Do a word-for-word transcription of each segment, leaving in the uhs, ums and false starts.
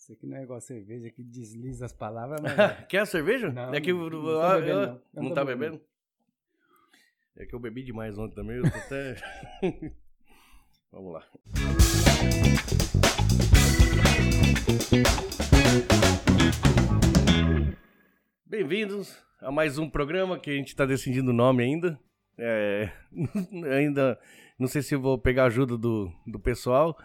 Isso aqui não é igual a cerveja que desliza as palavras, mas... Quer a cerveja? Não, é que não, eu, não tô ah, bebendo, eu- não. Eu não não tô tá bebendo. bebendo? É que eu bebi demais ontem também, eu tô até... Vamos lá. Bem-vindos a mais um programa que a gente tá decidindo o nome ainda. É, ainda não sei se eu vou pegar a ajuda do, do pessoal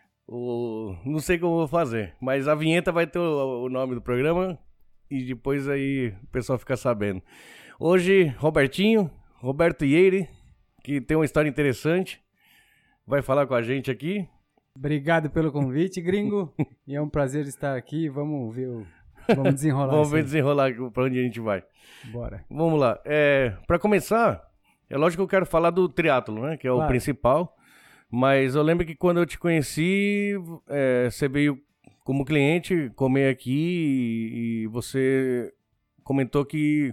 ou não sei o que eu vou fazer, mas a vinheta vai ter o, o nome do programa e depois aí o pessoal fica sabendo. Hoje, Robertinho, Roberto Ieire, que tem uma história interessante, vai falar com a gente aqui. Obrigado pelo convite, gringo. E é um prazer estar aqui. Vamos ver o... Vamos desenrolar Vamos isso ver aí. desenrolar pra onde a gente vai. Bora. Vamos lá. É, para começar, é lógico que eu quero falar do triatlo, né? Que é o Claro. principal. Mas eu lembro que quando eu te conheci, é, você veio como cliente comer aqui e, e você comentou que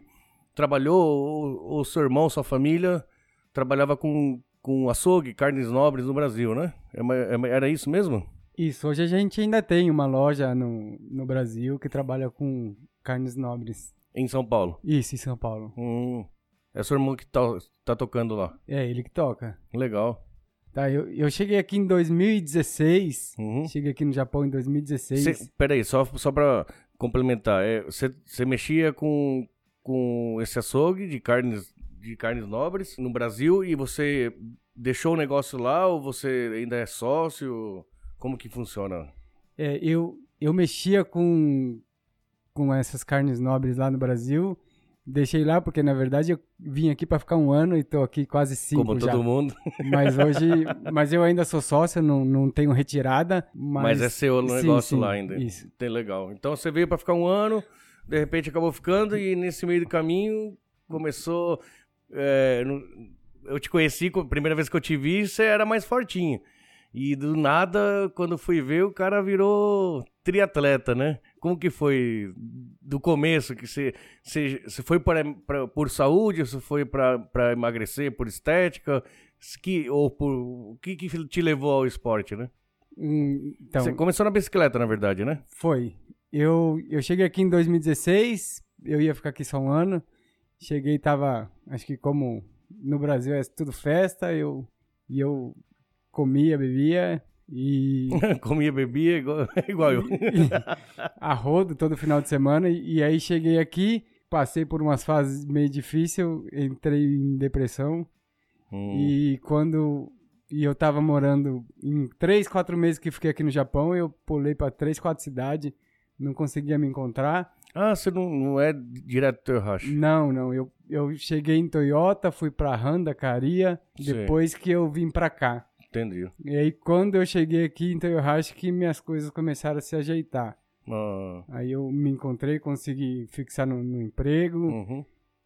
trabalhou, o, o seu irmão, sua família, trabalhava com, com açougue, carnes nobres no Brasil, né? É uma- é uma- Era isso mesmo? Isso, hoje a gente ainda tem uma loja no, no Brasil que trabalha com carnes nobres. Em São Paulo. Isso, em São Paulo. Hum, é seu irmão que tá, tá tocando lá. É ele que toca. Legal. Tá, eu, eu cheguei aqui em dois mil e dezesseis. Uhum. Cheguei aqui no Japão em dois mil e dezesseis. Cê, peraí, só, só pra complementar. Você mexia com, com esse açougue de carnes, de carnes nobres no Brasil e você deixou o negócio lá ou você ainda é sócio? Como que funciona? É, eu, eu mexia com, com essas carnes nobres lá no Brasil. Deixei lá porque, na verdade, eu vim aqui para ficar um ano e tô aqui quase cinco Como já. todo mundo. Mas hoje, mas eu ainda sou sócio, não, não tenho retirada. Mas, Mas é seu o Sim, negócio sim, lá ainda. Isso. Tem legal. Então você veio pra ficar um ano, de repente acabou ficando e nesse meio do caminho começou... é, no- eu te conheci, a primeira vez que eu te vi, você era mais fortinho. E do nada, quando fui ver, o cara virou triatleta, né? Como que foi do começo? Que você, você, você foi pra, pra, por saúde? Você foi pra, pra emagrecer, por estética? Que, ou por, o que, que te levou ao esporte, né? Hum, Então, Você começou na bicicleta, na verdade, né? foi. Eu, eu cheguei aqui em dois mil e dezesseis, eu ia ficar aqui só um ano. Cheguei e tava, acho que como no Brasil é tudo festa, eu, e eu comia, bebia e... Comia, bebia, igual, igual eu. a rodo todo final de semana. E, e aí cheguei aqui, passei por umas fases meio difíceis, entrei em depressão. Hum. E quando e eu tava morando em três, quatro meses que fiquei aqui no Japão, eu pulei pra três, quatro cidades, não conseguia me encontrar. Ah, você não, não é direto do Toyohashi. Não, não, eu, eu cheguei em Toyota, fui pra Honda, Caria, Sim. depois que eu vim pra cá. Entendi. E aí quando eu cheguei aqui em Toyohashi que minhas coisas começaram a se ajeitar. Ah, Aí eu me encontrei, consegui fixar no, no emprego. uhum.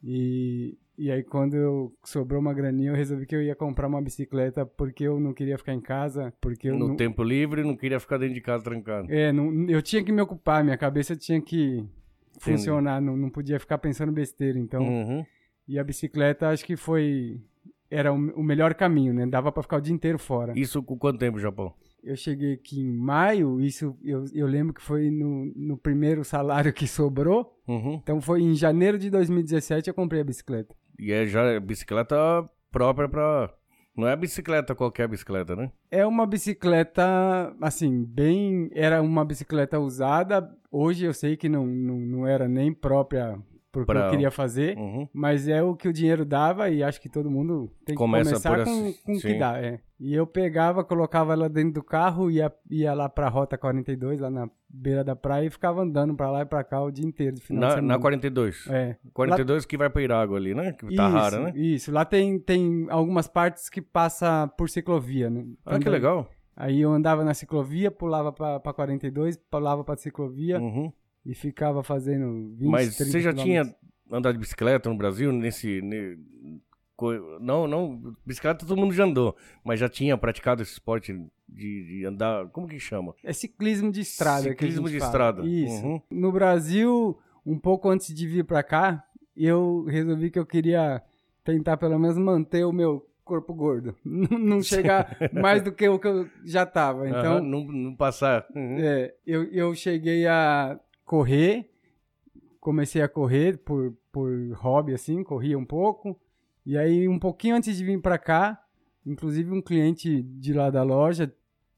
E, e aí quando eu sobrou uma graninha, eu resolvi que eu ia comprar uma bicicleta porque eu não queria ficar em casa, porque eu No não... tempo livre, não queria ficar dentro de casa trancado. É, não, eu tinha que me ocupar, minha cabeça tinha que funcionar, não, não podia ficar pensando besteira, então... Uhum. E a bicicleta acho que foi... Era o, o melhor caminho, né? Dava pra ficar o dia inteiro fora. Isso com quanto tempo, Japão? Eu cheguei aqui em maio, isso eu, eu lembro que foi no, no primeiro salário que sobrou, Uhum. então foi em janeiro de dois mil e dezessete eu comprei a bicicleta. E é já bicicleta própria pra... Não é bicicleta, qualquer bicicleta, né? É uma bicicleta, assim, bem... Era uma bicicleta usada. Hoje eu sei que não, não, não era nem própria pro que Pra- eu queria fazer. Uhum. Mas é o que o dinheiro dava e acho que todo mundo tem que Começa começar por com, essa- com o que sim. dá. É. E eu pegava, colocava ela dentro do carro, ia, ia lá pra Rota quarenta e dois, lá na beira da praia, e ficava andando pra lá e pra cá o dia inteiro, de final de Na, semana. na quarenta e dois. É. quarenta e dois que vai pra Irago ali, né? Que tá isso, rara, né? Isso, lá tem, tem algumas partes que passa por ciclovia, né? Ah, que Então, legal. Aí eu andava na ciclovia, pulava pra, pra quarenta e dois, pulava pra ciclovia Uhum. e ficava fazendo vinte, Mas trinta você já quilômetros. tinha andado de bicicleta no Brasil nesse... ne- co- Não, não, bicicleta todo mundo já andou, mas já tinha praticado esse esporte de, de andar, como que chama? É ciclismo de estrada. Ciclismo que a gente de fala. estrada. Isso. Uhum. No Brasil, um pouco antes de vir pra cá, eu resolvi que eu queria tentar pelo menos manter o meu corpo gordo. Não, não chegar mais do que o que eu já tava. Então, uhum, não, não passar. Uhum. É, eu, eu cheguei a correr, comecei a correr por, por hobby, assim, corria um pouco. E aí, um pouquinho antes de vir pra cá, inclusive um cliente de lá da loja,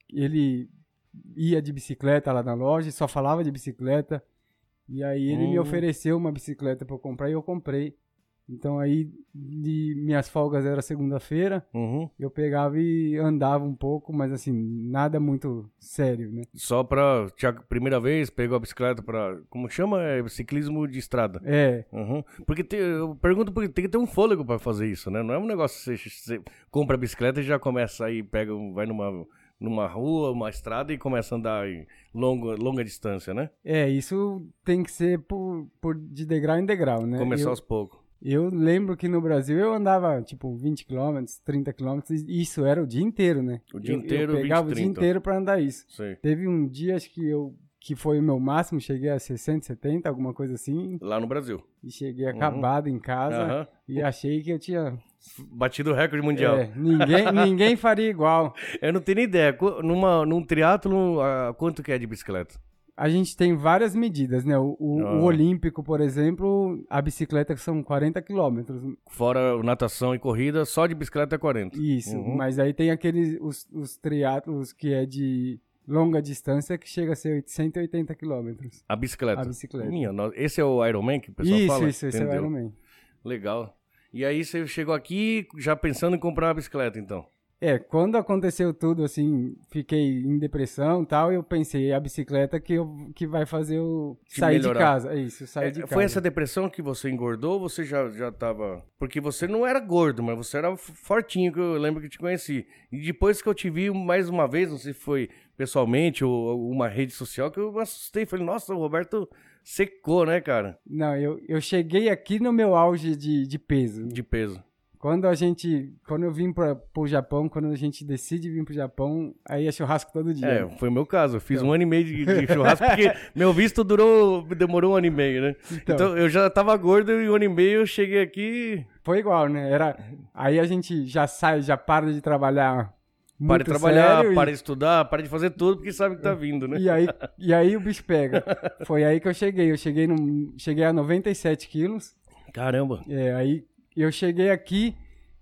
ele ia de bicicleta lá na loja, só falava de bicicleta. E aí ele hum. me ofereceu uma bicicleta pra eu comprar e eu comprei. Então aí, de, minhas folgas era segunda-feira, uhum. eu pegava e andava um pouco, mas assim, nada muito sério, né? Só pra, primeira vez, pegou a bicicleta pra, como chama? É ciclismo de estrada. É. Uhum. Porque tem, eu pergunto porque tem que ter um fôlego pra fazer isso, né? Não é um negócio que você, você compra a bicicleta e já começa aí, pega, vai numa... numa rua, uma estrada e começa a andar em longa, longa distância, né? É, isso tem que ser por, por de degrau em degrau, né? Começar eu, aos poucos. Eu lembro que no Brasil eu andava, tipo, vinte quilômetros, trinta quilômetros, e isso era o dia inteiro, né? O dia eu, inteiro, eu pegava vinte, o dia inteiro pra andar isso. Sim. Teve um dia, acho que eu que foi o meu máximo, cheguei a sessenta, setenta, alguma coisa assim. Lá no Brasil. E cheguei acabado uhum. em casa uhum. e achei que eu tinha... batido o recorde mundial. É, ninguém, ninguém faria igual. Eu não tenho nem ideia. Numa, num triatlo, uh, quanto que é de bicicleta? A gente tem várias medidas, né? O, o, ah. o olímpico, por exemplo, a bicicleta são quarenta quilômetros. Fora natação e corrida, só de bicicleta é quarenta. Isso, uhum. mas aí tem aqueles, os, os triatlos que é de longa distância, que chega a ser cento e oitenta quilômetros. A bicicleta? A bicicleta. Minha, esse é o Ironman que o pessoal isso, fala? Isso, isso, esse é o Ironman. Legal. E aí você chegou aqui já pensando em comprar uma bicicleta, então? É, quando aconteceu tudo, assim, fiquei em depressão e tal, eu pensei, a bicicleta que, eu, que vai fazer eu Te sair melhorar. de casa. É isso, sair é, de casa. Foi essa depressão que você engordou ou você já, já tava... Porque você não era gordo, mas você era fortinho, que eu lembro que te conheci. E depois que eu te vi mais uma vez, não sei se foi pessoalmente ou uma rede social, que eu me assustei. Falei, nossa, o Roberto secou, né, cara? Não, eu, eu cheguei aqui no meu auge de, de peso. De peso. Quando a gente, quando eu vim para o Japão, quando a gente decide vir pro Japão, aí é churrasco todo dia. É, foi o meu caso. Eu fiz então. um ano e meio de, de churrasco, porque meu visto durou, demorou um ano e meio, né? Então, então eu já tava gordo e um ano e meio eu cheguei aqui... Foi igual, né? Era, aí a gente já sai, já para de trabalhar muito Para de trabalhar, sério para e... de estudar, para de fazer tudo, porque sabe que tá vindo, né? E aí, e aí o bicho pega. Foi aí que eu cheguei. Eu cheguei, no, cheguei a noventa e sete quilos. Caramba! É, aí... Eu cheguei aqui,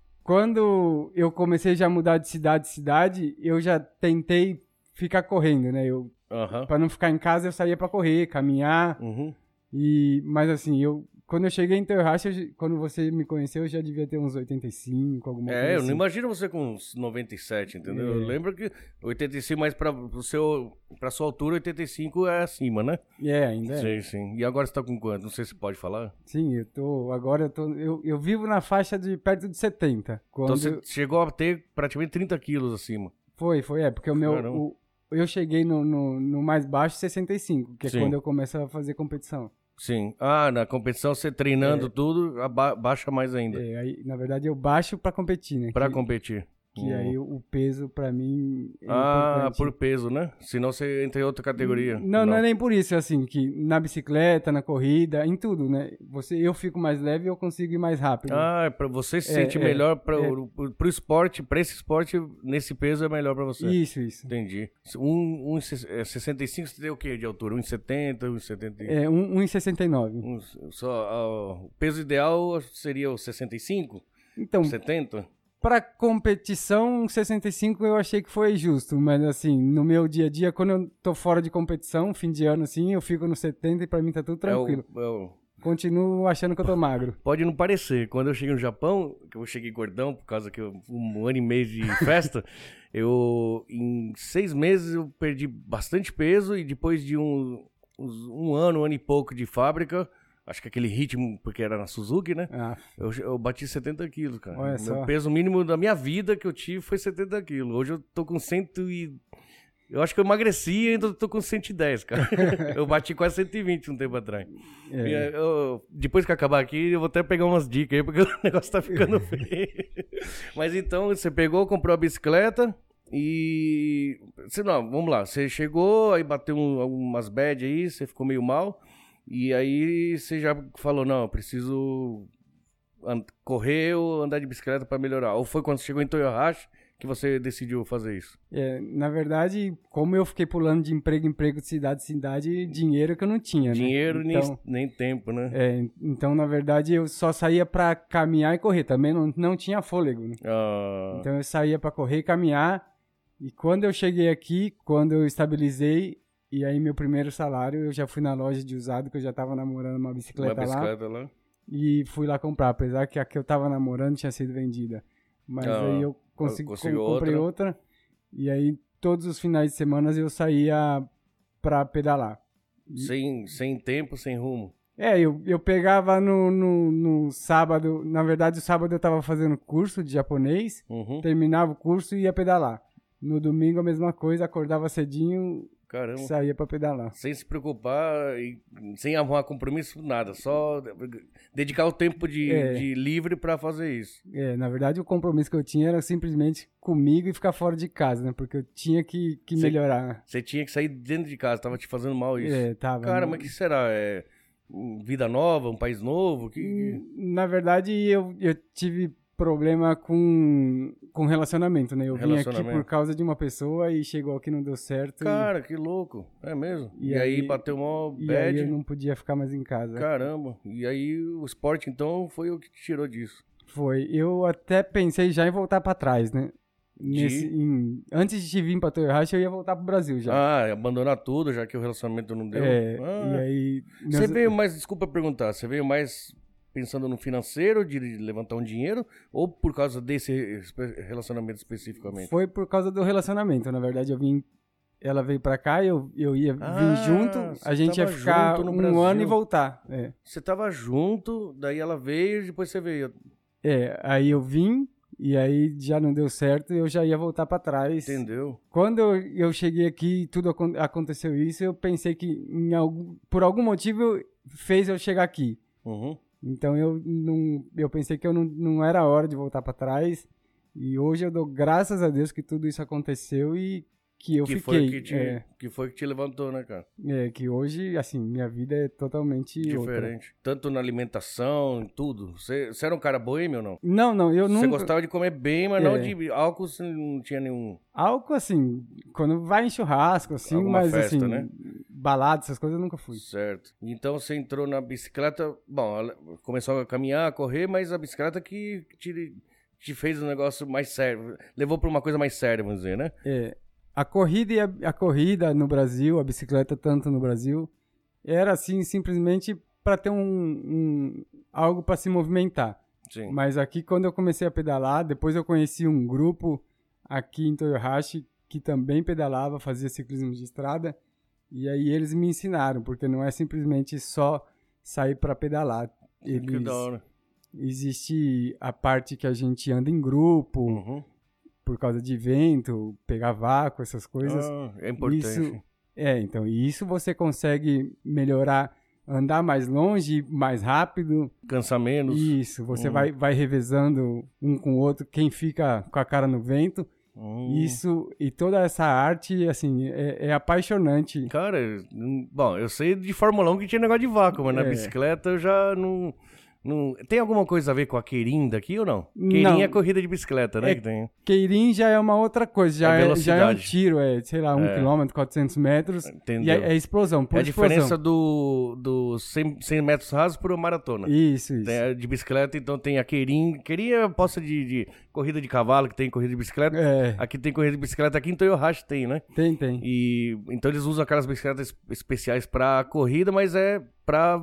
quando eu comecei já a mudar de cidade em cidade, eu já tentei ficar correndo, né? Eu, uhum. Pra não ficar em casa, eu saía pra correr, caminhar. Uhum. E, mas assim, eu, quando eu cheguei em Toyohashi, eu, quando você me conheceu, eu já devia ter uns oitenta e cinco, alguma é, coisa assim. É, eu não imagino você com uns noventa e sete, entendeu? É. Eu lembro que oitenta e cinco, mas pra, pro seu, pra sua altura, oitenta e cinco é acima, né? É, ainda é. Sim, sim. E agora você tá com quanto? Não sei se pode falar. Sim, eu tô, agora eu tô, eu, eu vivo na faixa de perto de setenta. Quando então você chegou a ter praticamente trinta quilos acima. Foi, foi, é, porque o meu, o, eu cheguei no, no, no mais baixo sessenta e cinco, que é sim. quando eu começo a fazer competição. Sim. Ah, na competição você treinando é. tudo, aba- baixa mais ainda. É, aí, na verdade eu baixo pra competir, né? Pra que, competir. Que hum. aí o peso pra mim é Ah, importante. por peso, né? Senão você entra em outra categoria. Não, não, não é nem por isso, assim, que na bicicleta, na corrida, em tudo, né? Você, eu fico mais leve e eu consigo ir mais rápido. Ah, pra você se é, sentir é, melhor pra, é. o, pro esporte, pra esse esporte, nesse peso é melhor pra você. Isso, isso. Entendi. Um, um, sessenta e cinco você tem o que de altura? um e setenta, um e setenta? É, um e sessenta e nove. Um, só, uh, o peso ideal seria o sessenta e cinco? Então, setenta? Pra competição, sessenta e cinco eu achei que foi justo, mas assim, no meu dia a dia, quando eu tô fora de competição, fim de ano assim, eu fico no setenta e pra mim tá tudo tranquilo. É o, é o... Continuo achando que eu tô magro. Pode não parecer. Quando eu cheguei no Japão, que eu cheguei gordão, por causa que eu, um ano e meio de festa, eu, em seis meses eu perdi bastante peso e depois de um, um ano, um ano e pouco de fábrica, acho que aquele ritmo, porque era na Suzuki, né? Ah. Eu, eu bati setenta quilos, cara. Olha Meu só. peso mínimo da minha vida que eu tive foi setenta quilos. Hoje eu tô com cento e... Eu acho que eu emagreci e ainda tô com cento e dez, cara. Eu bati quase cento e vinte um tempo atrás. É. E eu, depois que acabar aqui, eu vou até pegar umas dicas aí, porque o negócio tá ficando feio. Mas então, você pegou, comprou a bicicleta e... Não, vamos lá. Você chegou, aí bateu um, algumas bad aí, você ficou meio mal. E aí você já falou, não, eu preciso an- correr ou andar de bicicleta pra melhorar? Ou foi quando você chegou em Toyohashi que você decidiu fazer isso? É, na verdade, como eu fiquei pulando de emprego em emprego, de cidade em cidade, dinheiro que eu não tinha, Dinheiro né? nem, Então, nem tempo, né? é, então, na verdade, eu só saía pra caminhar e correr. Também não, não tinha fôlego, né? Ah, Então eu saía pra correr e caminhar. E quando eu cheguei aqui, quando eu estabilizei, e aí meu primeiro salário, eu já fui na loja de usado, que eu já tava namorando uma bicicleta, uma bicicleta lá. lá. E fui lá comprar, apesar que a que eu tava namorando tinha sido vendida. Mas Ah, aí eu consegui, conseguiu com- comprei outra. E aí todos os finais de semana eu saía pra pedalar. Sem, sem tempo, sem rumo. É, eu, eu pegava no, no, no sábado, na verdade o sábado eu tava fazendo curso de japonês, Uhum. terminava o curso e ia pedalar. No domingo a mesma coisa, acordava cedinho, Caramba. saía pra pedalar. Sem se preocupar, e sem arrumar compromisso, nada. Só dedicar o tempo de, É. de livre pra fazer isso. É, na verdade o compromisso que eu tinha era simplesmente comigo e ficar fora de casa, né? Porque eu tinha que, que Cê- melhorar. Você tinha que sair dentro de casa, tava te fazendo mal isso. É, tava. Cara, né? mas que será? É hum, vida nova, um país novo? Que, que- Na verdade, eu, eu tive problema com, com relacionamento, né? Eu vim aqui Relacionamento. por causa de uma pessoa e chegou aqui não deu certo. Cara, que louco. É mesmo? E E, aí, aí- bateu mó e, e aí bad. eu não podia ficar mais em casa. Caramba. E aí o esporte, então, foi o que te tirou disso. Foi. Eu até pensei já em voltar pra trás, né? Nesse, em- antes de vir pra Toyohashi, eu ia voltar pro Brasil já. Ah, abandonar tudo, já que o relacionamento não deu. é, Ah, e aí... Você meus- veio mais, desculpa perguntar, você veio mais pensando no financeiro, de levantar um dinheiro, ou por causa desse espe- relacionamento especificamente? Foi por causa do relacionamento, na verdade. Eu vim... Ela veio pra cá, eu, eu ia Ah, vir junto, você a gente ia tava ficar junto no um Brasil. ano e voltar. É. Você tava junto, daí ela veio e depois você veio. É, aí eu vim, e aí já não deu certo, e eu já ia voltar pra trás. Entendeu? Quando eu, eu cheguei aqui e tudo acon- aconteceu isso, eu pensei que em algum, por algum motivo fez eu chegar aqui. Uhum. Então eu não, eu pensei que eu não, não era a hora de voltar pra trás. E hoje eu dou graças a Deus que tudo isso aconteceu e que eu que, fiquei. foi que, te, é, que foi que te levantou, né, cara? é, que hoje, assim, minha vida é totalmente outra. Diferente. Tanto na alimentação, em tudo. Você, você era um cara boêmio ou não? Não, não, eu Você nunca... gostava de comer bem, mas não É. de álcool, você não tinha nenhum. Álcool, assim, quando vai em churrasco, assim, Alguma mas festa, assim, né? balada, essas coisas eu nunca fui. Certo. Então você entrou na bicicleta. Bom, ela começou a caminhar, a correr, mas a bicicleta que te, te fez um negócio mais sério. Levou pra uma coisa mais séria, vamos dizer, né? É, a corrida e a, a corrida no Brasil, a bicicleta tanto no Brasil, era assim simplesmente para ter um, um algo para se movimentar. Sim. Mas aqui quando eu comecei a pedalar, depois eu conheci um grupo aqui em Toyohashi que também pedalava, fazia ciclismo de estrada, e aí eles me ensinaram, porque não é simplesmente só sair para pedalar. Que Eles, da hora. existe a parte que a gente anda em grupo, Uhum. por causa de vento, pegar vácuo, essas coisas. Ah, é importante. Isso, é, então, e isso você consegue melhorar, andar mais longe, mais rápido. Cansa menos. Isso, você Hum. vai, vai revezando um com o outro, quem fica com a cara no vento. Hum. Isso, e toda essa arte, assim, é, é apaixonante. Cara, hum, bom, eu sei de Fórmula um que tinha negócio de vácuo, mas na É. bicicleta eu já não, não... Tem alguma coisa a ver com a Queirin daqui ou não? Não. Queirin é corrida de bicicleta, né? É que tem. Queirim já é uma outra coisa, já, É é, já é um velocidade. tiro, é, sei lá, um É. quilômetro, quatrocentos metros, Entendeu. e é, é explosão, por É a diferença explosão. do, do cem, cem metros rasos por maratona. Isso, isso. Tem a de bicicleta, então tem a Queirin. Queirin é a posta de, de corrida de cavalo, que tem corrida de bicicleta. É, Aqui tem corrida de bicicleta, aqui em Toyohashi tem, né? tem, tem. E então eles usam aquelas bicicletas especiais pra corrida, mas é pra.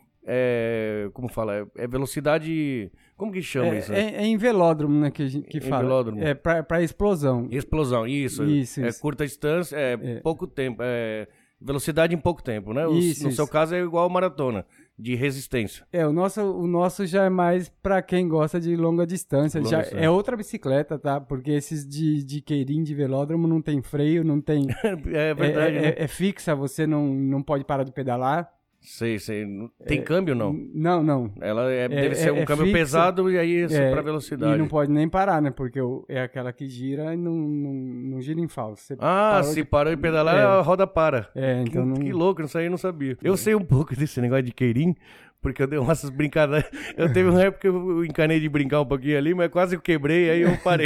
É, como fala? É, é velocidade. Como que chama É, isso? Né? é- é em velódromo, né, que, a gente, que Em fala. velódromo. É pra, pra explosão. Explosão, isso. Isso, é isso. curta distância, é, É. pouco tempo. É velocidade em pouco tempo, né? O- Isso, no isso. seu caso é igual maratona, de resistência. É, o nosso, o nosso já é mais pra quem gosta de longa distância. Longa já distância. é outra bicicleta, tá? Porque esses de, de queirim, de velódromo, não tem freio, não tem... É verdade, é, né? é- é fixa, você não, não pode parar de pedalar. Sei, sei. Não- Tem câmbio não? Não, não. Ela é- deve é- ser um é câmbio fixa. pesado e aí isso É, pra E velocidade. não pode nem parar, né? Porque o- é aquela que gira e não, não, não gira em falso. Você Ah, parou se de- parou de pedalar, É. a roda para. É, então que, não... que louco, isso aí eu não sabia. Eu sei um pouco desse negócio de Queirim, porque eu dei umas brincadeiras. Eu teve uma época que eu encanei de brincar um pouquinho ali, mas quase que eu quebrei, aí eu parei.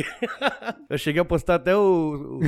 Eu cheguei a postar até o, o,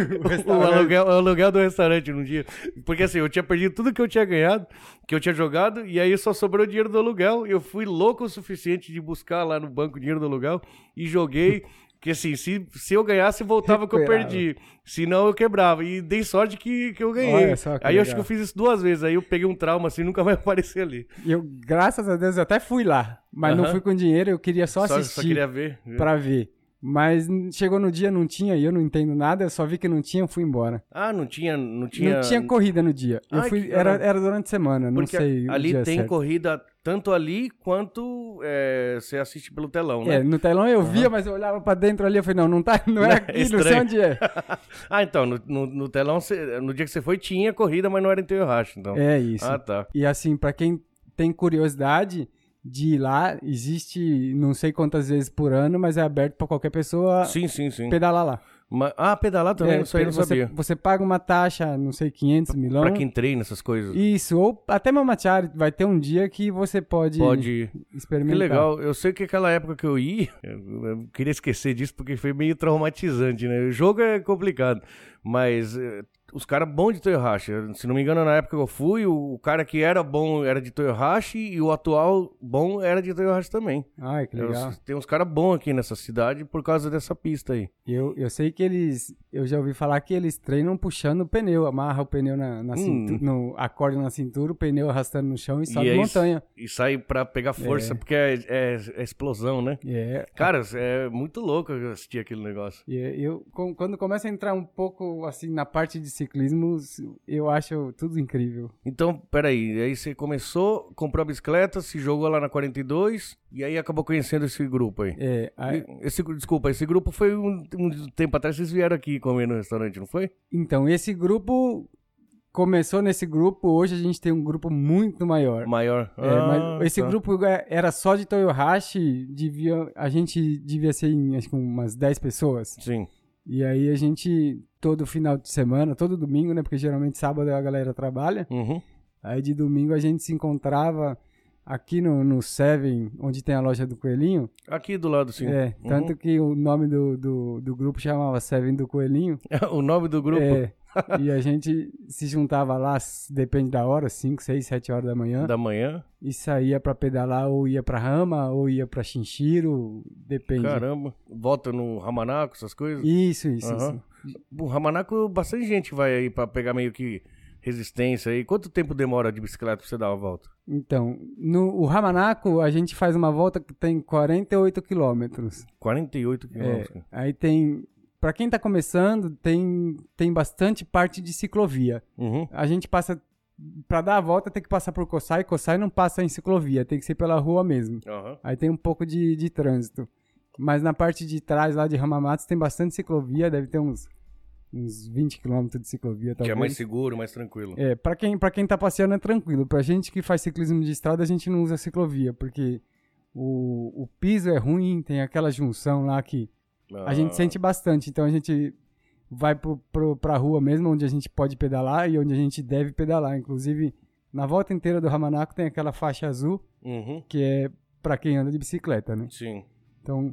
o, o, aluguel, o aluguel do restaurante num dia. Porque assim, eu tinha perdido tudo que eu tinha ganhado, que eu tinha jogado, e aí só sobrou o dinheiro do aluguel. Eu fui louco o suficiente de buscar lá no banco o dinheiro do aluguel e joguei. Que assim, se, se eu ganhasse, voltava o que eu perdi. Se não, eu quebrava. E dei sorte que, que eu ganhei. Que aí eu acho que eu fiz isso duas vezes. Aí eu peguei um trauma assim, nunca mais apareci ali. E eu, graças a Deus, eu até fui lá. Mas uh-huh. não fui com dinheiro, eu queria só, só assistir. Só queria ver. Pra ver. Mas chegou no dia, não tinha, e eu não entendo nada, eu só vi que não tinha, eu fui embora. Ah, não tinha... Não tinha, não tinha corrida no dia. Eu Ai, fui, era, era durante a semana, não Porque sei ali o dia tem certo. corrida tanto ali quanto é, você assiste pelo telão, né? É, no telão eu via, uhum. mas eu olhava pra dentro ali, eu falei, não, não, tá, não é aqui, é não sei onde é. Ah, então, no, no, no telão, cê, no dia que você foi, tinha corrida, mas não era em Toyohashi, então. É isso. Ah, tá. E assim, pra quem tem curiosidade de ir lá, existe não sei quantas vezes por ano, mas é aberto pra qualquer pessoa sim, sim, sim. pedalar lá. Mas, ah, pedalar também, é, isso aí eu não você, sabia. Você paga uma taxa, não sei, quinhentos milão. Pra quem treina essas coisas. Isso, ou até Mamachari, vai ter um dia que você pode, pode experimentar. Que legal, eu sei que aquela época que eu ia, eu, eu queria esquecer disso porque foi meio traumatizante, né? O jogo é complicado, mas... Os caras bons de Toyohashi, se não me engano, na época que eu fui, o, o cara que era bom era de Toyohashi e o atual bom era de Toyohashi também. Ai, que legal. Eu, tem uns caras bons aqui nessa cidade por causa dessa pista aí. Eu, eu sei que eles, eu já ouvi falar que eles treinam puxando o pneu, amarra o pneu na, na hum. cintura, no acorde na cintura, o pneu arrastando no chão e sobe e montanha. E sai pra pegar força, é. porque é, é, é explosão, né? É. Cara, é muito louco assistir aquele negócio. E eu, quando começa a entrar um pouco assim na parte de ciclismo, eu acho tudo incrível. Então, peraí, aí você começou, comprou a bicicleta, se jogou lá na quarenta e dois e aí acabou conhecendo esse grupo aí. É, aí... esse, desculpa, esse grupo foi um, um tempo atrás, vocês vieram aqui comer no restaurante, não foi? Então, esse grupo começou nesse grupo, hoje a gente tem um grupo muito maior. Maior. É, ah, mas esse tá. grupo era só de Toyohashi, devia, a gente devia ser em acho que umas dez pessoas. Sim. E aí a gente, todo final de semana, todo domingo, né? Porque geralmente sábado a galera trabalha. Uhum. Aí de domingo a gente se encontrava aqui no, no Seven, onde tem a loja do Coelhinho. Aqui do lado, sim. É, uhum. Tanto que o nome do, do, do grupo chamava Seven do Coelhinho. O nome do grupo? É. E a gente se juntava lá, depende da hora, cinco, seis, sete horas da manhã. Da manhã? E saía pra pedalar, ou ia pra Rama, ou ia pra Shinshiro, depende. Caramba, volta no Ramanako, essas coisas? Isso, isso, uhum. isso. O Ramanako, bastante gente vai aí pra pegar meio que resistência aí. Quanto tempo demora de bicicleta pra você dar uma volta? Então, no o Ramanako, a gente faz uma volta que tem quarenta e oito quilômetros. quarenta e oito quilômetros? É, aí tem... Pra quem tá começando, tem, tem bastante parte de ciclovia. Uhum. A gente passa... Pra dar a volta tem que passar por Kosai. Kosai não passa em ciclovia, tem que ser pela rua mesmo. Uhum. Aí tem um pouco de, de trânsito. Mas na parte de trás lá de Hamamatsu tem bastante ciclovia, deve ter uns, uns vinte quilômetros de ciclovia, talvez. Que é mais seguro, mais tranquilo. É, pra quem, pra quem tá passeando é tranquilo. Pra gente que faz ciclismo de estrada, a gente não usa ciclovia, porque o, o piso é ruim, tem aquela junção lá que ah. a gente sente bastante. Então a gente vai pro, pro, pra rua mesmo, onde a gente pode pedalar e onde a gente deve pedalar. Inclusive, na volta inteira do Ramanako tem aquela faixa azul, uhum. que é pra quem anda de bicicleta, né? Sim. Então,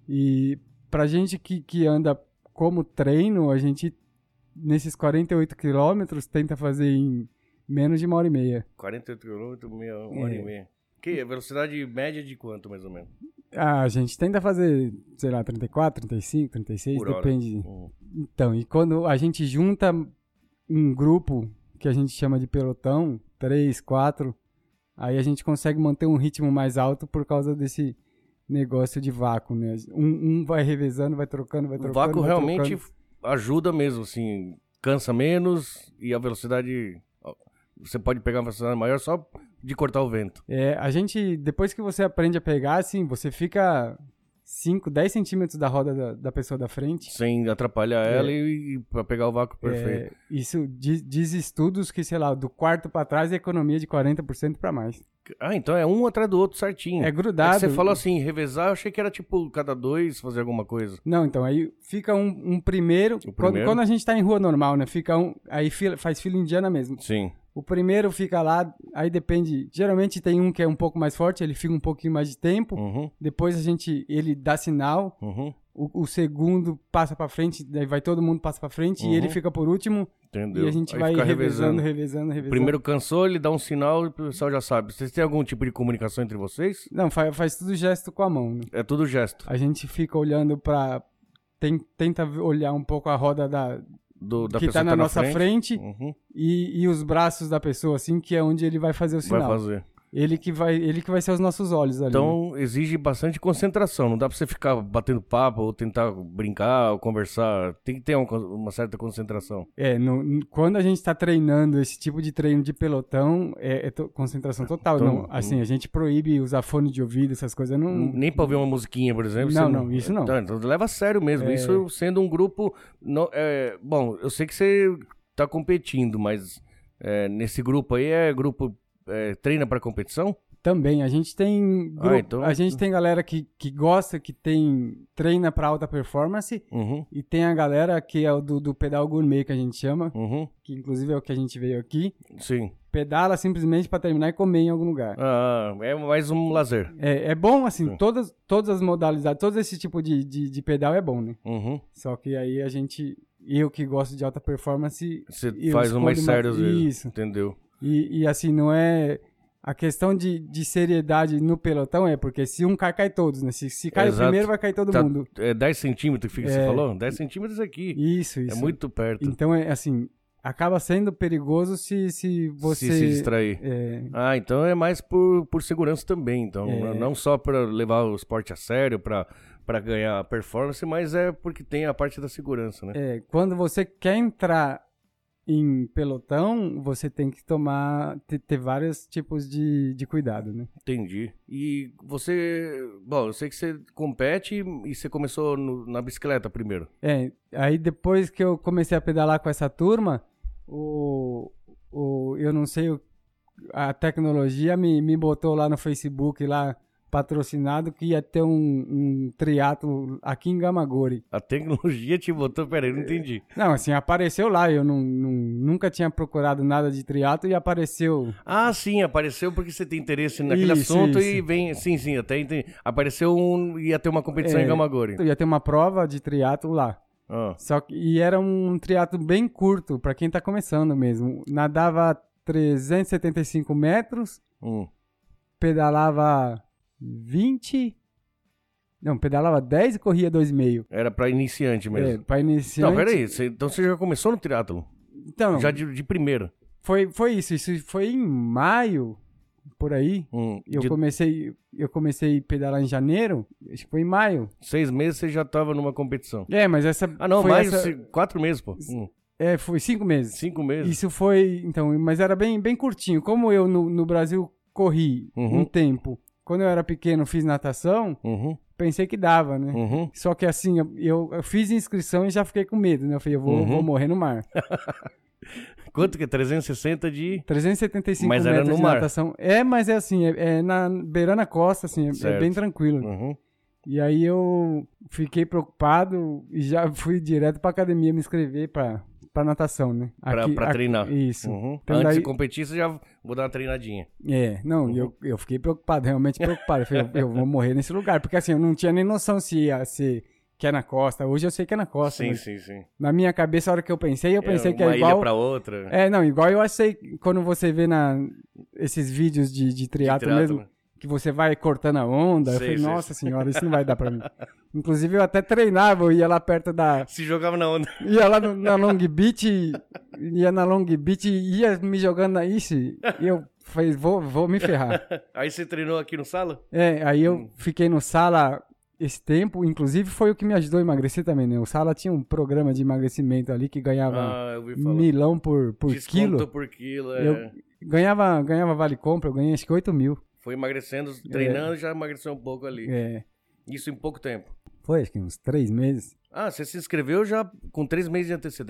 e pra gente que, que anda como treino, a gente, nesses quarenta e oito quilômetros, tenta fazer em menos de uma hora e meia. quarenta e oito quilômetros, meia, uma hora é. e meia. Que? A velocidade média de quanto, mais ou menos? Ah, a gente tenta fazer, sei lá, trinta e quatro, trinta e cinco, trinta e seis, por depende. Hum. Então, e quando a gente junta um grupo que a gente chama de pelotão, três, quatro, aí a gente consegue manter um ritmo mais alto por causa desse negócio de vácuo, né? Um, um vai revezando, vai trocando, vai trocando. O vácuo vai realmente trocando. Ajuda mesmo, assim, cansa menos e a velocidade... Você pode pegar uma velocidade maior só de cortar o vento. É, a gente, depois que você aprende a pegar, assim, você fica cinco, dez centímetros da roda da, da pessoa da frente. Sem atrapalhar é. ela e, e pra pegar o vácuo perfeito. É, isso diz, diz estudos que, sei lá, do quarto pra trás é economia de quarenta por cento pra mais. Ah, então é um atrás do outro certinho. É grudado. É você falou assim, revezar, eu achei que era tipo cada dois fazer alguma coisa. Não, então, aí fica um, um primeiro, o primeiro. Quando, quando a gente tá em rua normal, né, fica um, aí fila, faz fila indiana mesmo. Sim. O primeiro fica lá, aí depende, geralmente tem um que é um pouco mais forte, ele fica um pouquinho mais de tempo, Uhum. depois a gente, ele dá sinal, Uhum. o, o segundo passa pra frente, daí vai todo mundo passa pra frente Uhum. e ele fica por último. Entendeu? E a gente Aí vai fica revezando, revezando, revezando. Primeiro cansou, ele dá um sinal e o pessoal já sabe. Vocês têm algum tipo de comunicação entre vocês? Não, faz, faz tudo gesto com a mão, né? É tudo gesto. A gente fica olhando pra... Tem, tenta olhar um pouco a roda da, Do, da que pessoa tá na que nossa frente, Uhum. e, e os braços da pessoa, assim, que é onde ele vai fazer o sinal. Vai fazer. Ele que vai, ele que vai ser os nossos olhos ali. Então exige bastante concentração. Não dá pra você ficar batendo papo ou tentar brincar ou conversar. Tem que ter um- uma certa concentração. É, no- no- quando a gente tá treinando esse tipo de treino de pelotão, é, é to- concentração total. Então, não, assim, a gente proíbe usar fone de ouvido, essas coisas. Não, Nem pra ouvir uma musiquinha, por exemplo. Não, você não, isso não. Então, então leva a sério mesmo. É. Isso sendo um grupo. Não, é, bom, eu sei que você tá competindo, mas é, nesse grupo aí é grupo. É, treina pra competição? Também, a gente tem grupo- Ah, então- a gente tem galera que, que gosta, que tem treina para alta performance, Uhum, e tem a galera que é o do, do pedal gourmet, que a gente chama, uhum, que inclusive é o que a gente veio aqui, sim. pedala simplesmente para terminar e comer em algum lugar. Ah, é mais um lazer. É, é bom, assim, Sim. todas, todas as modalidades, todo esse tipo de, de, de pedal é bom, né? Uhum. Só que aí a gente, eu que gosto de alta performance... Você eu faz um mais escolho sério às vezes. Isso. Entendeu? E, e assim, não é... A questão de, de seriedade no pelotão é porque se um cai, cai todos, né? Se, se cai Exato. o primeiro, vai cair todo Tá- mundo. É dez centímetros que você É. falou? dez centímetros aqui. Isso, isso. É muito perto. Então, é assim, acaba sendo perigoso se, se você... Se se distrair. É, Ah, então é mais por, por segurança também. Então, É. não só para levar o esporte a sério, para para ganhar performance, mas é porque tem a parte da segurança, né? é, quando você quer entrar em pelotão, você tem que tomar, ter, ter vários tipos de, de cuidado, né? Entendi. E você, bom, eu sei que você compete e você começou no- na bicicleta primeiro. É, aí depois que eu comecei a pedalar com essa turma, o, o, eu não sei, o- a tecnologia me, me botou lá no Facebook, lá patrocinado, que ia ter um, um triatlo aqui em Gamagori. A tecnologia te botou, peraí, não entendi. Não, assim, apareceu lá, eu não, não- nunca tinha procurado nada de triatlo e apareceu. Ah, sim, apareceu porque você tem interesse naquele Isso, assunto isso. e vem, sim, sim, até entendi. Apareceu um, ia ter uma competição É, em Gamagori. Ia ter uma prova de triatlo lá. Ah, Só que, e era um triatlo bem curto, pra quem tá começando mesmo. Nadava trezentos e setenta e cinco metros, hum. pedalava vinte. Não, pedalava dez e corria dois vírgula cinco. Era pra iniciante É, mesmo. pra iniciante. Não, peraí, você- então você já começou no triatlo? Então, Já de, de primeira? foi, foi isso. Isso foi em maio, por aí. Hum, Eu de comecei, eu comecei a pedalar em janeiro, acho que foi em maio. seis meses você já tava numa competição. É, mas essa. Ah, não, foi mais essa- ci- quatro meses, pô. Hum, É, foi cinco meses. cinco meses. Isso foi, então, mas era bem, bem curtinho. Como eu no, no Brasil corri Uhum. um tempo, quando eu era pequeno fiz natação, Uhum, pensei que dava, né? uhum. Só que assim, eu, eu fiz inscrição e já fiquei com medo, né? Eu falei, eu vou, Uhum. vou morrer no mar. Quanto que é? trezentos e sessenta de... trezentos e setenta e cinco Mas era metros no de mar. natação. É, mas é assim, é, é na beirando a costa, assim, é- é, Certo. bem tranquilo. Uhum. E aí eu fiquei preocupado e já fui direto pra academia me inscrever pra, pra natação, né? Pra, Aqui- pra aqui- treinar. Isso. Uhum. Então, Antes daí- de competir, você já vou dar uma treinadinha. É, não, e eu, eu fiquei preocupado, realmente preocupado. Eu falei, eu, eu vou morrer nesse lugar, porque assim, eu não tinha nem noção se ia ser que é na costa. Hoje eu sei que é na costa. Sim, mas sim, sim. na minha cabeça, a hora que eu pensei, eu pensei que uma é ilha igual. pra outra. É, não, igual eu achei quando você vê na, esses vídeos de, de triatlo triatlo. mesmo, que você vai cortando a onda. eu Sei, falei, sei, nossa senhora, isso não vai dar pra mim. Inclusive, eu até treinava, eu ia lá perto da. Se jogava na onda. Ia lá no- na Long Beach, ia na Long Beach e ia me jogando na isso. E eu falei, vou, vou me ferrar. Aí você treinou aqui no sala? É, aí eu Hum. fiquei no Sala esse tempo, inclusive foi o que me ajudou a emagrecer também, né? O Sala tinha um programa de emagrecimento ali que ganhava Ah, eu ouvi falar. milão por, por Desconto quilo. por quilo, é. Eu ganhava, ganhava vale compra, eu ganhei acho que oito mil. Foi emagrecendo, treinando, já emagreceu um pouco ali. É, Isso em pouco tempo. foi acho que uns três meses. Ah, você se inscreveu já com três meses de antecedência.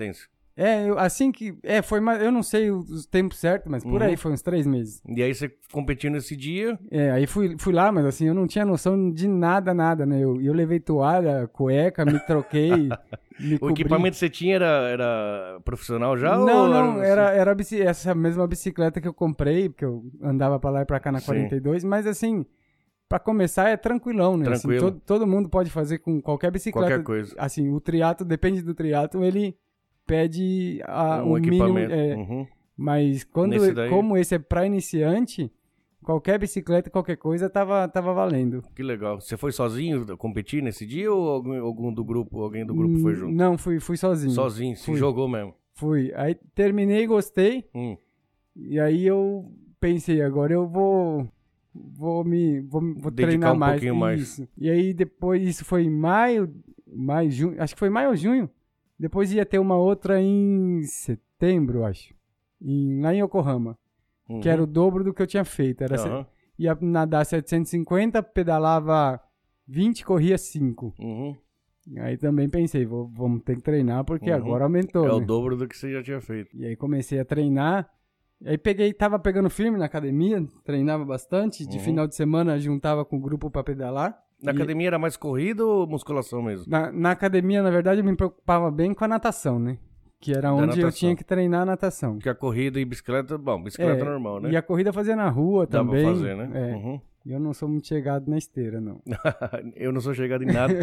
É, eu, assim que... É, foi mais... Eu não sei os tempos certos, mas por Uhum. aí foi uns três meses. E aí você competiu nesse dia. É, aí fui, fui lá, mas assim, eu não tinha noção de nada, nada, né? Eu, eu levei toalha, cueca, me troquei, me O cobri. equipamento que você tinha era, era profissional já? Não, ou não, era, era a bici- essa mesma bicicleta que eu comprei, porque eu andava pra lá e pra cá na Sim. quarenta e dois, mas assim, pra começar é tranquilão, né? Assim, Tranquilo. todo, todo mundo pode fazer com qualquer bicicleta. Qualquer coisa. Assim, o triatlo, depende do triatlo, ele pede a, Um o mínimo... equipamento. é, Uhum. Mas quando, Nesse daí- como esse é pra iniciante, qualquer bicicleta, qualquer coisa, tava, tava valendo. Que legal. Você foi sozinho competir nesse dia ou algum, algum do grupo, alguém do grupo foi Hum, junto? Não, fui, fui sozinho. Sozinho, se Fui. jogou mesmo. Fui. Aí terminei, gostei. Hum. E aí eu pensei, agora eu vou vou me vou, vou Dedicar treinar um mais. pouquinho mais. Isso. E aí depois, isso foi em maio, maio, junho, acho que foi maio ou junho. Depois ia ter uma outra em setembro, acho. Em, lá em Yokohama. Uhum. Que era o dobro do que eu tinha feito. Era Aham. se- ia nadar setecentos e cinquenta, pedalava vinte, corria cinco. Uhum. Aí também pensei, vou, vamos ter que treinar porque Uhum. agora aumentou. É o né? dobro do que você já tinha feito. E aí comecei a treinar. Aí peguei, tava pegando firme na academia, treinava bastante. De Uhum. final de semana juntava com o grupo pra pedalar. Na E academia era mais corrida ou musculação mesmo? Na, na academia, na verdade, eu me preocupava bem com a natação, né? Que era onde eu natação. tinha que treinar a natação. Porque a corrida e bicicleta, bom, bicicleta É, normal, né? E a corrida fazia na rua Dá também. pra fazer, né? É. Uhum. E eu não sou muito chegado na esteira, não. Eu não sou chegado em nada.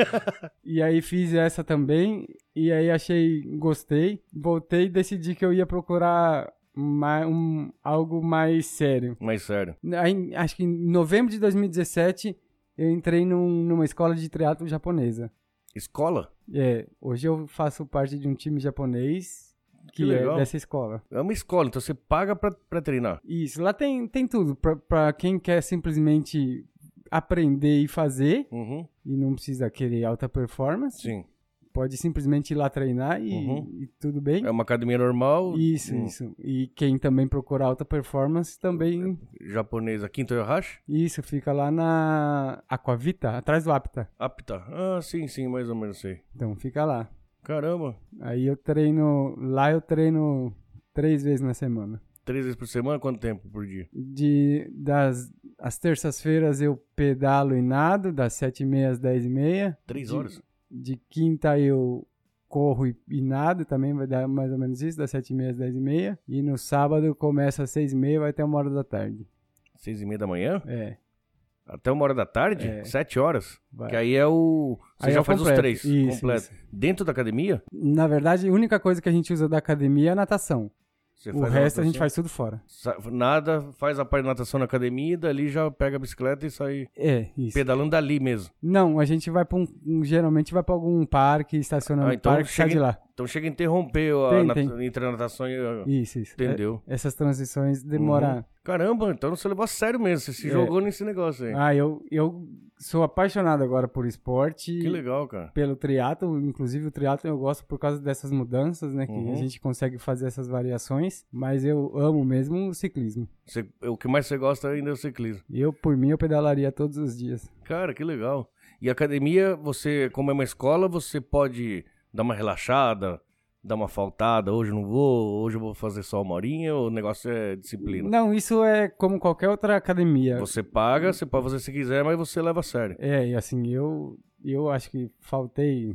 E aí fiz essa também, e aí achei, gostei, voltei e decidi que eu ia procurar ma- um, algo mais sério. Mas sério. Aí, acho que em novembro de dois mil e dezessete eu entrei num- numa escola de triatlo japonesa. Escola? É, hoje eu faço parte de um time japonês que, Que é legal. dessa escola. É uma escola, então você paga pra, pra treinar. Isso, lá tem, tem tudo, pra, pra quem quer simplesmente aprender e fazer, Uhum. e não precisa querer alta performance. Sim. Pode simplesmente ir lá treinar e, Uhum. e tudo bem. É uma academia normal. Isso, hum, isso. E quem também procura alta performance também. Japonesa, Quinto Yohashi? Isso, fica lá na Aquavita, atrás do Apta. Apta. Ah, sim, sim, mais ou menos sei. Então fica lá. Caramba. Aí eu treino. Lá eu treino três vezes na semana. Três vezes por semana, quanto tempo por dia? De, das as terças-feiras eu pedalo e nado, das sete e meia às dez e meia. Três De- horas? De quinta eu corro e, e nado, também vai dar mais ou menos isso, das sete e meia às dez e meia. E no sábado começa às seis e meia, vai até uma hora da tarde. Seis e meia da manhã? É, Até uma hora da tarde? É. Sete horas? vai. Que aí é o... Você Aí já é o faz os completo. três Isso, completo. isso. Dentro da academia? Na verdade, a única coisa que a gente usa da academia é a natação. Você O faz resto a gente natação? faz tudo fora. Sa- Nada, faz a parte de natação na academia e dali já pega a bicicleta e sai É, isso. pedalando dali mesmo. Não, a gente vai para um, um- geralmente vai para algum parque, estaciona Ah, no então parque e sai chega de em- lá. Então chega a interromper a Tem, nat- tem. entre a natação e a... Isso, isso. Entendeu? É, essas transições demoram. Uhum. Caramba, então você levou a sério mesmo, você se É. jogou nesse negócio aí. Ah, eu, eu sou apaixonado agora por esporte. Que legal, cara. Pelo triatlo, inclusive o triatlo eu gosto por causa dessas mudanças, né, que Uhum. a gente consegue fazer essas variações, mas eu amo mesmo o ciclismo. Você- o que mais você gosta ainda é o ciclismo. Eu, por mim, eu pedalaria todos os dias. Cara, que legal. E a academia, você, como é uma escola, você pode dar uma relaxada, dar uma faltada, hoje eu não vou, hoje eu vou fazer só uma horinha, ou o negócio é disciplina? Não, isso é como qualquer outra academia. Você paga, você pode fazer se quiser, mas você leva a sério. É, e assim, eu, eu acho que faltei.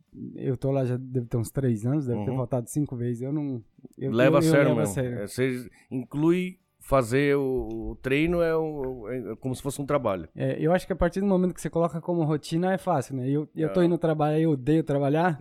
Eu tô lá já deve ter uns três anos, deve ter Uhum. faltado cinco vezes. Eu não. Eu, Leva eu, a eu sério levo mesmo. sério. É, você inclui fazer o, o treino, é, o- é como se fosse um trabalho. É, eu acho que a partir do momento que você coloca como rotina é fácil, né? Eu, eu tô Ah. indo trabalhar e eu odeio trabalhar.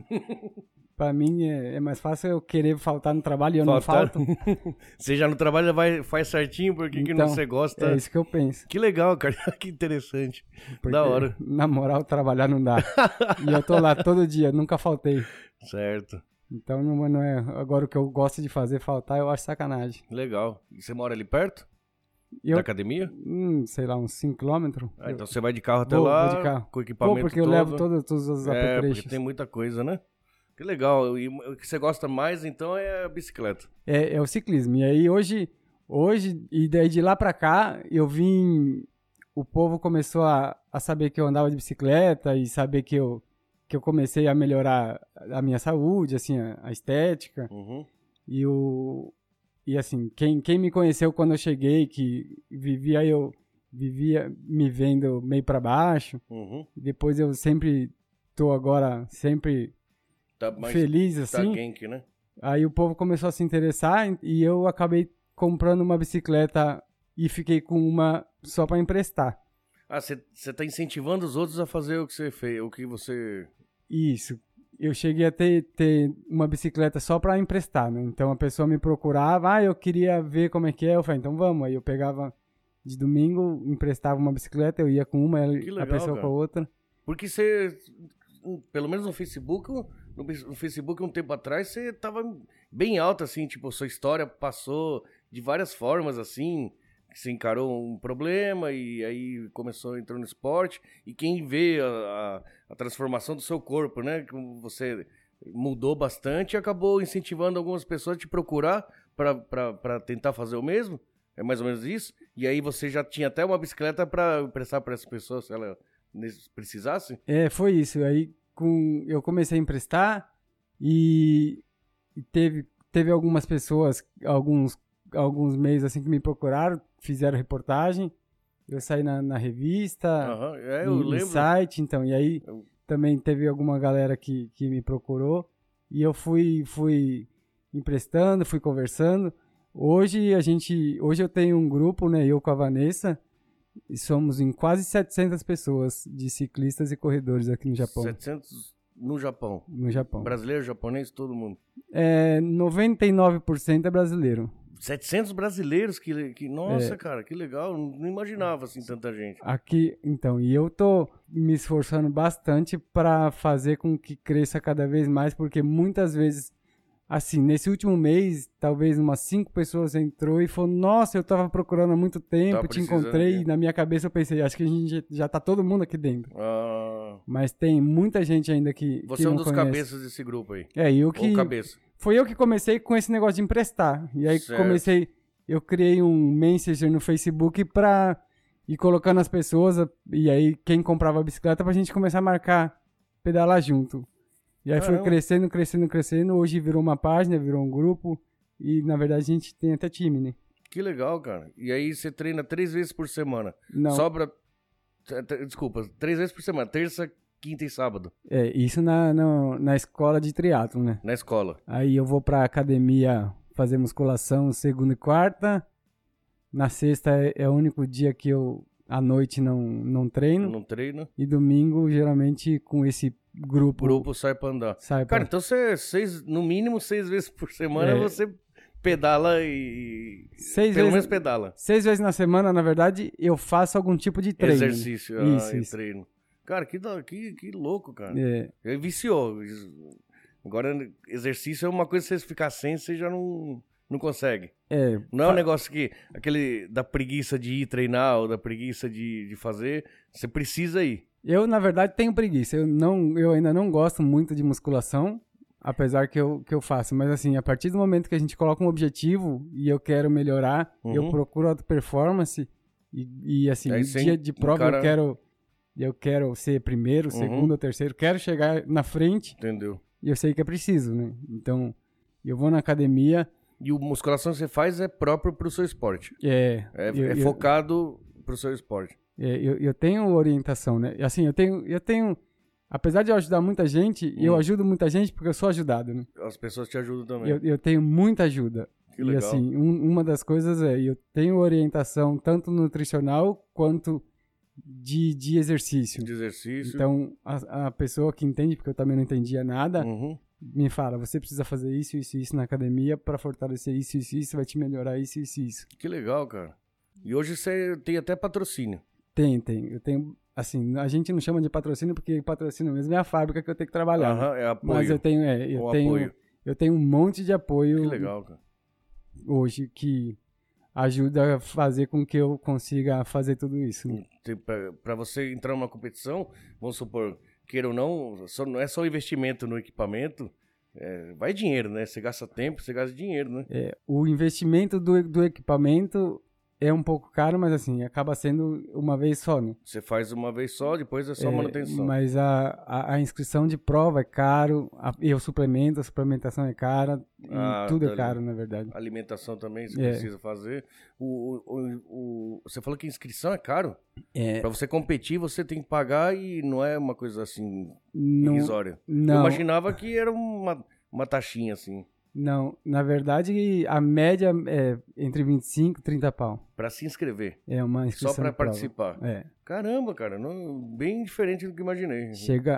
Pra mim é, é mais fácil eu querer faltar no trabalho e eu Faltar- não falto. Você já no trabalho vai, faz certinho, porque que não Então, você gosta. É isso que eu penso. Que legal, cara. Que interessante. Porque, Da hora. Na moral, trabalhar não dá. E eu tô lá todo dia, nunca faltei. Certo. Então não, não é. Agora o que eu gosto de fazer faltar, eu acho sacanagem. Legal. E você mora ali perto E eu, da academia? hum, sei lá, uns cinco quilômetros. Ah, então você vai de carro até Vou- lá, vou de carro. com o equipamento Pô, porque todo. eu levo todos, todos os É, porque apetrechos. tem muita coisa, né? Que legal. E o que você gosta mais, então, é a bicicleta. É, é o ciclismo. E aí hoje, hoje, e daí de lá pra cá, eu vim. O povo começou a, a saber que eu andava de bicicleta e saber que eu, que eu comecei a melhorar a minha saúde, assim, a, a estética. Uhum. E o... E assim, quem, quem me conheceu quando eu cheguei, que vivia eu... Vivia me vendo meio pra baixo. Uhum. Depois eu sempre tô agora, sempre Tá mais, feliz, tá assim. genki, né? Aí o povo começou a se interessar e eu acabei comprando uma bicicleta e fiquei com uma só pra emprestar. Ah, você tá incentivando os outros a fazer o que você fez, o que você... Isso. Eu cheguei a ter, ter uma bicicleta só pra emprestar, né? Então a pessoa me procurava, ah, eu queria ver como é que é. Eu falei, então vamos. Aí eu pegava de domingo, emprestava uma bicicleta, eu ia com uma, legal, a pessoa cara. com a outra. Porque você, pelo menos no Facebook, no, no Facebook um tempo atrás, você tava bem alto, assim, tipo, sua história passou de várias formas, assim, você encarou um problema e aí começou, entrou no esporte, e quem vê a, a, a transformação do seu corpo, né, que você mudou bastante e acabou incentivando algumas pessoas a te procurar para tentar fazer o mesmo, é mais ou menos isso, e aí você já tinha até uma bicicleta para emprestar para essa pessoa, se ela precisasse? É, foi isso. Aí com, eu comecei a emprestar e, e teve, teve algumas pessoas, alguns, alguns meses assim que me procuraram, fizeram reportagem. Eu saí na, na revista, uhum. é, eu no, lembro. no site, então, e aí eu... também teve alguma galera que, que me procurou e eu fui, fui emprestando, fui conversando. Hoje a gente, hoje eu tenho um grupo, né, eu com a Vanessa, e somos em quase setecentas pessoas de ciclistas e corredores aqui no Japão. setecentos no Japão? No Japão. Brasileiro, japonês, todo mundo? É, noventa e nove por cento é brasileiro. setecentos brasileiros? Que, que, nossa, é, cara, que legal. Não imaginava, assim, tanta gente. Aqui, então, e eu tô me esforçando bastante para fazer com que cresça cada vez mais, porque muitas vezes... Assim, nesse último mês, talvez umas cinco pessoas entrou e falou, nossa, eu tava procurando há muito tempo, te encontrei, e na minha cabeça eu pensei, acho que a gente já tá todo mundo aqui dentro. Ah. Mas tem muita gente ainda que Você que é um não dos conhece. cabeças desse grupo aí. É, eu que... Ou cabeça. Foi eu que comecei com esse negócio de emprestar. E aí certo. comecei, eu criei um Messenger no Facebook pra ir colocando as pessoas, e aí quem comprava a bicicleta pra gente começar a marcar, pedalar junto. E aí Caramba. foi crescendo, crescendo, crescendo. Hoje virou uma página, virou um grupo. E, na verdade, a gente tem até time, né? Que legal, cara. E aí você treina três vezes por semana. Não. Sobra... Desculpa, três vezes por semana. Terça, quinta e sábado. É, isso na, na, na escola de triatlo, né? Na escola. Aí eu vou pra academia fazer musculação segunda e quarta. Na sexta é, é o único dia que eu, à noite, não, não treino. Não treino. E domingo, geralmente, com esse grupo... O grupo sai pra andar. Sai pra... Cara, então você, seis, no mínimo, seis vezes por semana, É. você pedala e... Seis Pelo vezes... menos pedala. Seis vezes na semana, na verdade, eu faço algum tipo de treino. Exercício. Né? Ah, Isso, isso. treino. Cara, que, da- que, que louco, cara. É. Ele viciou. Agora, exercício é uma coisa que você ficar sem, você já não, não consegue. É, Não é um negócio que... Aquele da preguiça de ir treinar ou da preguiça de, de fazer. Você precisa ir. eu, na verdade, tenho preguiça. Eu, não, eu ainda não gosto muito de musculação, apesar que eu, que eu faço. Mas, assim, a partir do momento que a gente coloca um objetivo e eu quero melhorar, Uhum. eu procuro auto performance e, e assim, Aí no você dia de prova encara- eu quero... Eu quero ser primeiro, Uhum. segundo ou terceiro. Quero chegar na frente Entendeu? e eu sei que é preciso, né? Então, eu vou na academia... E o musculação que você faz é próprio pro seu esporte. É, É, eu, é eu- focado pro seu esporte. É, eu, eu tenho orientação, né? Assim, eu tenho, eu tenho, apesar de eu ajudar muita gente, Hum. eu ajudo muita gente porque eu sou ajudado, né? As pessoas te ajudam também. Eu, eu tenho muita ajuda. Que E legal. assim, um- uma das coisas é, eu tenho orientação tanto nutricional quanto de, de exercício. De exercício. Então, a, a pessoa que entende, porque eu também não entendia nada, Uhum. me fala, você precisa fazer isso, isso, isso na academia para fortalecer isso, isso, isso, vai te melhorar isso, isso, isso. Que legal, cara. E hoje você tem até patrocínio. Tem, tem. Eu tenho, assim, a gente não chama de patrocínio porque patrocínio mesmo é a fábrica que eu tenho que trabalhar. né? Aham, é apoio. Mas eu tenho, é, eu Um tenho, apoio. eu tenho um monte de apoio Que legal, cara. hoje que ajuda a fazer com que eu consiga fazer tudo isso. né? Tem- pra- Pra você entrar numa competição, vamos supor, queira ou não, só, não é só investimento no equipamento, é, vai dinheiro, né? Você gasta tempo, você gasta dinheiro, né? É, o investimento do, do equipamento é um pouco caro, mas assim, acaba sendo uma vez só, né? Você faz uma vez só, depois é só É, manutenção. mas a, a, a inscrição de prova é caro, a, e o suplemento, a suplementação é cara, e Ah, tudo tá é caro, na verdade. Alimentação também você É. precisa fazer. O, o, o, o- você falou que inscrição é caro? É, Pra você competir, você tem que pagar e não é uma coisa assim não, irrisória. Eu não, imaginava que era uma, uma taxinha assim, não, na verdade, a média é entre vinte e cinco e trinta pau. pra se inscrever. É uma inscrição Só pra de prova. participar. É. Caramba, cara, não, bem diferente do que imaginei. Chega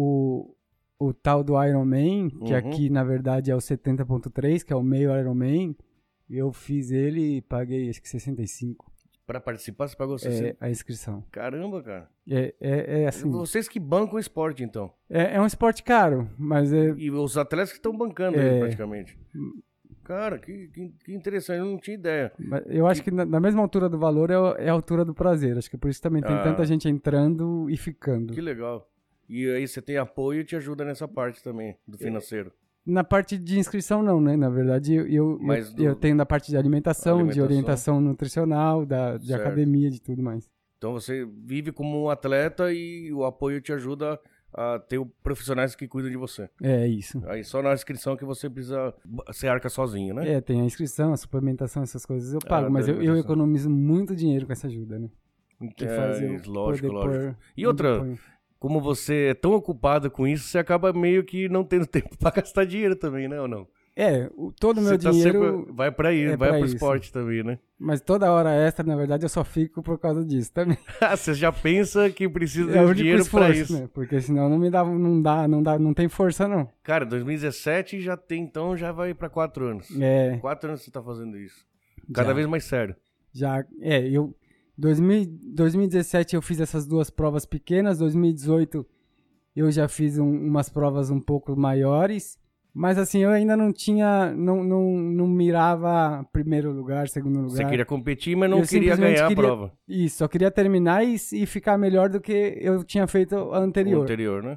o, o, o tal do Ironman, que Uhum. aqui na verdade é o setenta ponto três, que é o meio Ironman. Eu fiz ele e paguei acho que sessenta e cinco. Pra participar, você pagou É sessenta? a inscrição. Caramba, cara. É, é, é assim. Vocês que bancam o esporte, então. É, é um esporte caro, mas é, E os atletas que estão bancando É. ele, praticamente. Cara, que, que, que interessante, eu não tinha ideia. mas eu acho que na, na mesma altura do valor é, o- é a altura do prazer. Acho que por isso também tem Ah. tanta gente entrando e ficando. Que legal. E aí você tem apoio e te ajuda nessa parte também, do É. financeiro. Na parte de inscrição, não, né? Na verdade, eu, eu, Mas eu, do- eu tenho da parte de alimentação, de Alimentação. orientação nutricional, da, de Certo. academia, de tudo mais. Então você vive como um atleta e o apoio te ajuda a ter o- profissionais que cuidam de você. É isso. Aí só na inscrição que você precisa, você arca sozinho, né? É, tem a inscrição, a suplementação, essas coisas eu pago, Ah, mas da eu, eu alimentação. economizo muito dinheiro com essa ajuda, né? Que É, faz eu lógico, poder lógico. pôr E outra, onde eu ponho. como você é tão ocupado com isso, você acaba meio que não tendo tempo pra gastar dinheiro também, né? Ou não? É, o, todo o meu Você tá dinheiro, sempre- vai pra ir, é vai pra pro isso. esporte também, né? mas toda hora extra, na verdade, eu só fico por causa disso também. Ah, você já pensa que precisa É o de único dinheiro pra esforço, isso. né? Porque senão não me dá, não dá, não dá, não tem força não. Cara, dois mil e dezessete já tem, então já vai pra quatro anos. É, Quatro anos que você tá fazendo isso. Cada Já. vez mais sério. já, é, eu dois mil, dois mil e dezessete eu fiz essas duas provas pequenas, dois mil e dezoito eu já fiz um- umas provas um pouco maiores, mas assim, eu ainda não tinha, não, não, não mirava primeiro lugar, segundo lugar. Você queria competir, mas não Eu queria simplesmente ganhar queria- a prova. Isso, só queria terminar e, e ficar melhor do que eu tinha feito a O anterior. anterior, né?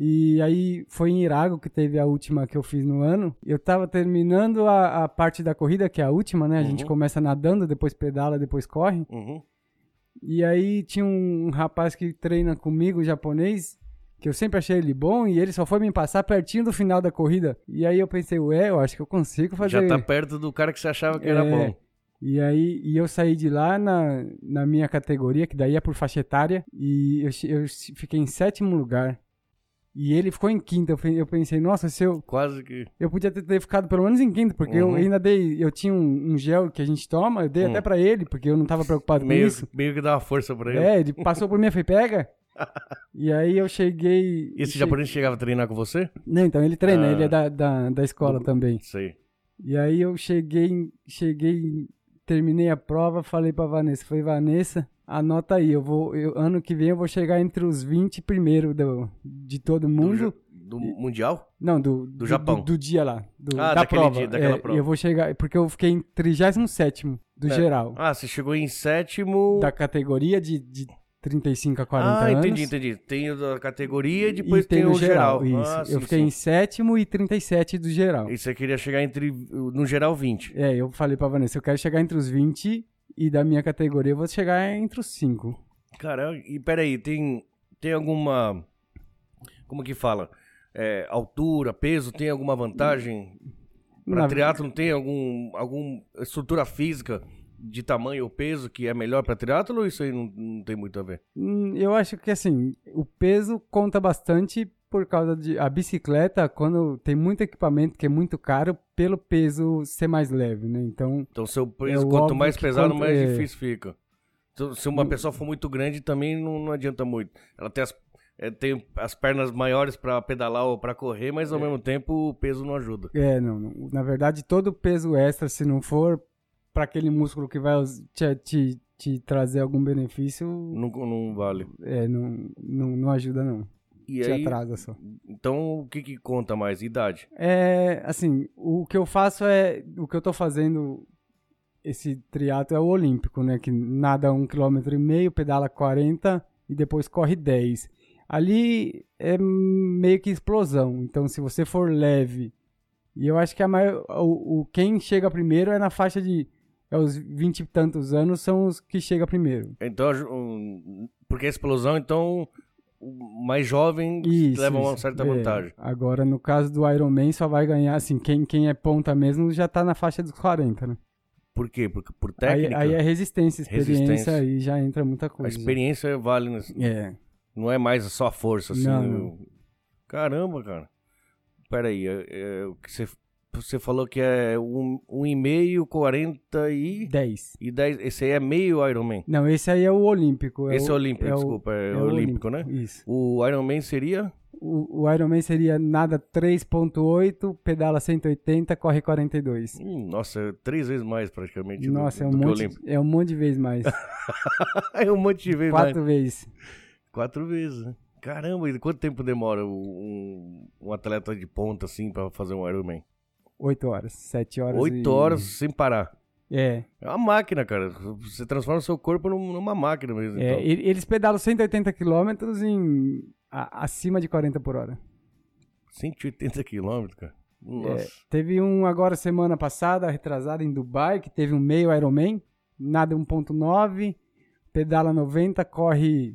E aí foi em Irago que teve a última que eu fiz no ano. Eu tava terminando a, a parte da corrida, que é a última, né? A gente Uhum. começa nadando, depois pedala, depois corre. Uhum. E aí tinha um, um rapaz que treina comigo, japonês, que eu sempre achei ele bom, e ele só foi me passar pertinho do final da corrida. E aí eu pensei, ué, eu acho que eu consigo fazer. Já tá perto do cara que você achava que era É. bom. E aí e eu saí de lá na, na minha categoria, que daí é por faixa etária, e eu, che- eu fiquei em sétimo lugar. E ele ficou em quinto. Eu, pe- eu pensei, nossa, se eu, Quase que. eu podia ter, ter ficado pelo menos em quinto, porque eu Uhum. ainda dei. Eu tinha um, um gel que a gente toma, eu dei Hum. até pra ele, porque eu não tava preocupado com Meio, isso. meio que dá uma força pra ele. É, ele passou por mim e falei, pega. E aí eu cheguei. E esse che- japonês chegava a treinar com você? Não, então ele treina, Ah. ele é da, da, da escola Do- também. Sei. E aí eu cheguei, cheguei, terminei a prova, falei pra Vanessa, falei, Vanessa, anota aí, eu vou, eu- ano que vem eu vou chegar entre os vinte primeiro do, de todo Do, mundo. ja- do Mundial? Não, do, do, Japão. Do, do dia lá, do, Ah, da daquele prova. dia, daquela É, prova. Eu vou chegar, porque eu fiquei em trigésimo sétimo do É. geral, Ah, você chegou em sétimo. da categoria de, de trinta e cinco a quarenta ah, anos. entendi, entendi. Tem o da categoria e depois e tem, tem o o geral. geral, isso. Ah, eu sim, fiquei sim. em sétimo e trinta e sete do geral. E você queria chegar entre, no geral, vinte. É, eu falei pra Vanessa, eu quero chegar entre os vinte e da minha categoria eu vou chegar entre os cinco. Cara, e peraí, tem, tem alguma. Como que fala? É, altura, peso, tem alguma vantagem? Pra Na- triatlo tem algum, algum estrutura física de tamanho ou peso que é melhor pra triatlo ou isso aí não, não tem muito a ver? Hum, Eu acho que assim, o peso conta bastante por causa de a bicicleta, quando tem muito equipamento que é muito caro, pelo peso ser mais leve, né? Então, Então, seu É peso, o quanto óbvio mais que pesado, quanto- mais é. difícil fica. Então, se uma pessoa for muito grande, também não, não adianta muito. Ela tem as, é, tem as pernas maiores pra pedalar ou pra correr, mas ao mesmo tempo o peso não ajuda. é, não, não- na verdade, todo o peso extra, se não for para aquele músculo que vai us- te, te, te trazer algum benefício, Não, não vale. é, não, não, não ajuda não. E Te aí, atrasa só. então, o que que conta mais? Idade? É, assim, o que eu faço é, o que eu tô fazendo, esse triatlo é o olímpico, né, que nada um quilômetro e meio, pedala quarenta e depois corre dez. Ali é meio que explosão, então se você for leve, e eu acho que a maior, o, o quem chega primeiro é na faixa de é os vinte e tantos anos são os que chega primeiro. Então, um, porque a explosão, então, o mais jovem Isso, leva uma isso. certa É. vantagem. Agora, no caso do Ironman, só vai ganhar, assim, quem, quem é ponta mesmo já tá na faixa dos quarenta, né? Por quê? Porque por Aí, técnica, aí é resistência, experiência, Resistência. aí já entra muita a coisa. experiência vale, né? É. Não é mais só a força, assim. Não, eu- não. Caramba, cara. Peraí, é, é, o que você, você falou que é um, um e meio, quarenta e, dez. e dez. Esse aí é meio Ironman. Não, esse aí é o olímpico. Esse é o, olímpico, o- desculpa, é, é o olímpico, né? Isso. O Ironman seria O, o Ironman seria nada três ponto oito, pedala cento e oitenta, corre quarenta e dois. Hum, nossa, é três vezes mais praticamente do- Nossa, é um, do, que o monte, olímpico. é um monte de vezes mais. É um monte de vezes mais. Quatro vezes. Quatro vezes, né? Caramba, e quanto tempo demora um, um atleta de ponta assim pra fazer um Ironman? Oito horas, sete horas. Oito e- horas sem parar. É. É uma máquina, cara. Você transforma o seu corpo num- numa máquina mesmo. é então. e- eles pedalam cento e oitenta quilômetros em a- acima de quarenta por hora. cento e oitenta quilômetros, cara. Nossa. É, teve um agora semana passada, retrasada, em Dubai, que teve um meio Ironman, nada um ponto nove, pedala noventa, corre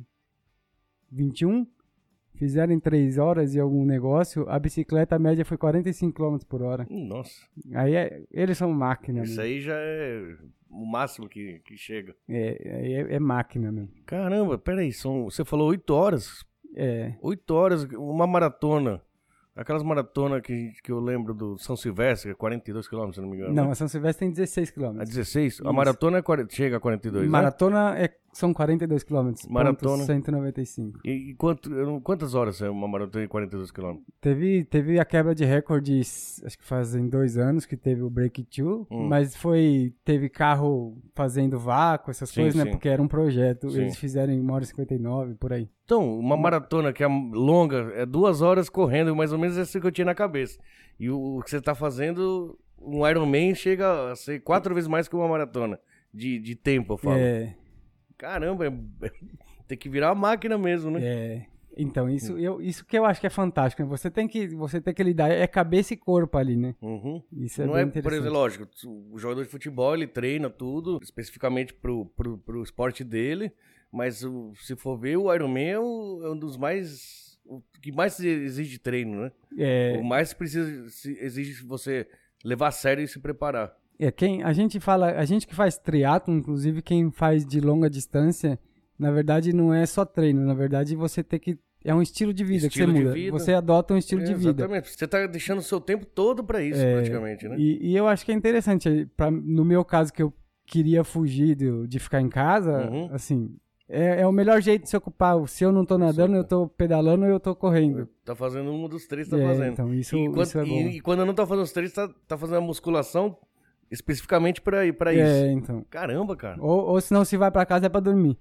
vinte e um, fizeram em três horas e algum negócio, a bicicleta a média foi quarenta e cinco quilômetros por hora. Hum, Nossa. Aí é, eles são máquina, Isso mesmo. aí já é o máximo que, que chega. É, é, é máquina mesmo. Caramba, peraí. São, você falou oito horas? É, Oito horas, uma maratona. Aquelas maratonas que, que eu lembro do São Silvestre, que é quarenta e dois quilômetros, se não me engano. não, né? a São Silvestre tem dezesseis A quilômetros. dezesseis? A Isso. maratona é quarenta, chega a quarenta e dois, né? Maratona é, são quarenta e dois quilômetros, Maratona. ponto cento e noventa e cinco. E, e quanto, eu não- quantas horas é uma maratona de quarenta e dois quilômetros? Teve, teve a quebra de recordes, acho que fazem dois anos que teve o Breakthrough, Hum. mas foi, teve carro fazendo vácuo, essas Sim, coisas, né? sim. Porque era um projeto, Sim. eles fizeram em uma hora e cinquenta e nove, por aí. Então, uma maratona que é longa, é duas horas correndo, mais ou menos é isso que eu tinha na cabeça. E o, o que você tá fazendo, um Ironman chega a ser quatro vezes mais que uma maratona de, de tempo, eu falo. É, Caramba, é- é- tem que virar uma máquina mesmo, né? é, então, isso, eu, isso que eu acho que é fantástico, né? Você tem que, você tem que lidar, é cabeça e corpo ali, né? Uhum. Isso é Não bem é, por interessante. exemplo, lógico, o jogador de futebol, ele treina tudo, especificamente pro, pro, pro esporte dele, mas o- se for ver, o Ironman é, o- é um dos mais... o que mais exige treino, né? É, O mais precisa, se- exige você levar a sério e se preparar. É, quem, a gente fala, a gente que faz triatlo, inclusive quem faz de longa distância, na verdade não é só treino, na verdade você tem que, é um estilo de vida Estilo que de você muda, vida. você adota um estilo É, de vida. Exatamente. Você tá deixando o seu tempo todo pra isso, É, praticamente, né? E, e eu acho que é interessante, pra, no meu caso que eu queria fugir de, de ficar em casa, Uhum. assim, é, é o melhor jeito de se ocupar, se eu não tô nadando, eu tô pedalando ou eu tô correndo. Tá fazendo um dos três, tá É, fazendo. então isso, e, quando, isso é bom. e, e quando não tá fazendo os três, tá, tá fazendo a musculação especificamente pra, pra É, isso. então. Caramba, cara. Ou, ou se não se vai pra casa é pra dormir.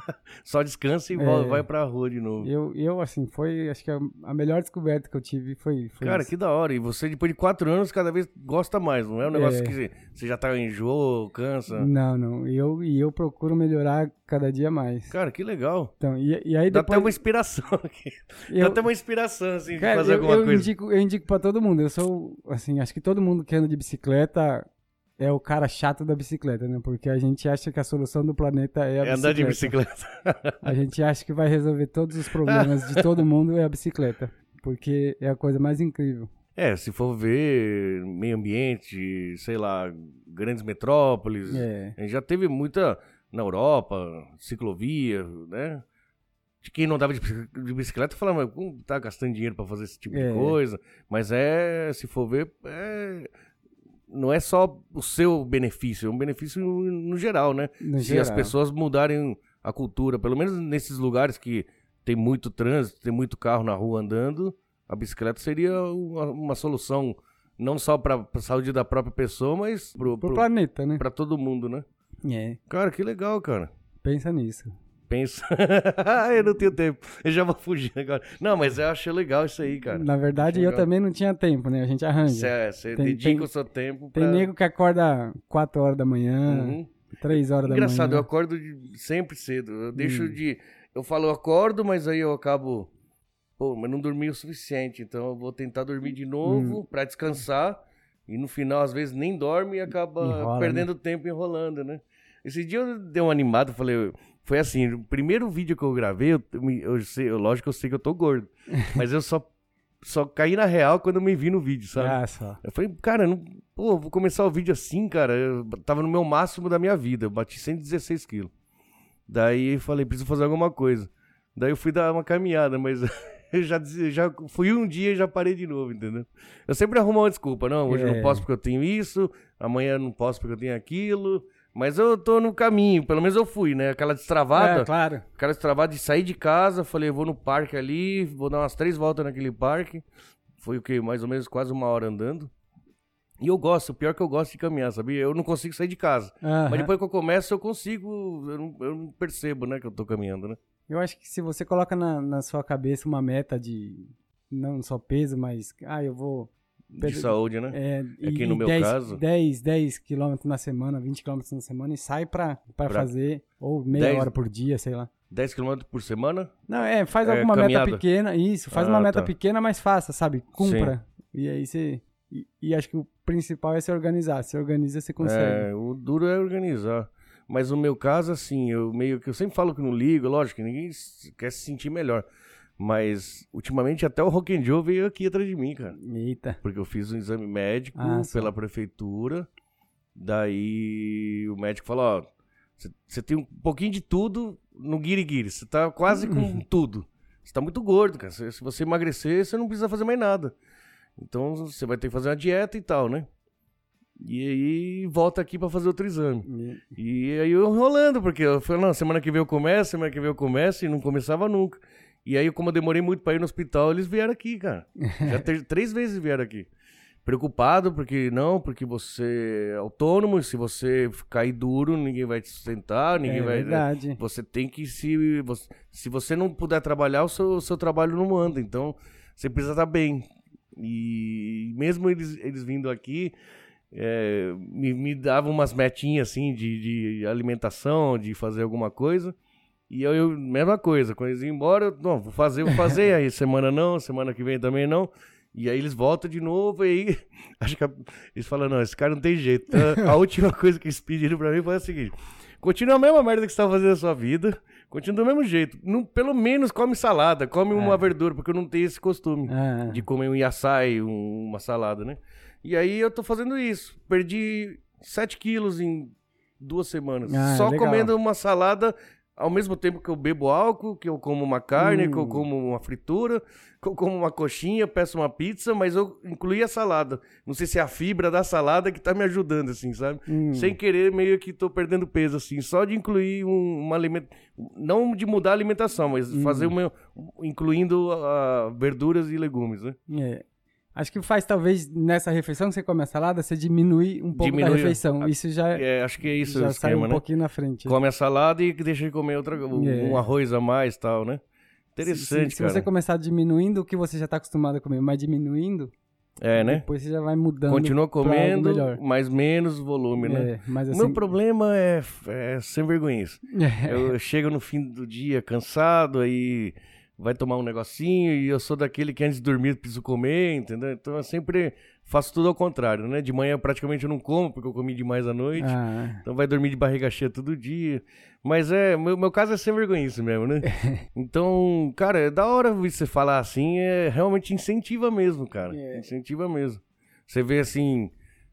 Só descansa e É. volta, vai pra rua de novo. Eu, eu assim, foi, acho que a, a melhor descoberta que eu tive foi, foi Cara, isso. que da hora. E você, depois de quatro anos, cada vez gosta mais. Não é um negócio É. que você já tá enjoo, cansa. Não, não. E eu, e eu procuro melhorar cada dia mais. Cara, que legal. Então, e, e aí Dá depois... até uma inspiração aqui. Dá eu, até uma inspiração, assim, de cara, fazer eu, alguma eu coisa. indico, eu indico pra todo mundo. Eu sou, assim, acho que todo mundo que anda de bicicleta é o cara chato da bicicleta, né? Porque a gente acha que a solução do planeta é a É bicicleta. andar de bicicleta. A gente acha que vai resolver todos os problemas de todo mundo é a bicicleta. Porque é a coisa mais incrível. É, se for ver meio ambiente, sei lá, grandes metrópoles, É. a gente já teve muita na Europa, ciclovia, né? De quem não dava de bici- de bicicleta falava, mas como tá gastando dinheiro pra fazer esse tipo É. de coisa? Mas é, se for ver, é, não é só o seu benefício, é um benefício no, no geral, né? No Se geral. as pessoas mudarem a cultura, pelo menos nesses lugares que tem muito trânsito, tem muito carro na rua andando, a bicicleta seria uma, uma solução não só para a saúde da própria pessoa, mas pro, Pro pro, planeta, né? pra todo mundo, né? É. Cara, que legal, cara. Pensa nisso. Pensa. Eu não tenho tempo. Eu já vou fugir agora. Não, mas eu achei legal isso aí, cara. Na verdade, Acho eu legal. também não tinha tempo, né? A gente arranja. Você, você Tem- dedica tem- o seu tempo Tem pra... nego que acorda quatro horas da manhã, Uhum. três horas Engraçado, da eu manhã. acordo de- sempre cedo. Eu deixo Hum. de... Eu falo, eu acordo, mas aí eu acabo... Pô, mas não dormi o suficiente. Então eu vou tentar dormir de novo Hum. pra descansar. E no final, às vezes, nem dorme e acaba Enrola, perdendo né? tempo enrolando, né? Esse dia eu dei um animado, falei... Foi assim, o primeiro vídeo que eu gravei, eu, eu sei, eu, lógico que eu sei que eu tô gordo. Mas eu só, só caí na real quando eu me vi no vídeo, sabe? Ah, só. Eu falei, cara, não, pô, vou começar o vídeo assim, cara. Eu tava no meu máximo da minha vida. Eu bati cento e dezesseis quilos. Daí falei, preciso fazer alguma coisa. Daí eu fui dar uma caminhada, mas eu já, já fui um dia e já parei de novo, entendeu? Eu sempre arrumo uma desculpa. Não, hoje É. eu não posso porque eu tenho isso. Amanhã eu não posso porque eu tenho aquilo. Mas eu tô no caminho, pelo menos eu fui, né? Aquela destravada. É, claro. Aquela destravada de sair de casa. Falei, vou no parque ali, vou dar umas três voltas naquele parque. Foi o quê? Mais ou menos quase uma hora andando. E eu gosto, o pior é que eu gosto de caminhar, sabia? Eu não consigo sair de casa. Aham. Mas depois que eu começo, eu consigo. Eu não, eu não percebo, né, que eu tô caminhando, né? Eu acho que se você coloca na, na sua cabeça uma meta de não só peso, mas ah, eu vou De saúde, né? é, Aqui e- no e meu dez, caso- dez, dez quilômetros na semana, vinte quilômetros na semana e sai pra, pra, Pra- fazer ou meia dez hora por dia, sei lá. dez quilômetros por semana? Não, é, faz É, alguma caminhada. meta pequena, isso, faz Ah, uma meta tá. pequena, mas faça, sabe? Cumpra. E aí você e, e acho que o principal é se organizar, se organiza você consegue. É, o duro é organizar. Mas no meu caso, assim, eu meio que eu sempre falo que não ligo, lógico que ninguém s- quer se sentir melhor. Mas ultimamente até o Rock and Joe veio aqui atrás de mim, cara. Eita. Porque eu fiz um exame médico Ah, só. pela prefeitura. Daí o médico falou, ó, você tem um pouquinho de tudo no guiri-guiri. Você tá quase com tudo. Você tá muito gordo, cara. Se se você emagrecer, você não precisa fazer mais nada. Então você vai ter que fazer uma dieta e tal, né? E aí volta aqui pra fazer outro exame. E- E aí eu enrolando, porque eu falei, não, semana que vem eu começo, semana que vem eu começo, e não começava nunca. E aí, como eu demorei muito pra ir no hospital, eles vieram aqui, cara. Já ter- três vezes vieram aqui. Preocupado, porque não, porque você é autônomo, se você cair duro, ninguém vai te sustentar, ninguém É vai... verdade. Você tem que se... você- se você não puder trabalhar, o seu, o seu trabalho não anda. Então, você precisa estar bem. E mesmo eles, eles vindo aqui, é, me, me davam umas metinhas, assim, de, de alimentação, de fazer alguma coisa. E eu, eu, mesma coisa, quando eles iam embora, eu, não, vou fazer, vou fazer. Aí semana não, semana que vem também não. E aí eles voltam de novo e aí, acho que a- eles falam, não, esse cara não tem jeito. Então, a última coisa que eles pediram pra mim foi a seguinte: continua a mesma merda que você tá fazendo na sua vida, continua do mesmo jeito. Não, pelo menos come salada, come uma verdura, porque eu não tenho esse costume Ah, de comer um yaçai, um- uma salada, né? E aí eu tô fazendo isso. Perdi sete quilos em duas semanas. Ah, só legal. comendo uma salada ao mesmo tempo que eu bebo álcool, que eu como uma carne, Hum. que eu como uma fritura, que eu como uma coxinha, peço uma pizza, mas eu incluí a salada. Não sei se é a fibra da salada que tá me ajudando, assim, sabe? hum. Sem querer, meio que tô perdendo peso, assim, só de incluir um, uma alimentação. Não de mudar a alimentação, mas Hum. fazer uma. Incluindo ah, verduras e legumes, né? É. Acho que faz, talvez, nessa refeição que você come a salada, você diminuir um pouco Diminui da a- refeição. Isso já, É, acho que é isso já o sai esquema, um né? pouquinho na frente. Come a salada e deixa de comer outra, um, É. um arroz a mais e tal, né? Interessante, se, se, se cara. você começar diminuindo o que você já tá acostumado a comer, mas diminuindo, É, né? depois você já vai mudando. Continua pra algo comendo, melhor. mas menos volume, né? É, mas O assim... meu problema é, é sem vergonhice. É. Eu chego no fim do dia cansado, aí vai tomar um negocinho e eu sou daquele que antes de dormir preciso comer, entendeu? Então eu sempre faço tudo ao contrário, né? De manhã praticamente eu não como porque eu comi demais à noite. Ah, Então vai dormir de barriga cheia todo dia. Mas é, meu, meu caso é sem vergonhice mesmo, né? Então, cara, é da hora você falar assim, é realmente incentiva mesmo, cara. É. Incentiva mesmo. Você vê assim.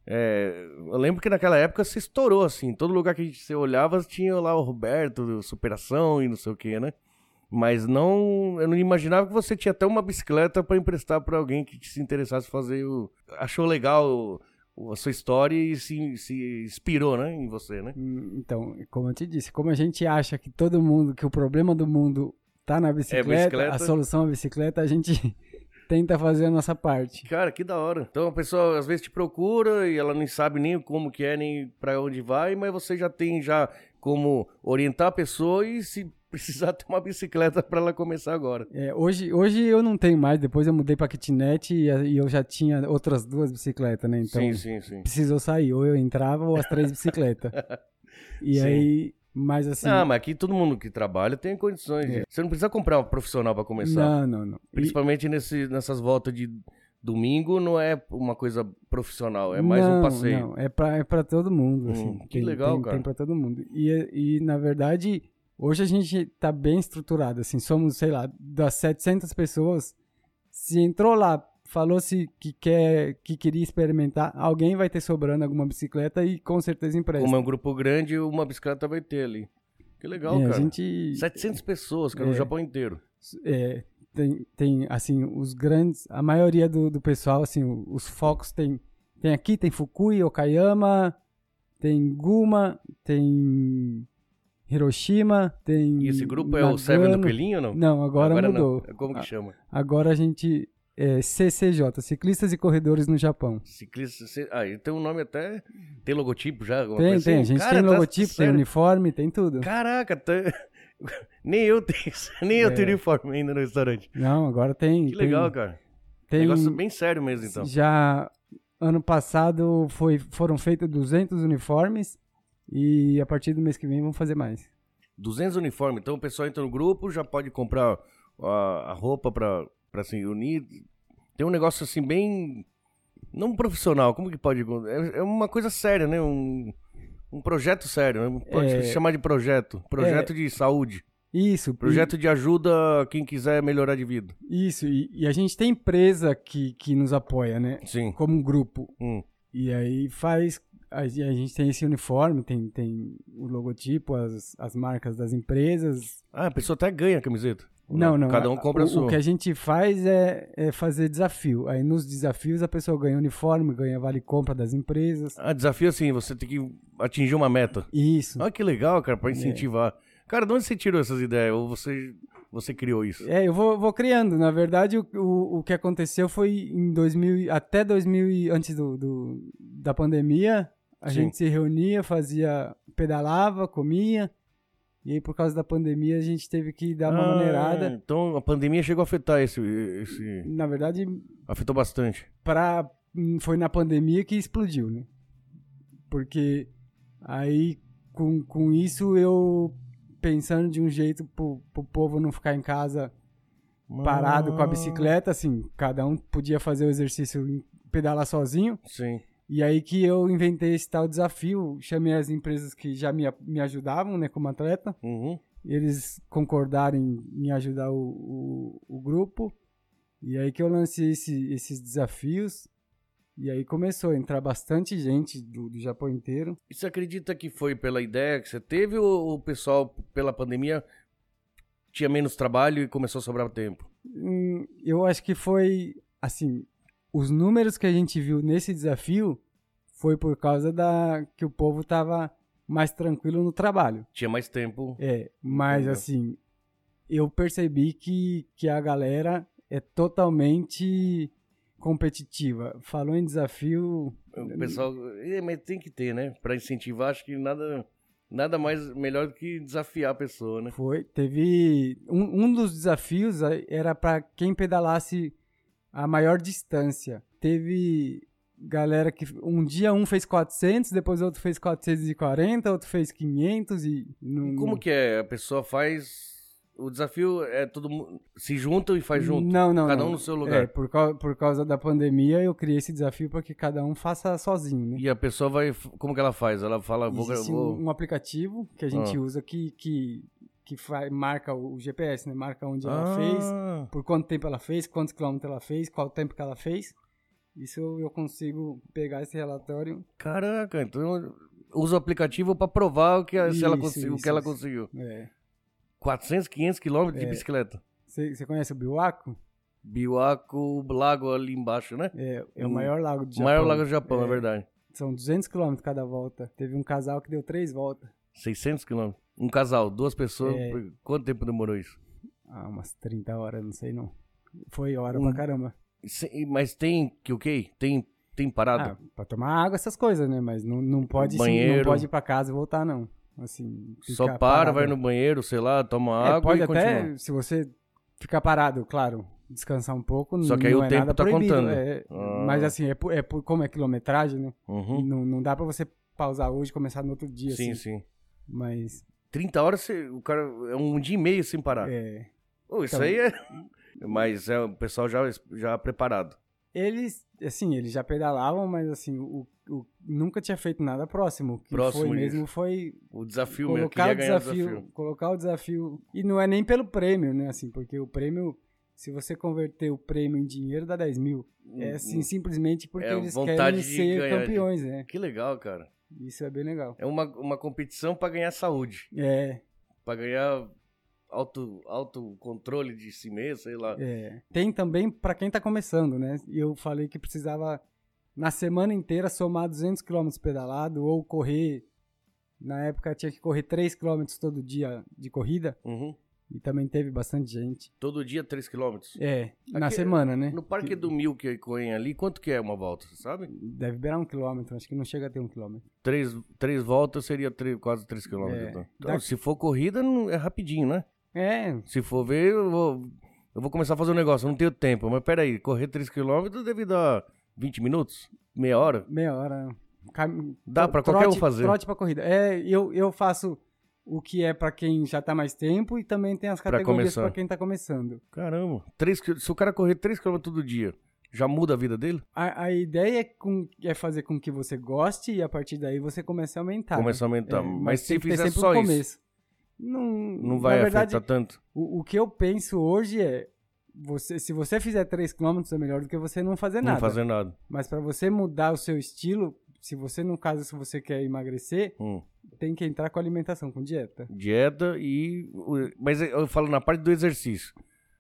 é, eu lembro que naquela época você estourou, assim. Todo lugar que você olhava tinha lá o Roberto, Superação e não sei o que, né? Mas não. Eu não imaginava que você tinha até uma bicicleta pra emprestar pra alguém que se interessasse fazer o. Achou legal o- a sua história e se, se inspirou, né? Em você, né? hum, então, como eu te disse, como a gente acha que todo mundo, que o problema do mundo tá na bicicleta, bicicleta. a solução é a bicicleta, a gente tenta fazer a nossa parte. Cara, que da hora. Então a pessoa às vezes te procura e ela nem sabe nem como que é, nem pra onde vai, mas você já tem já como orientar a pessoa e se precisar ter uma bicicleta pra ela começar agora. É, hoje, hoje eu não tenho mais, depois eu mudei pra kitnet e, a- e eu já tinha outras duas bicicletas, né? Então sim, sim, sim. precisou sair, ou eu entrava ou as três bicicletas. E Sim. aí, mas assim... Ah, mas aqui todo mundo que trabalha tem condições. de- Você não precisa comprar um profissional pra começar. não, não, não. E- Principalmente nesse, nessas voltas de domingo não é uma coisa profissional, é mais não, um passeio. Não, é pra, é pra todo mundo, assim. Hum, que tem, legal, tem, cara. Tem pra todo mundo. E, e, na verdade, hoje a gente tá bem estruturado, assim. Somos, sei lá, das setecentas pessoas, se entrou lá, falou-se que, quer, que queria experimentar, alguém vai ter sobrando alguma bicicleta e com certeza empresta. Como é um grupo grande, uma bicicleta vai ter ali. Que legal, é, cara. A gente, setecentas pessoas, cara, é, no Japão inteiro. É, tem, tem, assim, os grandes, a maioria do, do pessoal, assim, os focos tem, tem aqui, tem Fukui, Okayama, tem Guma, tem Hiroshima, tem E esse grupo Nagano. é o Seven do Coelhinho ou não? Não, agora, agora mudou. Não. Como que chama? Agora a gente é C C J, Ciclistas e Corredores no Japão. Ciclistas, ah, e tem um nome até, tem logotipo já? Tem, coisa tem, assim? a gente Cara, tem tá logotipo, tem sério? uniforme, tem tudo. Caraca, tá... nem eu tenho isso, nem eu É. tenho uniforme ainda no restaurante. Não, agora tem. Que tem, legal, cara. Tem, Negócio bem sério mesmo, então. Já ano passado foi, foram feitos duzentos uniformes e a partir do mês que vem vão fazer mais. duzentos uniformes, então o pessoal entra no grupo, já pode comprar a, a roupa pra, pra se unir. Tem um negócio assim bem... não profissional, como que pode... É, é uma coisa séria, né? Um, um projeto sério, né? Pode É. se chamar de projeto. Projeto de saúde. Isso. Projeto de ajuda a quem quiser melhorar de vida. E, isso, e, e a gente tem empresa que, que nos apoia, né? Sim. Como um grupo. Hum. E aí faz... A, a gente tem esse uniforme, tem, tem o logotipo, as, as marcas das empresas. Ah, a pessoa até ganha a camiseta. Não, não. Cada um compra o, a sua. O que a gente faz é, é fazer desafio. Aí nos desafios a pessoa ganha uniforme, ganha vale compra das empresas. Ah, desafio assim, você tem que atingir uma meta. Isso. Ah, que legal, cara, pra incentivar. É. Cara, de onde você tirou essas ideias? Ou você, você criou isso? É, eu vou, vou criando. Na verdade, o, o, o que aconteceu foi em dois mil, até dois mil, antes do, do, da pandemia, a Sim. gente se reunia, fazia, pedalava, comia. E aí, por causa da pandemia, a gente teve que dar uma ah, maneirada. Então a pandemia chegou a afetar esse. esse... Na verdade, Afetou bastante. pra, foi na pandemia que explodiu, né? Porque aí, com, com isso, eu pensando de um jeito pro, pro povo não ficar em casa parado com a bicicleta, assim, cada um podia fazer o exercício e pedalar sozinho. Sim. E aí que eu inventei esse tal desafio, chamei as empresas que já me, me ajudavam, né, como atleta, Uhum. eles concordaram em, em ajudar o, o, o grupo, e aí que eu lancei esse, esses desafios, e aí começou a entrar bastante gente do, do Japão inteiro. E você acredita que foi pela ideia que você teve ou o pessoal, pela pandemia, tinha menos trabalho e começou a sobrar tempo? Hum, eu acho que foi, assim, os números que a gente viu nesse desafio foi por causa da que o povo tava mais tranquilo no trabalho. Tinha mais tempo. É, mas Entendeu? assim, eu percebi que, que a galera é totalmente competitiva. Falou em desafio... O pessoal... É, mas tem que ter, né? Pra incentivar, acho que nada, nada mais melhor do que desafiar a pessoa, né? Foi, teve... Um, um dos desafios era para quem pedalasse a maior distância. Teve galera que um dia um fez quatrocentos, depois outro fez quatrocentos e quarenta, outro fez quinhentos e... Não, Como que é? A pessoa faz... O desafio é todo mundo... Se juntam e faz junto? Não, não, Cada um não. no seu lugar. É, por, causa, por causa da pandemia eu criei esse desafio para que cada um faça sozinho, né? E a pessoa vai... Como que ela faz? Ela fala... Vou, Existe vou... um, um aplicativo que a gente Ah. usa que, que, que faz, marca o G P S, né? Marca onde Ah. ela fez, por quanto tempo ela fez, quantos quilômetros ela fez, qual tempo que ela fez. Isso eu consigo pegar esse relatório. Caraca, então usa o aplicativo pra provar o que, a- se ela Isso, conseguiu, o isso, que ela isso. conseguiu. É. quatrocentos, quinhentos quilômetros de É. bicicleta. Você conhece o Biwako? Biwako, lago ali embaixo, né? É, é o Hum. maior lago do O Japão. maior lago do Japão, é, É, verdade. São duzentos quilômetros cada volta. Teve um casal que deu três voltas. seiscentos quilômetros. Um casal, duas pessoas. É. Quanto tempo demorou isso? Ah, umas trinta horas, não sei não. Foi hora Um- pra caramba. Se- Mas tem que o quê? Tem, tem parada? Ah, pra tomar água, essas coisas, né? Mas não, não pode sim, Banheiro. não pode ir pra casa e voltar, não. Assim, Só ficar para, parado. vai no banheiro, sei lá, toma É, água pode e até, continua. se você ficar parado, claro, descansar um pouco, Só que aí não o é tempo nada tá proibido, contando. é. Ah. Mas assim, é, por, é por, como é quilometragem, né? Uhum. Não, não dá pra você pausar hoje e começar no outro dia, Sim, assim. sim. Mas, trinta horas, você- o cara é um dia e meio sem parar. é... Pô, isso Então- aí é... Mas é o pessoal já, já preparado. Eles, assim, eles já pedalavam, mas assim, o, o, nunca tinha feito nada próximo. O que Próximo foi disso. mesmo foi O desafio mesmo, colocar queria o ganhar desafio, o desafio. colocar o desafio. E não é nem pelo prêmio, né? Assim, porque o prêmio, se você converter o prêmio em dinheiro, dá dez mil. É assim, Hum, simplesmente porque é eles vontade querem de ser ganhar, campeões, né? Que legal, cara. Isso é bem legal. É uma, uma competição pra ganhar saúde. É, Pra ganhar auto, autocontrole de si mesmo, sei lá. é. Tem também pra quem tá começando, né? E eu falei que precisava, na semana inteira, somar duzentos quilômetros pedalado ou correr. Na época tinha que correr três quilômetros todo dia de corrida. Uhum. E também teve bastante gente. Todo dia três quilômetros. É, na Aqui, semana, né? No Parque Que do Milk aí, Coen ali, quanto que é uma volta, você sabe? deve beirar um quilômetro, acho que não chega a ter um quilômetro. Três, três voltas seria três, quase três quilômetros. É. Então. Da- Então, se for corrida, não- é rapidinho, né? É, Se for ver, eu vou, eu vou começar a fazer um negócio, eu não tenho tempo. Mas peraí, correr três quilômetros deve dar vinte minutos? Meia hora? meia hora. Cam... Dá tro- pra qualquer um trote- fazer. Trote pra corrida. É, eu, eu faço o que é pra quem já tá mais tempo e também tem as Pra categorias começar. pra quem tá começando. Caramba. Três, qui- se o cara correr três quilômetros todo dia, já muda a vida dele? A, a ideia é, com, é fazer com que você goste e a partir daí você comece a aumentar. Começa a aumentar. É, mas se tem que ter fizer sempre só um isso, começo. Não, não vai na verdade, afetar tanto? O, o que eu penso hoje é, você, se você fizer três quilômetros é melhor do que você não fazer nada. Não fazer nada. Mas para você mudar o seu estilo, se você, no caso, se você quer emagrecer, Hum. tem que entrar com alimentação, com dieta. Dieta e... o- Mas eu falo na parte do exercício.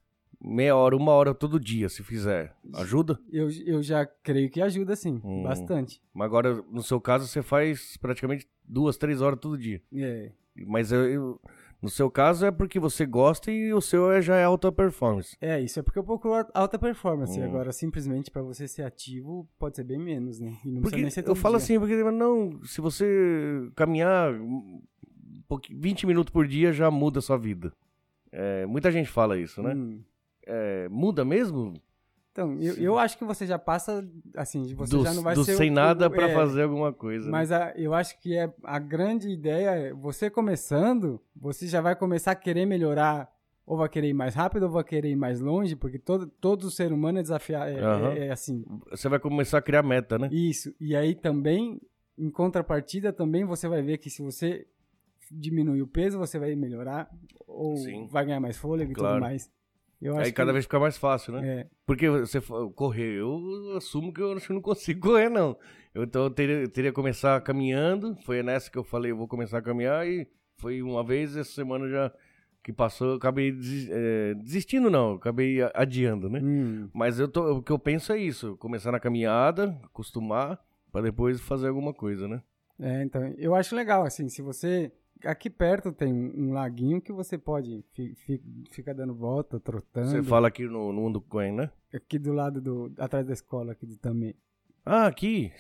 Meia hora, uma hora todo dia, se fizer. Ajuda? Eu, eu já creio que ajuda, sim, Hum. bastante. Mas agora, no seu caso, você faz praticamente duas, três horas todo dia. É, Mas eu, eu- no seu caso é porque você gosta e o seu é, já é alta performance. é, isso é porque eu procuro a- alta performance. Hum. Agora, simplesmente para você ser ativo, pode ser bem menos, né? E não precisa Porque nem ser eu todo falo dia. assim, porque não, se você caminhar um pouquinho- vinte minutos por dia já muda a sua vida. É, muita gente fala isso, né? Hum. É, muda mesmo? Então, eu, eu acho que você já passa, assim, de você do já não vai do ser... sem o- nada o- pra é, fazer alguma coisa. né? Mas a- eu acho que é, a grande ideia é, você começando, você já vai começar a querer melhorar, ou vai querer ir mais rápido, ou vai querer ir mais longe, porque todo, todo ser humano é desafiar, é, Aham. é- é assim. Você vai começar a criar meta, né? Isso, e aí também, em contrapartida, também você vai ver que se você diminuir o peso, você vai melhorar, ou Sim. vai ganhar mais fôlego e Claro. tudo mais. Eu acho Aí cada que, vez fica mais fácil, né? é, Porque você fa- correr, eu assumo que eu acho que não consigo correr, não. Eu, então eu teria, teria que começar caminhando. Foi nessa que eu falei, eu vou começar a caminhar. E foi uma vez, essa semana já que passou, eu acabei desis- é, desistindo, não. Eu acabei a- adiando, né? hum, Mas eu tô, o que eu penso é isso: começar na caminhada, acostumar, pra depois fazer alguma coisa, né? é, então, eu acho legal, assim, se você... Aqui perto tem um, um laguinho que você pode fi, fi, ficar dando volta, trotando. Você fala aqui no, no Mundo Coen, né? Aqui do lado do... atrás da escola aqui do também. Ah, aqui?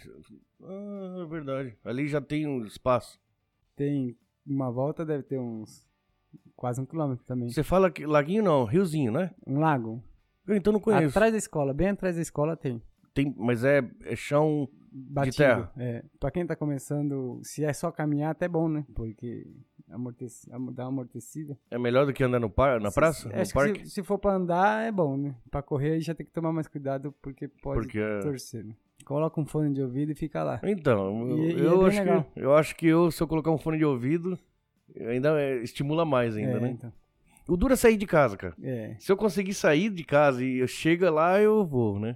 Ah, é verdade. Ali já tem um espaço. Tem uma volta, deve ter uns... quase um quilômetro também. Você fala que laguinho não, riozinho, né? Um lago. Eu então não conheço. Atrás da escola, bem atrás da escola tem. Tem, mas é, é chão Batido. terra. É. Pra quem tá começando, se é só caminhar, até bom, né? Porque amortece, am- dá uma amortecida. É melhor do que andar no par, na Se- praça? se- No acho que parque? se, se for pra andar, é bom, né? Pra correr, aí já tem que tomar mais cuidado, porque pode Porque é- torcer, né? Coloca um fone de ouvido e fica lá. Então, eu, E- e é eu bem acho legal. que, eu acho que eu, se eu colocar um fone de ouvido, ainda é- estimula mais ainda, é, né? então. O duro é sair de casa, cara. É. Se eu conseguir sair de casa e eu chego lá, eu vou, né?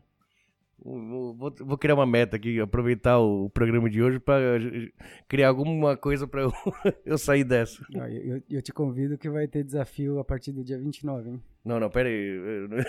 Vou, vou- vou criar uma meta aqui, aproveitar o programa de hoje pra eh, criar alguma coisa pra eu, eu sair dessa. Ó, Eu, eu- eu te convido que vai ter desafio a partir do dia vinte e nove, hein? Não, não, pera aí. Eu não,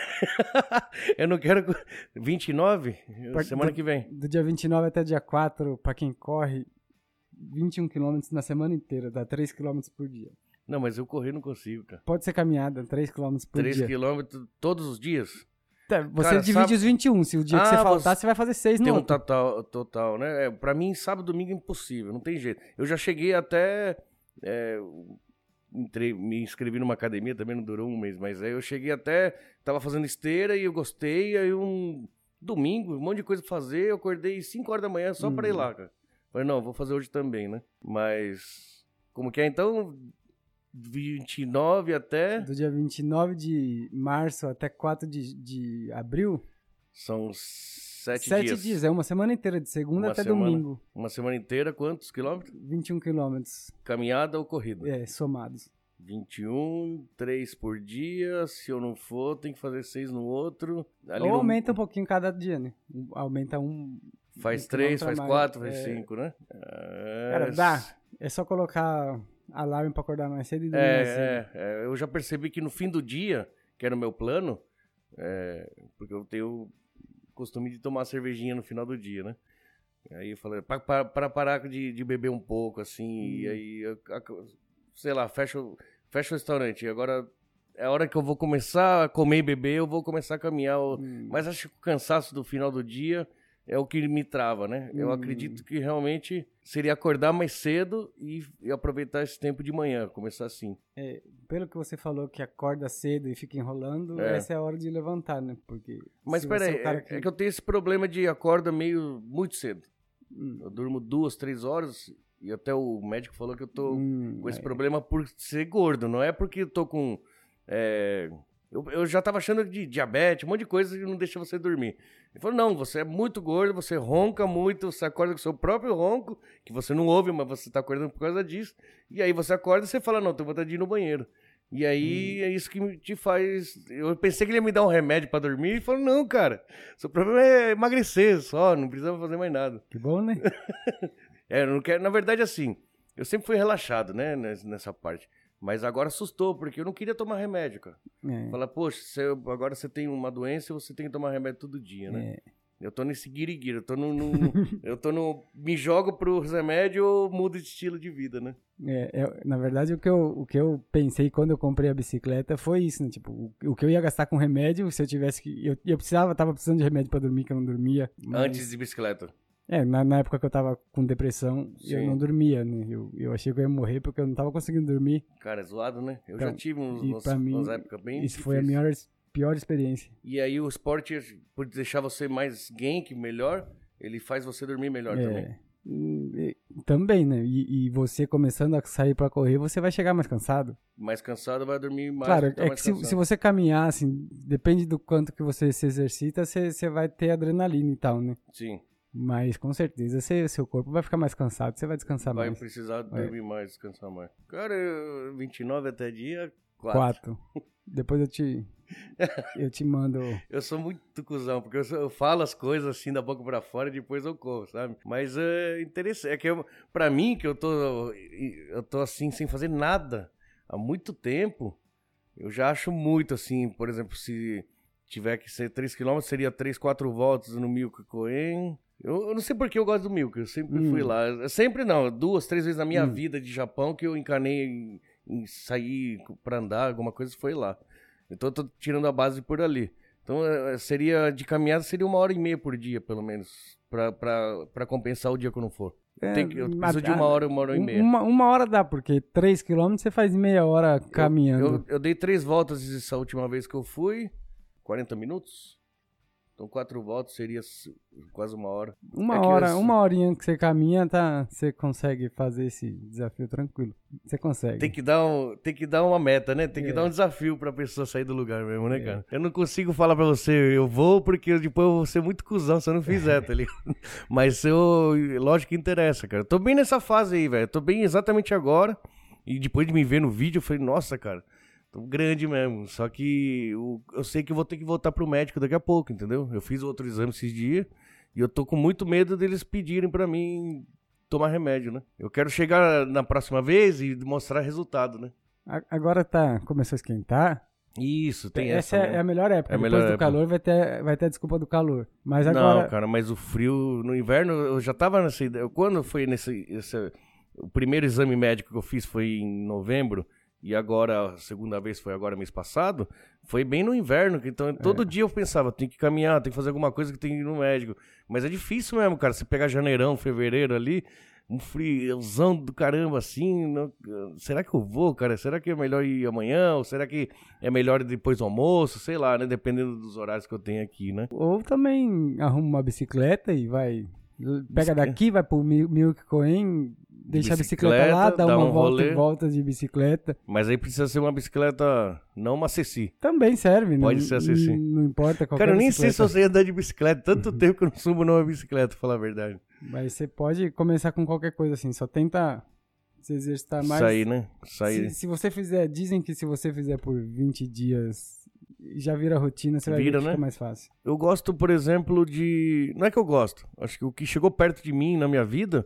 eu não quero... vinte e nove? Part- Semana do- que vem. Do dia vinte e nove até dia quatro, pra quem corre, vinte e um quilômetros na semana inteira, dá três quilômetros por dia. Não, mas eu correr não consigo, cara. Pode ser caminhada, três quilômetros por três dia. quilômetros todos os dias? Tá, você Cara, divide sabe- os vinte e um, se o dia que Ah, você faltar, você- você vai fazer seis no Tem um outro. total, total, né? É, pra mim, sábado e domingo é impossível, não tem jeito. Eu já cheguei até... é, entrei, me inscrevi numa academia, também não durou um mês, mas aí eu cheguei até... Tava fazendo esteira e eu gostei, aí um domingo, um monte de coisa pra fazer, eu acordei cinco horas da manhã só pra ir lá, cara. Falei, não, vou fazer hoje também, né? Mas... Como que é, então? vinte e nove até... Do dia vinte e nove de março até quatro de, de abril, São sete, Sete dias. dias, é uma semana inteira, de segunda Uma até semana. domingo. Uma semana inteira, quantos quilômetros? vinte e um quilômetros, Caminhada ou corrida? é, somados. vinte e um, três por dia. Se eu não for, tem que fazer seis no outro. Ali Ou no- aumenta um pouquinho cada dia, né? Aumenta um... Faz um três, quilômetro a faz mais. quatro, faz É, cinco, né? É, Cara, dá. É só colocar alarme pra acordar mais cedo e dormir mais cedo. É, é, é, eu já percebi que no fim do dia, que era o meu plano, é, porque eu tenho o costume de tomar cervejinha no final do dia, né? Aí eu falei, para, para, para parar de, de beber um pouco, assim, Hum. e aí, eu, sei lá, fecho, fecho o restaurante. E agora é a hora que eu vou começar a comer e beber, eu vou começar a caminhar. Hum. Mas acho que o cansaço do final do dia é o que me trava, né? Eu Hum. acredito que realmente seria acordar mais cedo e, e aproveitar esse tempo de manhã, começar assim. É, pelo que você falou que acorda cedo e fica enrolando, É. essa é a hora de levantar, né? Porque Mas se peraí, você é o cara é, é que eu tenho esse problema de acorda meio muito cedo. Hum, Eu durmo duas, três horas e até o médico falou que eu tô hum, com esse é. problema por ser gordo, não é porque eu tô com... é, eu, eu já tava achando de diabetes, um monte de coisa que não deixa você dormir. Ele falou, não, você é muito gordo, você ronca muito, você acorda com o seu próprio ronco, que você não ouve, mas você tá acordando por causa disso. E aí você acorda e você fala, não, tô vontade de ir no banheiro. E aí é isso que te faz... Eu pensei que ele ia me dar um remédio pra dormir e falou, não, cara, seu problema é emagrecer só, não precisa fazer mais nada. Que bom, né? É, eu não quero, na verdade, assim, eu sempre fui relaxado, né, nes- nessa parte. Mas agora assustou, porque eu não queria tomar remédio, cara. É, Fala, poxa, você- agora você tem uma doença e você tem que tomar remédio todo dia, né? é. Eu tô nesse guiriguira, eu tô no, no- no- eu tô no, me jogo pros remédios ou mudo de estilo de vida, né? É, é, na verdade, o que, eu, o que eu pensei quando eu comprei a bicicleta foi isso, né? Tipo, o, o que eu ia gastar com remédio, se eu tivesse que... Eu, eu precisava, tava precisando de remédio pra dormir, que eu não dormia. mas- Antes de bicicleta. É, na, na época que eu tava com depressão, eu Sim. não dormia, né? Eu, eu achei que eu ia morrer porque eu não tava conseguindo dormir. Cara, é zoado, né? Eu Então, já tive uns, e uns, pra mim, umas épocas bem Isso foi a difíceis. minha pior experiência. E aí o esporte, por deixar você mais gank, melhor, ele faz você dormir melhor também. É, hum, e- também, né? E, e você começando a sair pra correr, você vai chegar mais cansado. Mais cansado vai dormir mais. Claro, tá é mais que se, cansado. se você caminhar, assim, depende do quanto que você se exercita, você, você vai ter adrenalina e tal, né? Sim, Mas com certeza você, seu corpo vai ficar mais cansado, você vai descansar vai mais. precisar É. dormir mais, descansar mais. Cara, eu- vinte e nove até dia quatro. Quatro. Depois eu te, eu te mando. Eu sou muito cuzão, porque eu, sou- eu falo as coisas assim da boca pra fora e depois eu corro, sabe? Mas é interessante, é que eu, pra mim, que eu tô, eu tô assim, sem fazer nada há muito tempo, eu já acho muito assim, por exemplo, se tiver que ser três quilômetros, seria três, quatro voltas no Milk Coen. Eu, eu não sei por que eu gosto do Milk, eu sempre Hum. fui lá. Eu sempre não, duas, três vezes na minha Hum. vida de Japão que eu encanei em, em sair pra andar, alguma coisa foi lá. Então eu tô tirando a base por ali. Então eh, seria, de caminhada seria uma hora e meia por dia, pelo menos, pra, pra, pra compensar o dia que eu não for. É, Tem que, eu mas- preciso de uma hora, uma hora e meia. Uma, uma hora dá, porque três quilômetros você faz meia hora caminhando. Eu, eu, eu dei três voltas essa última vez que eu fui, quarenta minutos. Então quatro voltas seria s- quase uma hora. Uma É que hora, eu- uma horinha que você caminha, tá, você consegue fazer esse desafio tranquilo. Você consegue. Tem que dar, um, tem que dar uma meta, né? Tem que É. dar um desafio pra pessoa sair do lugar mesmo, né, É. cara? Eu não consigo falar pra você, eu vou, porque depois eu vou ser muito cuzão se eu não fizer, tá ligado? Mas eu, lógico que interessa, cara. Eu tô bem nessa fase aí, velho. Eu tô bem exatamente agora. E depois de me ver no vídeo, eu falei, nossa, cara, tô grande mesmo. Só que eu, eu sei que eu vou ter que voltar pro médico daqui a pouco, entendeu? Eu fiz outro exame esses dias e eu tô com muito medo deles pedirem pra mim tomar remédio, né? Eu quero chegar na próxima vez e mostrar resultado, né? A- Agora tá, começou a esquentar. Isso, tem essa essa. é, é né? a melhor época. É a Depois melhor do época. calor vai ter, vai ter a desculpa do calor. Mas agora. Não, cara, mas o frio no inverno, eu já tava nessa ideia. Quando foi nesse. Esse, o primeiro exame médico que eu fiz foi em novembro. E agora, a segunda vez foi agora mês passado, foi bem no inverno, que então todo dia eu pensava, tem que caminhar, tem que fazer alguma coisa que tem que ir no médico. Mas é difícil mesmo, cara, você pegar janeirão, fevereiro ali, um friozão do caramba assim, não- será que eu vou, cara? Será que é melhor ir amanhã? Ou será que é melhor ir depois do almoço? Sei lá, né? Dependendo dos horários que eu tenho aqui, né? Ou também arruma uma bicicleta e vai. Pega Bicicleta. daqui, vai pro Mil- Milk Coen, deixa a bicicleta lá, dá, dá uma um volta rolê. e volta de bicicleta. Mas aí precisa ser uma bicicleta, não uma C C. Também serve, Pode não, ser a C C. Não, não importa qual. Cara, eu nem bicicleta. sei se eu sei andar de bicicleta. Tanto tempo que eu não subo numa bicicleta, pra falar a verdade. Mas você pode começar com qualquer coisa assim, só tenta se exercitar mais. Sair, né? Sair. Se, se você fizer, dizem que se você fizer por vinte dias, já vira rotina, você vai vira, ver que né? fica mais fácil. Eu gosto, por exemplo, de... Não é que eu gosto. Acho que o que chegou perto de mim na minha vida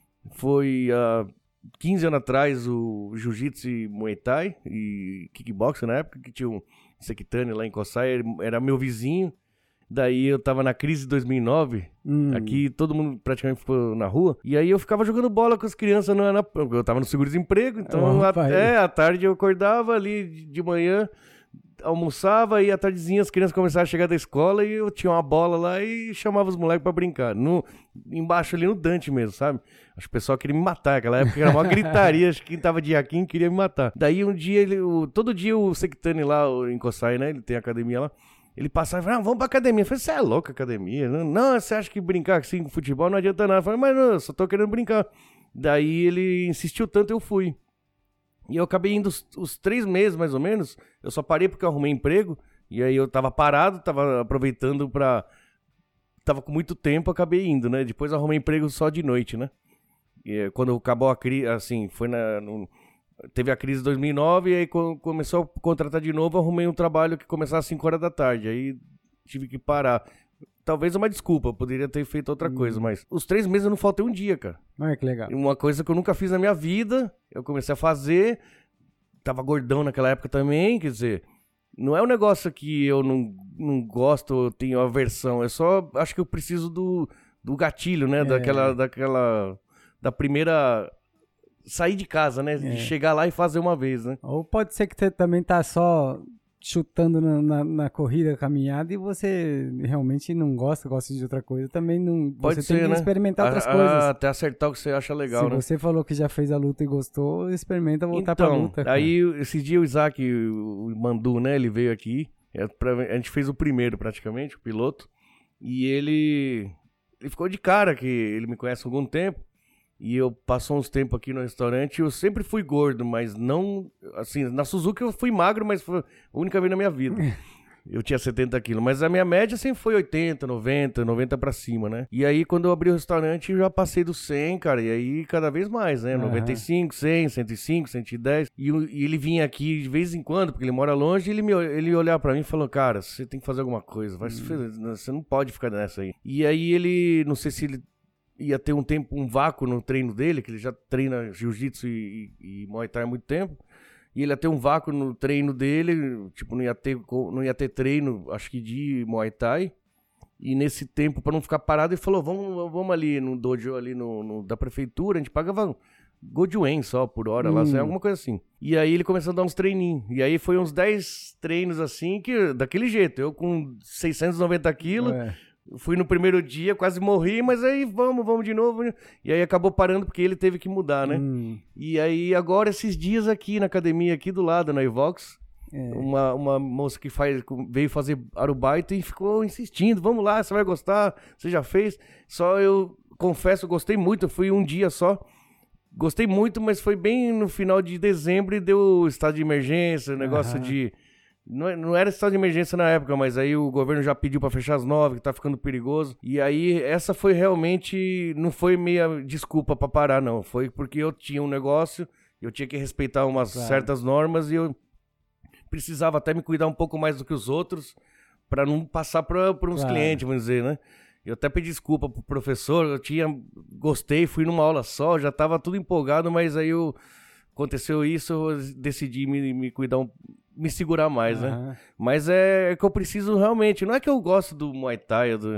foi há quinze anos atrás o Jiu-Jitsu e Muay Thai e Kickboxing na época, que tinha um Sequitani lá em Coçai, era meu vizinho. Daí eu tava na crise de dois mil e nove, hum. aqui todo mundo praticamente ficou na rua, e aí eu ficava jogando bola com as crianças, na, na, eu tava no seguro-desemprego, então oh, até à tarde eu acordava ali de, de manhã, almoçava e à tardezinha as crianças começavam a chegar da escola e eu tinha uma bola lá e chamava os moleques pra brincar, no, embaixo ali no Dante mesmo, sabe? Acho que o pessoal queria me matar, naquela época era uma gritaria, acho que quem tava de Jaquim queria me matar. Daí um dia, ele, o, todo dia o Sequitani lá em Coçai, né, ele tem academia lá, ele passava e falava, ah, vamos pra academia. Eu falei, você é louco, academia? Não, não, você acha que brincar assim com futebol não adianta nada? Eu falei, mas não, eu só tô querendo brincar. Daí ele insistiu tanto, eu fui. E eu acabei indo os, os três meses, mais ou menos. Eu só parei porque eu arrumei emprego. E aí eu tava parado, tava aproveitando pra... Tava com muito tempo, acabei indo, né? Depois eu arrumei emprego só de noite, né? E quando acabou a crise, assim, foi na... No... Teve a crise de dois mil e nove e aí começou a contratar de novo, arrumei um trabalho que começava às cinco horas da tarde, aí tive que parar. Talvez uma desculpa, eu poderia ter feito outra hum. coisa, mas os três meses eu não faltei um dia, cara. Olha que legal. Uma coisa que eu nunca fiz na minha vida, eu comecei a fazer, tava gordão naquela época também, quer dizer, não é um negócio que eu não, não gosto, eu tenho aversão, é só, acho que eu preciso do, do gatilho, né, é. daquela, daquela, da primeira... Sair de casa, né? De é. chegar lá e fazer uma vez, né? Ou pode ser que você também tá só chutando na, na, na corrida, caminhada, e você realmente não gosta, gosta de outra coisa. Também não... Pode você ser, tem que né? experimentar a, outras a, coisas. Até acertar o que você acha legal, Se né? Se você falou que já fez a luta e gostou, experimenta voltar então, pra luta. Cara. Aí, esse dia o Isaac, o Mandu, né? Ele veio aqui. É pra, a gente fez o primeiro, praticamente, o piloto. E ele... Ele ficou de cara, que ele me conhece há algum tempo. E eu passou uns tempos aqui no restaurante, eu sempre fui gordo, mas não... Assim, na Suzuki eu fui magro, mas foi a única vez na minha vida. Eu tinha setenta quilos, mas a minha média sempre foi oitenta, noventa, noventa pra cima, né? E aí, quando eu abri o restaurante, eu já passei dos cem, cara, e aí cada vez mais, né? Uhum. noventa e cinco, cem, cento e cinco, cento e dez. E, e ele vinha aqui de vez em quando, porque ele mora longe, e ele, me, ele olhava pra mim e falou, cara, você tem que fazer alguma coisa, vai, uhum. você não pode ficar nessa aí. E aí ele, não sei se ele... ia ter um tempo, um vácuo no treino dele, que ele já treina jiu-jitsu e, e, e Muay Thai há muito tempo, e ele ia ter um vácuo no treino dele, tipo, não ia ter, não ia ter treino, acho que de Muay Thai, e nesse tempo, pra não ficar parado, ele falou, vamos, vamos ali no dojo ali no, no, da prefeitura, a gente pagava Gojuem só por hora, hum. lá, assim, alguma coisa assim. E aí ele começou a dar uns treininhos, e aí foi uns dez treinos assim, que daquele jeito, eu com seiscentos e noventa quilos, é. Fui no primeiro dia, quase morri, mas aí vamos, vamos de novo. E aí acabou parando porque ele teve que mudar, né? Hum. E aí agora, esses dias aqui na academia, aqui do lado, na Evox, é. uma, uma moça que faz, veio fazer arubaita e ficou insistindo, vamos lá, você vai gostar, você já fez. Só eu confesso, gostei muito, eu fui um dia só. Gostei muito, mas foi bem no final de dezembro e deu estado de emergência, negócio uhum. de... Não, não era estado de emergência na época, mas aí o governo já pediu pra fechar as nove, que tá ficando perigoso. E aí essa foi realmente, não foi meia desculpa pra parar, não. Foi porque eu tinha um negócio, eu tinha que respeitar umas claro. certas normas e eu precisava até me cuidar um pouco mais do que os outros pra não passar pra, pra uns claro. clientes, vamos dizer, né? Eu até pedi desculpa pro professor, eu tinha, gostei, fui numa aula só, já tava tudo empolgado, mas aí eu, aconteceu isso, eu decidi me, me cuidar um me segurar mais, uhum. né? Mas é que eu preciso realmente... Não é que eu gosto do Muay Thai, do,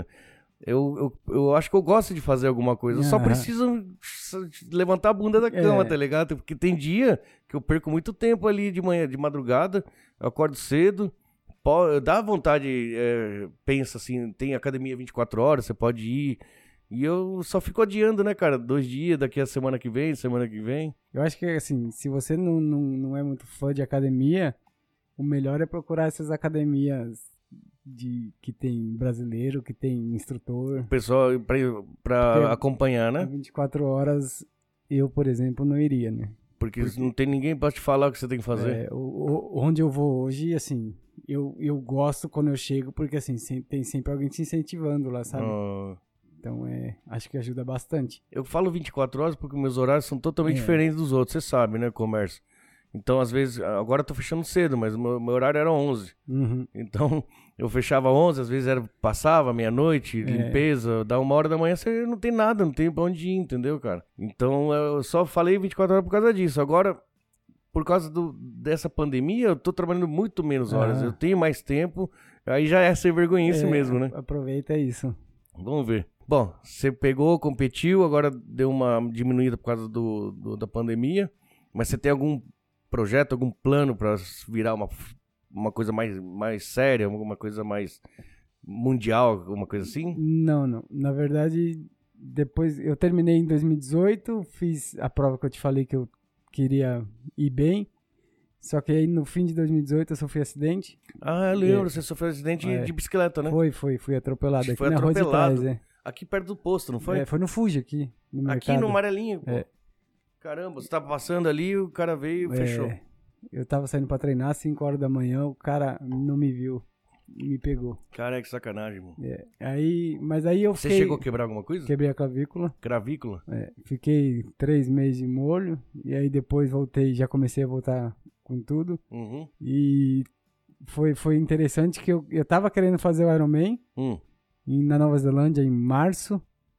eu, eu, eu acho que eu gosto de fazer alguma coisa. Eu uhum. só preciso levantar a bunda da cama, é. tá ligado? Porque tem dia que eu perco muito tempo ali de manhã, de madrugada. Eu acordo cedo. Pô, dá vontade, é, pensa assim, tem academia vinte e quatro horas, você pode ir... E eu só fico adiando, né, cara? Dois dias, daqui a semana que vem, semana que vem. Eu acho que, assim, se você não, não, não é muito fã de academia... O melhor é procurar essas academias de, que tem brasileiro, que tem instrutor. Pessoal, pra, pra acompanhar, né? vinte e quatro horas eu, por exemplo, não iria, né? Porque, Porque não tem ninguém pra te falar o que você tem que fazer. É, o, o, onde eu vou hoje, assim, eu, eu gosto quando eu chego, porque assim, sem, tem sempre alguém te incentivando lá, sabe? Ah. Então, é, acho que ajuda bastante. Eu falo vinte e quatro horas porque meus horários são totalmente É. diferentes dos outros, você sabe, né, comércio. Então, às vezes, agora eu tô fechando cedo, mas o meu, meu horário era onze. Uhum. Então, eu fechava onze, às vezes era, passava meia-noite, É. limpeza, dá uma hora da manhã, você não tem nada, não tem pra onde ir, entendeu, cara? Então, eu só falei vinte e quatro horas por causa disso. Agora, por causa do, dessa pandemia, eu tô trabalhando muito menos horas. Ah. Eu tenho mais tempo, aí já é sem vergonhice É, mesmo, né? Aproveita isso. Vamos ver. Bom, você pegou, competiu, agora deu uma diminuída por causa do, do- da pandemia, mas você tem algum projeto, algum plano para virar uma, uma coisa mais, mais séria, alguma coisa mais mundial, alguma coisa assim? Não, não. Na verdade, depois eu terminei em dois mil e dezoito, fiz a prova que eu te falei que eu queria ir bem. Só que aí no fim de dois mil e dezoito eu sofri acidente. Ah, eu lembro, É. você sofreu um acidente É. de bicicleta, né? Foi, foi, fui atropelado aqui Foi na rua de atropelado. trás, é. Aqui perto do posto, não foi? É, foi no Fuji aqui, no Aqui mercado. no Amarelinho, pô. É. Caramba, você tava passando ali, o cara veio e É, fechou. Eu tava saindo pra treinar às cinco horas da manhã, o cara não me viu e me pegou. Cara, que sacanagem, mano. É, aí, mas aí eu Você fiquei, chegou a quebrar alguma coisa? quebrei a clavícula, Cravícula? é, fiquei três meses de molho e aí depois voltei, já comecei a voltar com tudo Uhum. e foi, foi interessante que eu, eu tava querendo fazer o Ironman Hum. em- na Nova Zelândia em março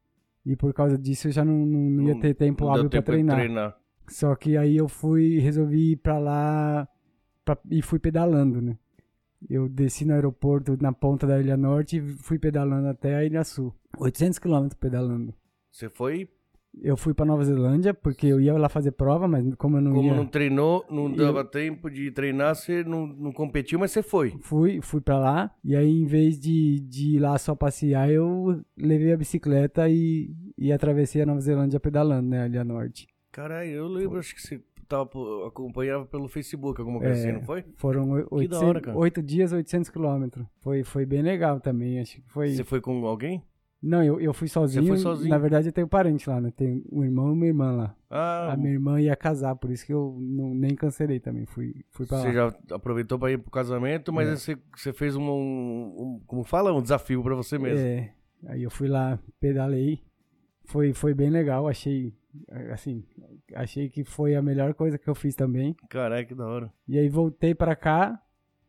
e por causa disso eu já não, não, não ia Não- ter tempo Não deu hábil pra tempo de treinar. treinar. Só que aí eu fui, resolvi ir pra lá pra, e fui pedalando, né? Eu desci no aeroporto na ponta da Ilha Norte e fui pedalando até a Ilha Sul. oitocentos quilômetros pedalando. Você foi, Eu fui pra Nova Zelândia porque eu ia lá fazer prova, mas como eu não como ia... não treinou, não Eu- dava tempo de treinar, você não, não competiu, mas você foi. Fui, fui pra lá e aí em vez de, de ir lá só passear, eu levei a bicicleta e, e atravessei a Nova Zelândia pedalando, né? A Ilha Norte. Caralho, eu lembro, acho que você tava, pô, acompanhava pelo Facebook, alguma coisa É. assim, não foi? Foram oi- Que da oitocentos, hora, cara. oito dias, oitocentos quilômetros. Foi, foi bem legal também, acho que foi... Você foi com alguém? Não, eu, eu fui sozinho. foi sozinho? Na verdade, eu tenho parente lá, né? Tem um irmão e uma irmã lá. Ah, A minha irmã ia casar, por isso que eu não, nem cancelei também. Fui, fui pra você lá. já aproveitou pra ir pro casamento, mas É. aí você, você fez um, um- como fala, um desafio pra você mesmo. É, aí eu fui lá, pedalei. Foi, foi bem legal, achei, assim, achei que foi a melhor coisa que eu fiz também. Caralho, que da hora. E aí voltei pra cá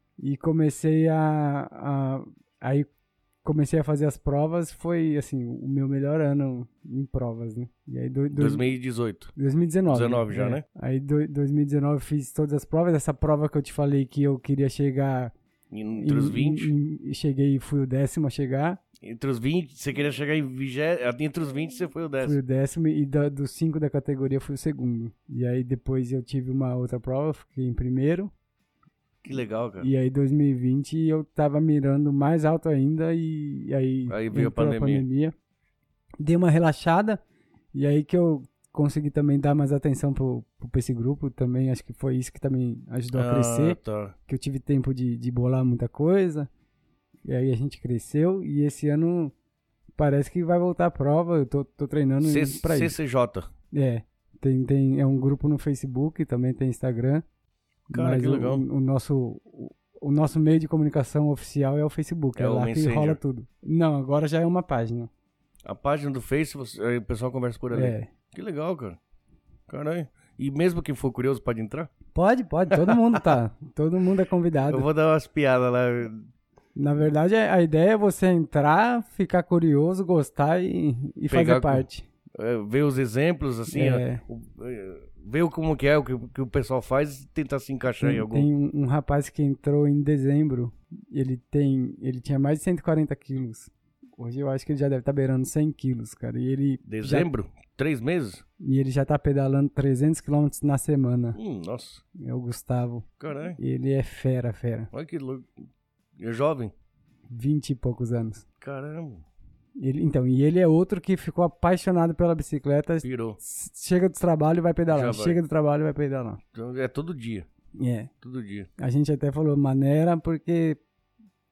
e comecei a, a aí comecei a fazer as provas, foi assim, o meu melhor ano em provas, né? E aí do, do, dois mil e dezoito. dois mil e dezenove. dezenove já, é. né? Aí do, dois mil e dezenove fiz todas as provas, essa prova que eu te falei que eu queria chegar Entre os em- vinte. em- em- cheguei e fui o décimo a chegar. Entre os vinte, você queria chegar em vigésimo. Entre os vinte, você foi o Fui décimo. o décimo e da, dos cinco da categoria fui o segundo. E aí depois eu tive uma outra prova, fiquei em primeiro. Que legal, cara. E aí dois mil e vinte eu tava mirando mais alto ainda e, e aí, Aí veio a entrou pandemia. Dei uma relaxada e aí que eu consegui também dar mais atenção pro, pro P C Grupo também. Acho que foi isso que também ajudou a crescer. Ah, tá. Que eu tive tempo de, de bolar muita coisa. E aí a gente cresceu e esse ano parece que vai voltar a prova. Eu tô, tô treinando C- pra isso. CCJ. É, tem, tem, é um grupo no Facebook, também tem Instagram. Cara, mas que o- legal. O, o nosso, o, o nosso meio de comunicação oficial é o Facebook, É é, o lá que Messenger. rola tudo. Não, agora já é uma página. A página do Face, você- aí o pessoal conversa por ali. É. Que legal, cara. Caralho. E mesmo quem for curioso pode entrar? Pode, pode, todo mundo tá. Todo mundo é convidado. Eu vou dar umas piadas lá. Na verdade, a a ideia é você entrar, ficar curioso, gostar e, e Pegar fazer com- parte. é, ver os exemplos, assim, É. ó, o- é, ver o como que é, o que, o que o pessoal faz e tentar se encaixar em Tem, algum. tem um, um rapaz que entrou em dezembro, ele tem, ele tinha mais de cento e quarenta quilos. Hoje eu acho que ele já deve estar beirando cem quilos, cara. E ele já, Dezembro? Três meses? e ele já tá pedalando trezentos quilômetros na semana. Hum, nossa. É o Gustavo. Caralho. Ele é fera, fera. Olha que louco. É jovem? Vinte e poucos anos. Caramba. Ele, então, e ele é outro que ficou apaixonado pela bicicleta. Pirou. S- Chega do trabalho e vai pedalar. Já vai. Chega do trabalho e vai pedalar. Então, é todo dia. É. Todo dia. A gente até falou maneira porque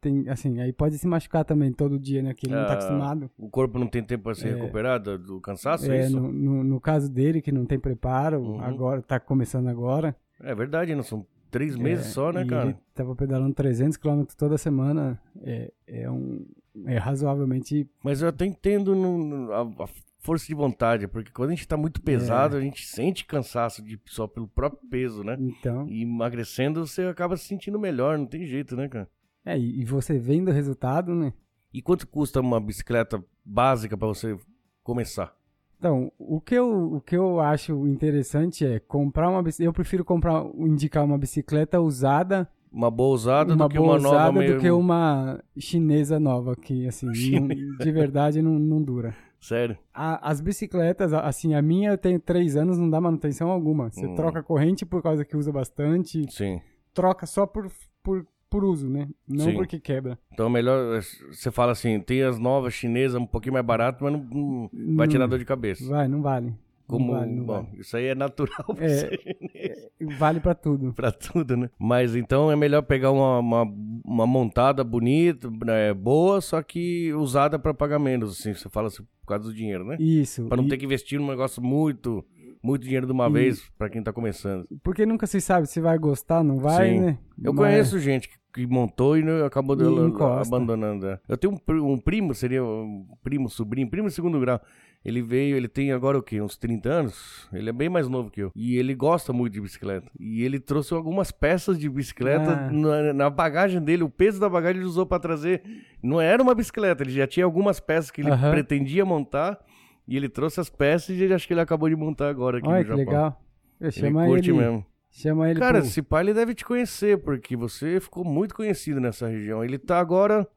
tem, assim, aí pode se machucar também todo dia, né? Que ele não tá Ah, acostumado. O corpo não tem tempo para se É. recuperar do, do cansaço, é É, isso? no, no, no caso dele, que não tem preparo, Uhum. agora, tá começando agora. É verdade, não são três meses É, só, né, e cara? ele tava pedalando trezentos quilômetros toda semana. É, é um... É razoavelmente... Mas eu até entendo no- no- a, a força de vontade, porque quando a gente tá muito pesado, É. a gente sente cansaço de, só pelo próprio peso, né? Então... E emagrecendo, você acaba se sentindo melhor, não tem jeito, né, cara? É, e e você vendo o resultado, né? E quanto custa uma bicicleta básica pra você começar? Então, o que eu, o que eu acho interessante é comprar uma bicicleta. Eu prefiro comprar, indicar uma bicicleta usada, Uma boa usada uma do que boa uma nova usada meio... do que uma chinesa nova, que assim, não- de verdade não, não dura. Sério? A- as bicicletas, a- assim, a minha eu tenho três anos, não dá manutenção alguma. Você Hum. troca a corrente por causa que usa bastante, Sim. troca só por, por, por uso, né? Não Sim. porque quebra. Então é melhor, você fala assim, tem as novas chinesas um pouquinho mais barato, mas não, não vai Não. tirar dor de cabeça. Vai, não vale. Como, não vale, não bom, vale. isso aí é natural pra, É. ser chinês, Vale pra tudo. pra tudo, né? Mas então é melhor pegar uma, uma, uma montada bonita, né, boa, só que usada pra pagar menos, assim, você fala assim, por causa do dinheiro, né? Isso. Pra não e- ter que investir num negócio muito, muito dinheiro de uma E- vez pra quem tá começando. Porque nunca se sabe se vai gostar, não vai, Sim. né? Eu Mas- conheço gente que, que montou e não- acabou E dela encosta. abandonando. é. Eu tenho um, pri- um primo, seria um primo, sobrinho, primo de segundo grau. Ele veio, ele tem agora o quê? Uns trinta anos? Ele é bem mais novo que eu. E ele gosta muito de bicicleta. E ele trouxe algumas peças de bicicleta Ah. na, na bagagem dele. O peso da bagagem ele usou pra trazer. Não era uma bicicleta, ele já tinha algumas peças que ele Aham. pretendia montar. E ele trouxe as peças e ele, acho que ele acabou de montar agora aqui Olha no que Japão. legal. Eu Ele chama curte ele, mesmo. chama ele Cara, pro- esse pai ele deve te conhecer, porque você ficou muito conhecido nessa região. Ele tá agora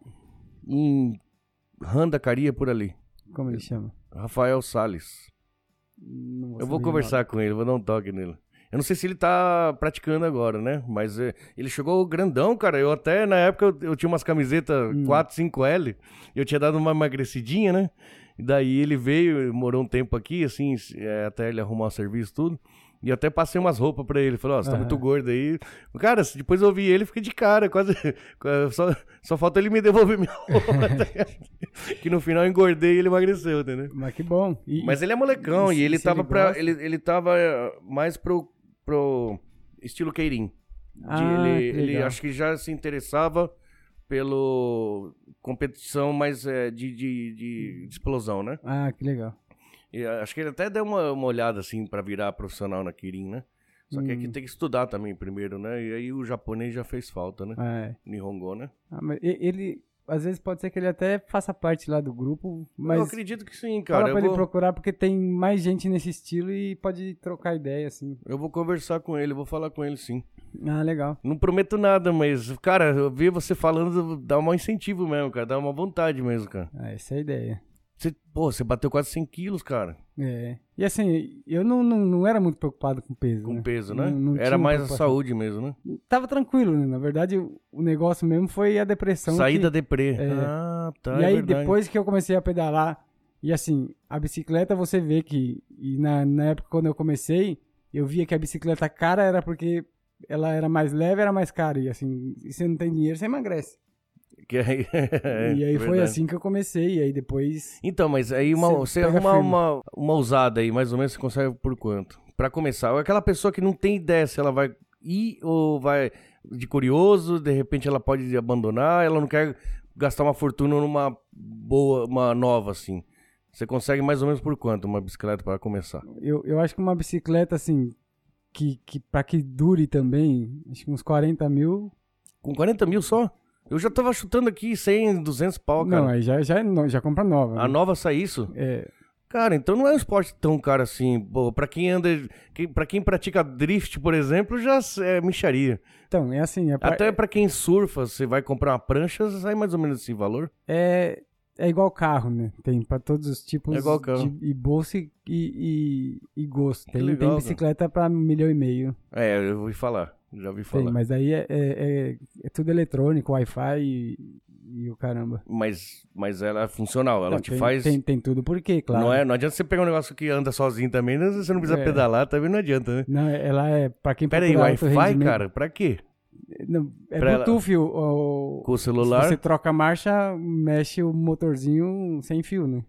em Randacaria, por ali. Como ele chama? Rafael Salles. Não Eu vou saber conversar com ele, vou dar um toque nele. Eu não sei se ele tá praticando agora, né? Mas é, ele chegou grandão, cara. Eu até, na época, eu, eu tinha umas camisetas Hum. quatro, cinco L. E eu tinha dado uma emagrecidinha, né? E daí ele veio, morou um tempo aqui, assim, é, até ele arrumar o serviço, tudo. E eu até passei umas roupas pra ele. Falei, ó, você tá Aham. muito gordo aí. Cara, depois eu vi ele, fiquei de cara. Quase. Só, só falta ele me devolver minha roupa. tá ligado? Que no final eu engordei e ele emagreceu, entendeu? nome. Mas que bom. E- Mas ele é molecão e e, se- ele se tava ele pra. gosta? Ele, ele tava eh, mais pro, pro estilo Queirim. De Ah, ele, que ele legal. acho que já se interessava pelo competição mais eh, de, de, de- de explosão, né? Ah, que legal. E eh, acho que ele até deu uma, uma olhada assim pra virar profissional na Queirim, né? Só que aqui Hum. tem que estudar também primeiro, né? E aí o japonês já fez falta, né? Ah, é. Nihongo, né? Ah, mas e- ele, às vezes pode ser que ele até faça parte lá do grupo, eu mas acredito que sim, fala cara. pra Eu ele vou, procurar porque tem mais gente nesse estilo e pode trocar ideia, assim. eu vou conversar com ele, eu vou falar com ele sim. Ah, legal. Não prometo nada, mas, cara, eu vi você falando, dá um incentivo mesmo, cara. Dá uma vontade mesmo, cara. Ah, essa é a ideia. Você, pô, você bateu quase cem quilos, cara. É. E assim, eu não, não, não era muito preocupado com peso. Com né? peso, né? Não- não Era tinha mais a preocupação. saúde mesmo, né? Tava tranquilo, né? Na verdade, o o negócio mesmo foi a depressão. Saída que... deprê. É. Ah, tá. E é aí, verdade. depois que eu comecei a pedalar, e assim, a bicicleta você vê que, e na, na época quando eu comecei, eu via que a bicicleta cara era porque ela era mais leve, era mais cara. E assim, se você não tem dinheiro, você emagrece. Que aí- é, e aí foi verdade. assim que eu comecei, e aí depois... Então, mas aí uma, Você você pega arrumar firme. uma, uma usada aí, mais ou menos, você consegue por quanto? Pra começar, aquela pessoa que não tem ideia se ela vai ir ou vai de curioso, de repente ela pode abandonar, ela não quer gastar uma fortuna numa boa, uma nova assim. Você consegue mais ou menos por quanto uma bicicleta para começar? Eu, eu acho que uma bicicleta, assim, que, que pra que dure também, acho que uns quarenta mil... Com quarenta mil só? Eu já tava chutando aqui cem, duzentos pau, cara. Não, aí já, já, é no- já compra nova. A né? nova sai isso? É, Cara, então não é um esporte tão caro assim. Pô, pra quem anda. Quem, pra quem pratica drift, por exemplo, já é micharia. então, é assim, é, pra- Até pra quem surfa, você vai comprar uma prancha, sai mais ou menos esse valor. é, é igual carro, né? Tem pra todos os tipos É igual carro. de e bolso e, e, e gosto. Tem, legal, tem cara. bicicleta pra um milhão e meio. É, eu ouvi falar. Já ouvi Tem, falar. mas aí é, é, é, é tudo eletrônico, Wi-Fi e, e o caramba. Mas, mas ela é funcional, ela Não, te tem, faz. Tem, tem tudo por quê, claro. Não, é, não adianta você pegar um negócio que anda sozinho também, né? Você não precisa É. pedalar, também não adianta, né? Não, ela é pra quem Pera aí, procura alto Wi-Fi, rendimento. cara, pra quê? não, é Pra ela- Bluetooth. O, o- Com o celular. Se você troca a marcha, mexe o motorzinho sem fio, né?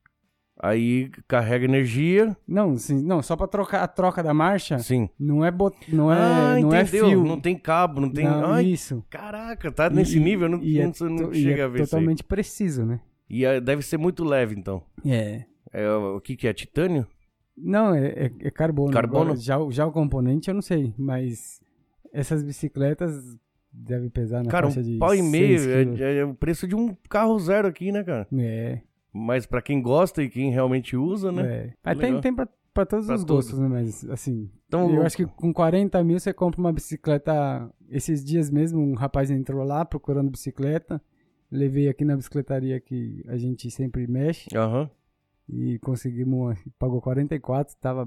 Aí carrega energia. Não, sim, não, só pra trocar a troca da marcha, Sim. não é bot, não é, ah, não é entendeu. fio. Não tem cabo, não tem. Não, Ai, isso. caraca, tá nesse nível, eu não, e não, é não to- e chega é a ver isso aí. totalmente preciso, né? E é- deve ser muito leve, então. É. É, o o que que é? Titânio? Não, é, é, é carbono. Carbono? Agora, já, o- já o componente eu não sei, mas essas bicicletas devem pesar na Cara, faixa um de pau e meio seis quilos. é, é o preço de um carro zero aqui, né, cara? É, Mas pra quem gosta e quem realmente usa, né? é. Mas tem, Legal. tem pra, pra todos Pra os todos. gostos, né? Mas, assim, Então, eu o- acho que com quarenta mil você compra uma bicicleta. Esses dias mesmo, um rapaz entrou lá procurando bicicleta. Levei aqui na bicicletaria que a gente sempre mexe. Aham. E conseguimos uma. Pagou quarenta e quatro, tava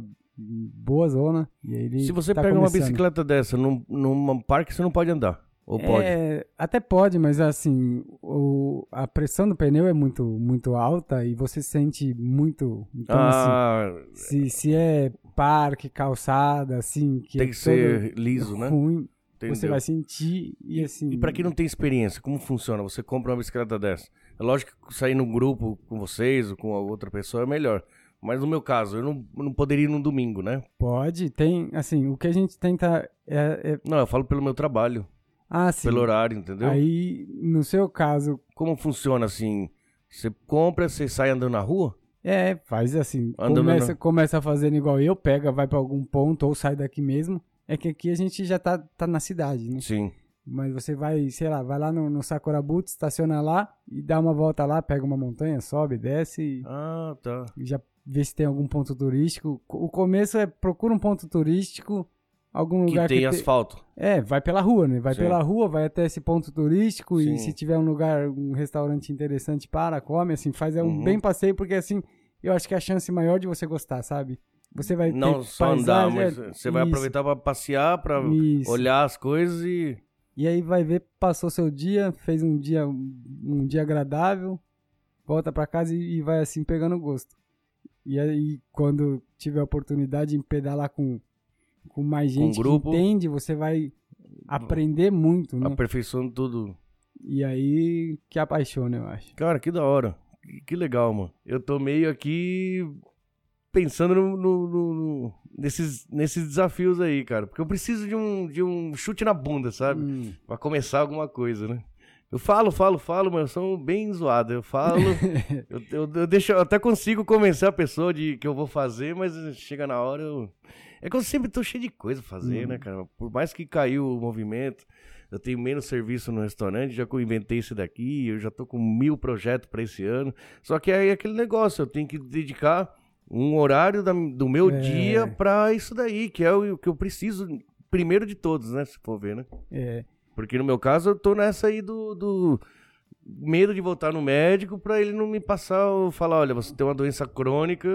boa zona. E aí ele Se você tá pega uma começando. bicicleta dessa num, num parque, você não pode andar. Ou pode? É, até pode, mas assim, o, a pressão do pneu é muito, muito alta e você sente muito. Então, ah, assim, se, se é parque, calçada, assim, que tem é que ser todo liso, né? ruim, Entendeu? você vai sentir e assim. E pra quem não tem experiência, como funciona? Você compra uma bicicleta dessa. É lógico que sair num grupo com vocês ou com a outra pessoa é melhor. Mas no meu caso, eu não, não poderia ir num domingo, né? Pode, tem, assim, o que a gente tenta é. é- Não, eu falo pelo meu trabalho, ah, sim. pelo horário, entendeu? Aí, no seu caso, Como funciona assim? Você compra, você sai andando na rua? é, faz assim, Andando começa, no- começa fazendo igual eu, pega, vai pra algum ponto ou sai daqui mesmo. É que aqui a gente já tá, tá na cidade, né? Sim. Mas você vai, sei lá, vai lá no, no Sakurabuto, estaciona lá e dá uma volta lá, pega uma montanha, sobe, desce e, Ah, tá. e já vê se tem algum ponto turístico. O começo é procura um ponto turístico, algum Que lugar tem que te- asfalto. É, vai pela rua, né? Vai Sim. pela rua, vai até esse ponto turístico Sim. e se tiver um lugar, um restaurante interessante, para, come, assim, faz é um Uhum. bem passeio, porque assim, eu acho que é a chance maior de você gostar, sabe? Você vai Não ter só andar, paisagem, mas é- você vai isso, aproveitar pra passear, pra isso. olhar as coisas e... E aí vai ver, passou seu dia, fez um dia, um dia agradável, volta pra casa e, e vai assim pegando gosto. E aí quando tiver a oportunidade de pedalar com, com mais Com gente grupo. que entende, você vai aprender muito, né? aperfeiçoando tudo. E aí que apaixona, eu acho. Cara, que da hora. Que, que legal, mano. Eu tô meio aqui pensando no, no- no- no- nesses, nesses desafios aí, cara. Porque eu preciso de um, de um chute na bunda, sabe? Hum. Pra começar alguma coisa, né? Eu falo, falo, falo, mas eu sou bem zoado. Eu falo, eu, eu, eu deixo, eu até consigo convencer a pessoa de que eu vou fazer, mas chega na hora eu... É que eu sempre tô cheio de coisa a fazer, Hum. né, cara? Por mais que caiu o movimento, eu tenho menos serviço no restaurante, já que eu inventei esse daqui, eu já tô com mil projetos pra esse ano. Só que aí é aquele negócio, eu tenho que dedicar um horário da- do meu É. dia pra isso daí, que é o que eu preciso, primeiro de todos, né? Se for ver, né? É, Porque no meu caso eu tô nessa aí do, do medo de voltar no médico pra ele não me passar ou falar, olha, você tem uma doença crônica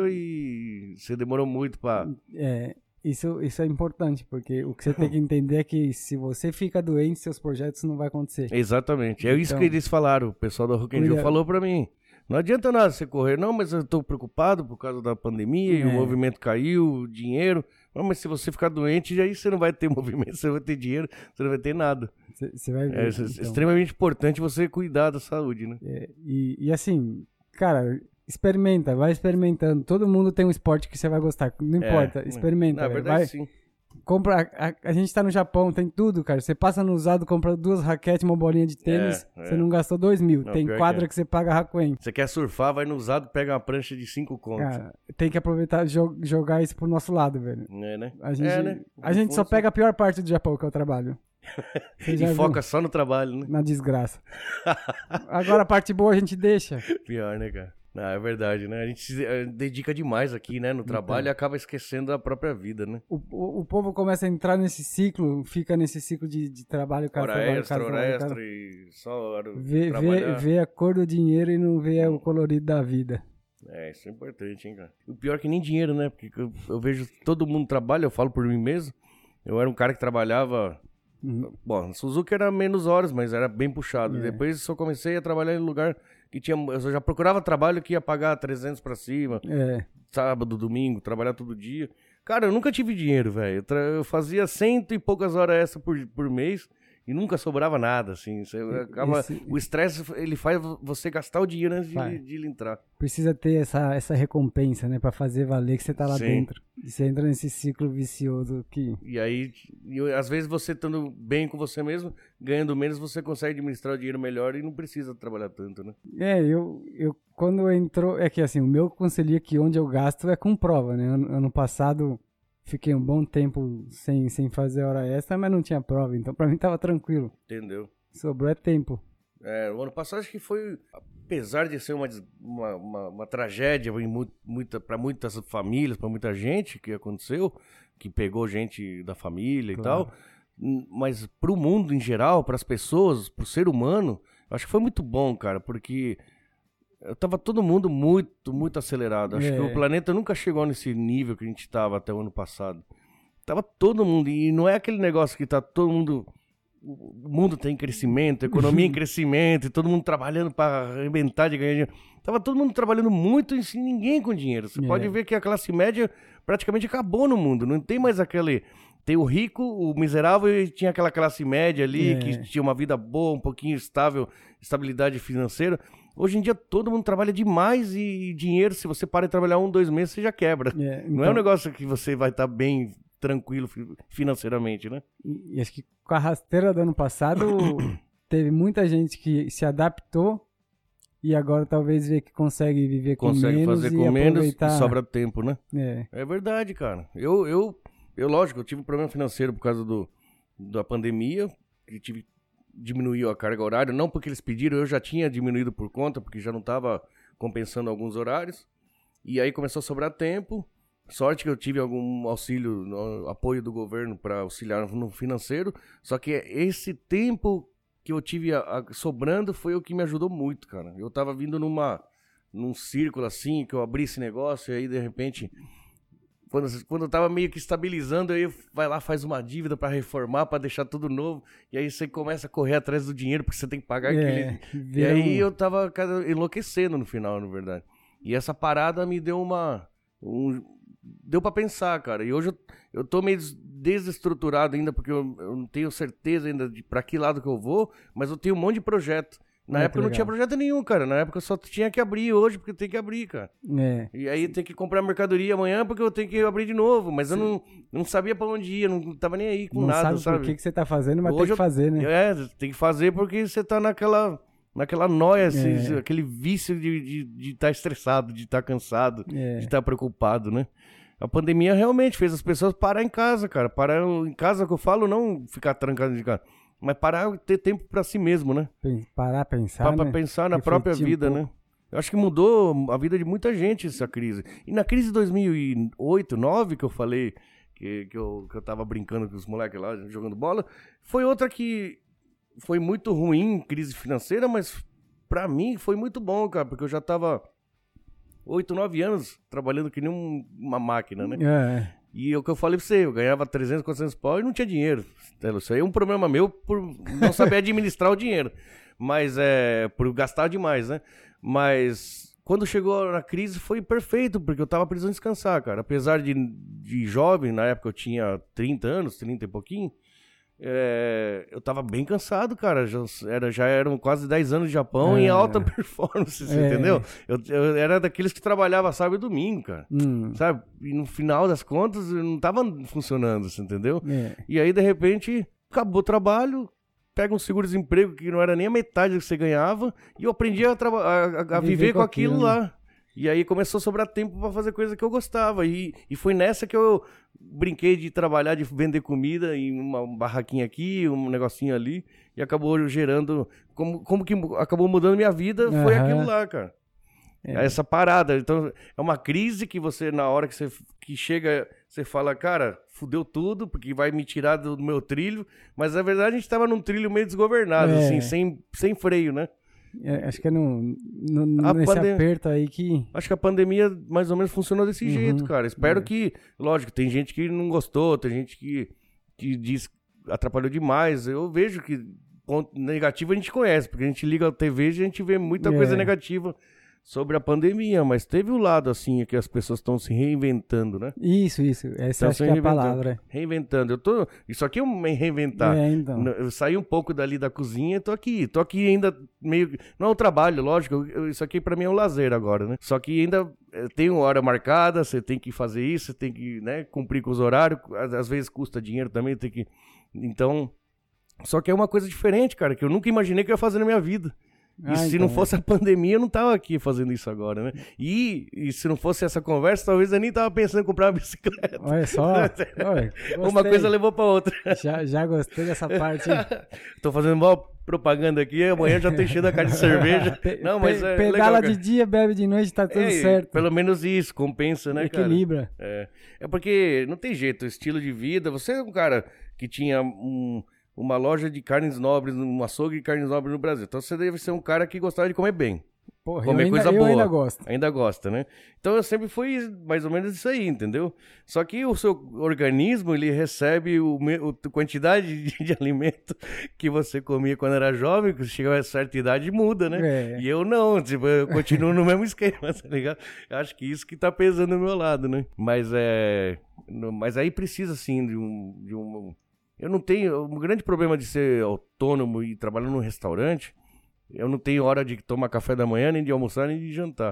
e você demorou muito pra... é, isso, isso é importante, porque o que você tem que entender é que se você fica doente, seus projetos não vão acontecer. Exatamente, é isso Então- que eles falaram, o pessoal da Rock and Roll Cuida- falou pra mim. Não adianta nada você correr, não, mas eu tô preocupado por causa da pandemia e o É. movimento caiu, o dinheiro. Não, mas se você ficar doente, aí você não vai ter movimento, você vai ter dinheiro, você não vai ter nada. Você você vai É, ver. é então. extremamente importante você cuidar da saúde, né? É, e, e assim, cara, experimenta, vai experimentando. Todo mundo tem um esporte que você vai gostar, não importa, É, experimenta. Na velho. verdade, vai, sim. compra, a, a gente tá no Japão, tem tudo, cara. Você passa no usado, compra duas raquetes, uma bolinha de tênis, É, você é. não gastou dois mil. Não, tem pior que quadra é. que, você paga Hakuen. Você quer surfar, vai no usado, pega uma prancha de cinco contos. Cara, tem que aproveitar e jo- jogar isso pro nosso lado, velho. É, né? A gente, É, né? a gente só Funciona. pega a pior parte do Japão, que é o trabalho. Você já E viu? foca só no trabalho, né? Na desgraça. Agora a parte boa a gente deixa. Pior, né, cara? Não, é verdade, né? A gente se eh, dedica demais aqui, né? No trabalho e acaba esquecendo da própria vida, né? O, o, o povo começa a entrar nesse ciclo, fica nesse ciclo de, de trabalho, casa, Hora trabalho, extra, casa, hora trabalho, extra casa. e só hora Vê, vê, trabalhar. vê a cor do dinheiro e não vê o colorido da vida. É, isso é importante, hein, cara? O pior é que nem dinheiro, né? Porque eu, eu vejo todo mundo trabalha, eu falo por mim mesmo. Eu era um cara que trabalhava... Uhum. Bom, Suzuki era menos horas, mas era bem puxado. É. Depois só comecei a trabalhar em lugar que tinha... Eu já procurava trabalho que ia pagar trezentos pra cima. É, Sábado, domingo, trabalhar todo dia. Cara, eu nunca tive dinheiro, velho. Eu, tra- eu fazia cento e poucas horas extra por, por mês e nunca sobrava nada, assim. Você acaba, Esse... O estresse, ele faz você gastar o dinheiro antes de, de entrar. Precisa ter essa, essa recompensa, né? Pra fazer valer que você tá lá Sim. dentro. E você entra nesse ciclo vicioso que... E aí, e, às vezes você estando bem com você mesmo, ganhando menos, você consegue administrar o dinheiro melhor e não precisa trabalhar tanto, né? É, eu, eu quando entrou... É que assim, o meu conselho é que onde eu gasto é com prova, né? Ano, ano passado... Fiquei um bom tempo sem, sem fazer hora extra, mas não tinha prova, então pra mim tava tranquilo. Entendeu? Sobrou é tempo. É, o ano passado acho que foi, apesar de ser uma, uma, uma, uma tragédia muita, para muitas famílias, para muita gente que aconteceu, que pegou gente da família Claro. e tal, mas pro mundo em geral, pras pessoas, pro ser humano, acho que foi muito bom, cara, porque... Tava todo mundo muito, muito acelerado. Acho É. que o planeta nunca chegou nesse nível que a gente tava até o ano passado. Tava todo mundo, e não é aquele negócio que tá todo mundo... O mundo tá em crescimento, a economia em crescimento, e todo mundo trabalhando para arrebentar de ganhar dinheiro. Tava todo mundo trabalhando muito e sem ninguém com dinheiro. Você É. pode ver que a classe média praticamente acabou no mundo. Não tem mais aquele... Tem o rico, o miserável, e tinha aquela classe média ali, É. que tinha uma vida boa, um pouquinho estável, estabilidade financeira. Hoje em dia todo mundo trabalha demais e dinheiro, se você para de trabalhar um, dois meses, você já quebra. É, Não é um então- negócio que você vai estar bem tranquilo fi- financeiramente, né? E, e acho que com a rasteira do ano passado, teve muita gente que se adaptou e agora talvez vê que consegue viver com Consegue menos fazer e com menos e aproveitar. sobra tempo, né? É, É verdade, cara. Eu, eu, eu, lógico, eu tive um problema financeiro por causa do, da pandemia, que tive diminuiu a carga horária, não porque eles pediram, eu já tinha diminuído por conta, porque já não estava compensando alguns horários, e aí começou a sobrar tempo, sorte que eu tive algum auxílio, no- apoio do governo para auxiliar no financeiro, só que esse tempo que eu tive a- a- sobrando foi o que me ajudou muito, cara. Eu tava vindo numa, num círculo assim, que eu abri esse negócio, e aí de repente... Quando, quando eu tava meio que estabilizando, aí vai lá, faz uma dívida pra reformar, pra deixar tudo novo. E aí você começa a correr atrás do dinheiro, porque você tem que pagar é, aquele... E vira aí um- eu tava cara, enlouquecendo no final, na verdade. E essa parada me deu uma... um- deu pra pensar, cara. E hoje eu, eu tô meio des- desestruturado ainda, porque eu, eu não tenho certeza ainda de pra que lado que eu vou, mas eu tenho um monte de projeto. Na Ah, época que não tinha legal. projeto nenhum, cara. Na época eu só tinha que abrir hoje, porque tem que abrir, cara. É, E aí tem que comprar mercadoria amanhã porque eu tenho que abrir de novo. Mas eu não, não sabia pra onde ir, não tava nem aí com não nada, sabe, sabe? por que, que você tá fazendo, mas Hoje tem que eu- fazer, né? É, tem que fazer porque você tá naquela, naquela noia, assim, É. aquele vício de estar de, de tá estressado, de estar cansado, É. de estar preocupado, né? A pandemia realmente fez as pessoas parar em casa, cara. Parar em casa, que eu falo, não ficar trancado de casa, mas parar e ter tempo pra si mesmo, né? Pen- Parar, pensar, Pra, pra né? pensar na Refletir própria um vida, pouco. né? Eu acho que mudou a vida de muita gente essa crise. E na crise de dois mil e oito, dois mil e nove, que eu falei que, que, eu, que eu tava brincando com os moleques lá, jogando bola, foi outra que foi muito ruim, crise financeira, mas pra mim foi muito bom, cara, porque eu já tava oito, nove anos trabalhando que nem um- uma máquina, né? É, E é o que eu falei pra você, eu ganhava trezentos, quatrocentos pau e não tinha dinheiro. Isso aí é um problema meu por não saber administrar o dinheiro. Mas é, por gastar demais, né? Mas quando chegou na crise foi perfeito, porque eu tava precisando descansar, cara. Apesar de, de jovem, na época eu tinha trinta anos, trinta e pouquinho, é, eu tava bem cansado, cara. Já, era, já eram quase dez anos de Japão É. em alta performance, você É. entendeu? Eu, eu era daqueles que trabalhava sábado e domingo, cara. hum, Sabe? E no final das contas não tava funcionando, você entendeu? é. E aí, de repente, acabou o trabalho, pega um seguro-desemprego que não era nem a metade do que você ganhava, e eu aprendi a, traba- a, a- a viver, com aquilo, aquilo, lá. E aí começou a sobrar tempo pra fazer coisa que eu gostava. E, e foi nessa que eu brinquei de trabalhar, de vender comida em uma barraquinha aqui, um negocinho ali, e acabou gerando. Como, como que acabou mudando minha vida, foi Aham. aquilo lá, cara. É. Essa parada. Então, é uma crise que você, na hora que você que chega, você fala, cara, fudeu tudo, porque vai me tirar do meu trilho. Mas, na verdade, a gente tava num trilho meio desgovernado, É. assim, sem, sem freio, né? É, acho que é no, no, A nesse pandem- aperto aí que... Acho que a pandemia, mais ou menos, funcionou desse Uhum. jeito, cara. Espero É. que, lógico, tem gente que não gostou, tem gente que, que diz que atrapalhou demais. Eu vejo que ponto negativo a gente conhece, porque a gente liga a T V e a gente vê muita É. coisa negativa sobre a pandemia, mas teve o lado, assim, que as pessoas estão se reinventando, né? Isso, isso. Essa Tão acho se que é a reinventando. palavra. Reinventando. Eu tô... Isso aqui é um reinventar. É, então. Eu saí um pouco dali da cozinha e tô aqui. Tô aqui ainda meio... Não é um trabalho, lógico. eu- Isso aqui pra mim é um lazer agora, né? Só que ainda eh, tem uma hora marcada, você tem que fazer isso, você tem que, né, cumprir com os horários. Às, às vezes custa dinheiro também, tem que... Então... Só que é uma coisa diferente, cara, que eu nunca imaginei que eu ia fazer na minha vida. E Ah, se então, não fosse a pandemia, eu não tava aqui fazendo isso agora, né? E, e se não fosse essa conversa, talvez eu nem tava pensando em comprar uma bicicleta. Olha só. Olha, Uma gostei. coisa levou pra outra. Já, já gostei dessa parte. Tô fazendo mal propaganda aqui, amanhã já tô enchendo a cara de cerveja. Pe- Não, mas pe- é pedala legal, de cara. dia, bebe de noite, tá tudo É, certo. Pelo menos isso, compensa, né, cara? Equilibra. É. É porque não tem jeito, o estilo de vida. Você é um cara que tinha um, uma loja de carnes nobres, um açougue de carnes nobres no Brasil. Então você deve ser um cara que gostava de comer bem. Porra, Comer eu ainda, coisa eu boa. ainda gosto. Ainda gosta, né? Então eu sempre fui mais ou menos isso aí, entendeu? Só que o seu organismo, ele recebe o, me- o- a quantidade de, de alimento que você comia quando era jovem, que chega a certa idade muda, né? É. E eu não, tipo, eu continuo no mesmo esquema, tá ligado? Eu acho que isso que tá pesando do meu lado, né? Mas é... no- Mas aí precisa, sim, de um... De um eu não tenho... Um grande problema de ser autônomo e trabalhar num restaurante, eu não tenho hora de tomar café da manhã, nem de almoçar, nem de jantar.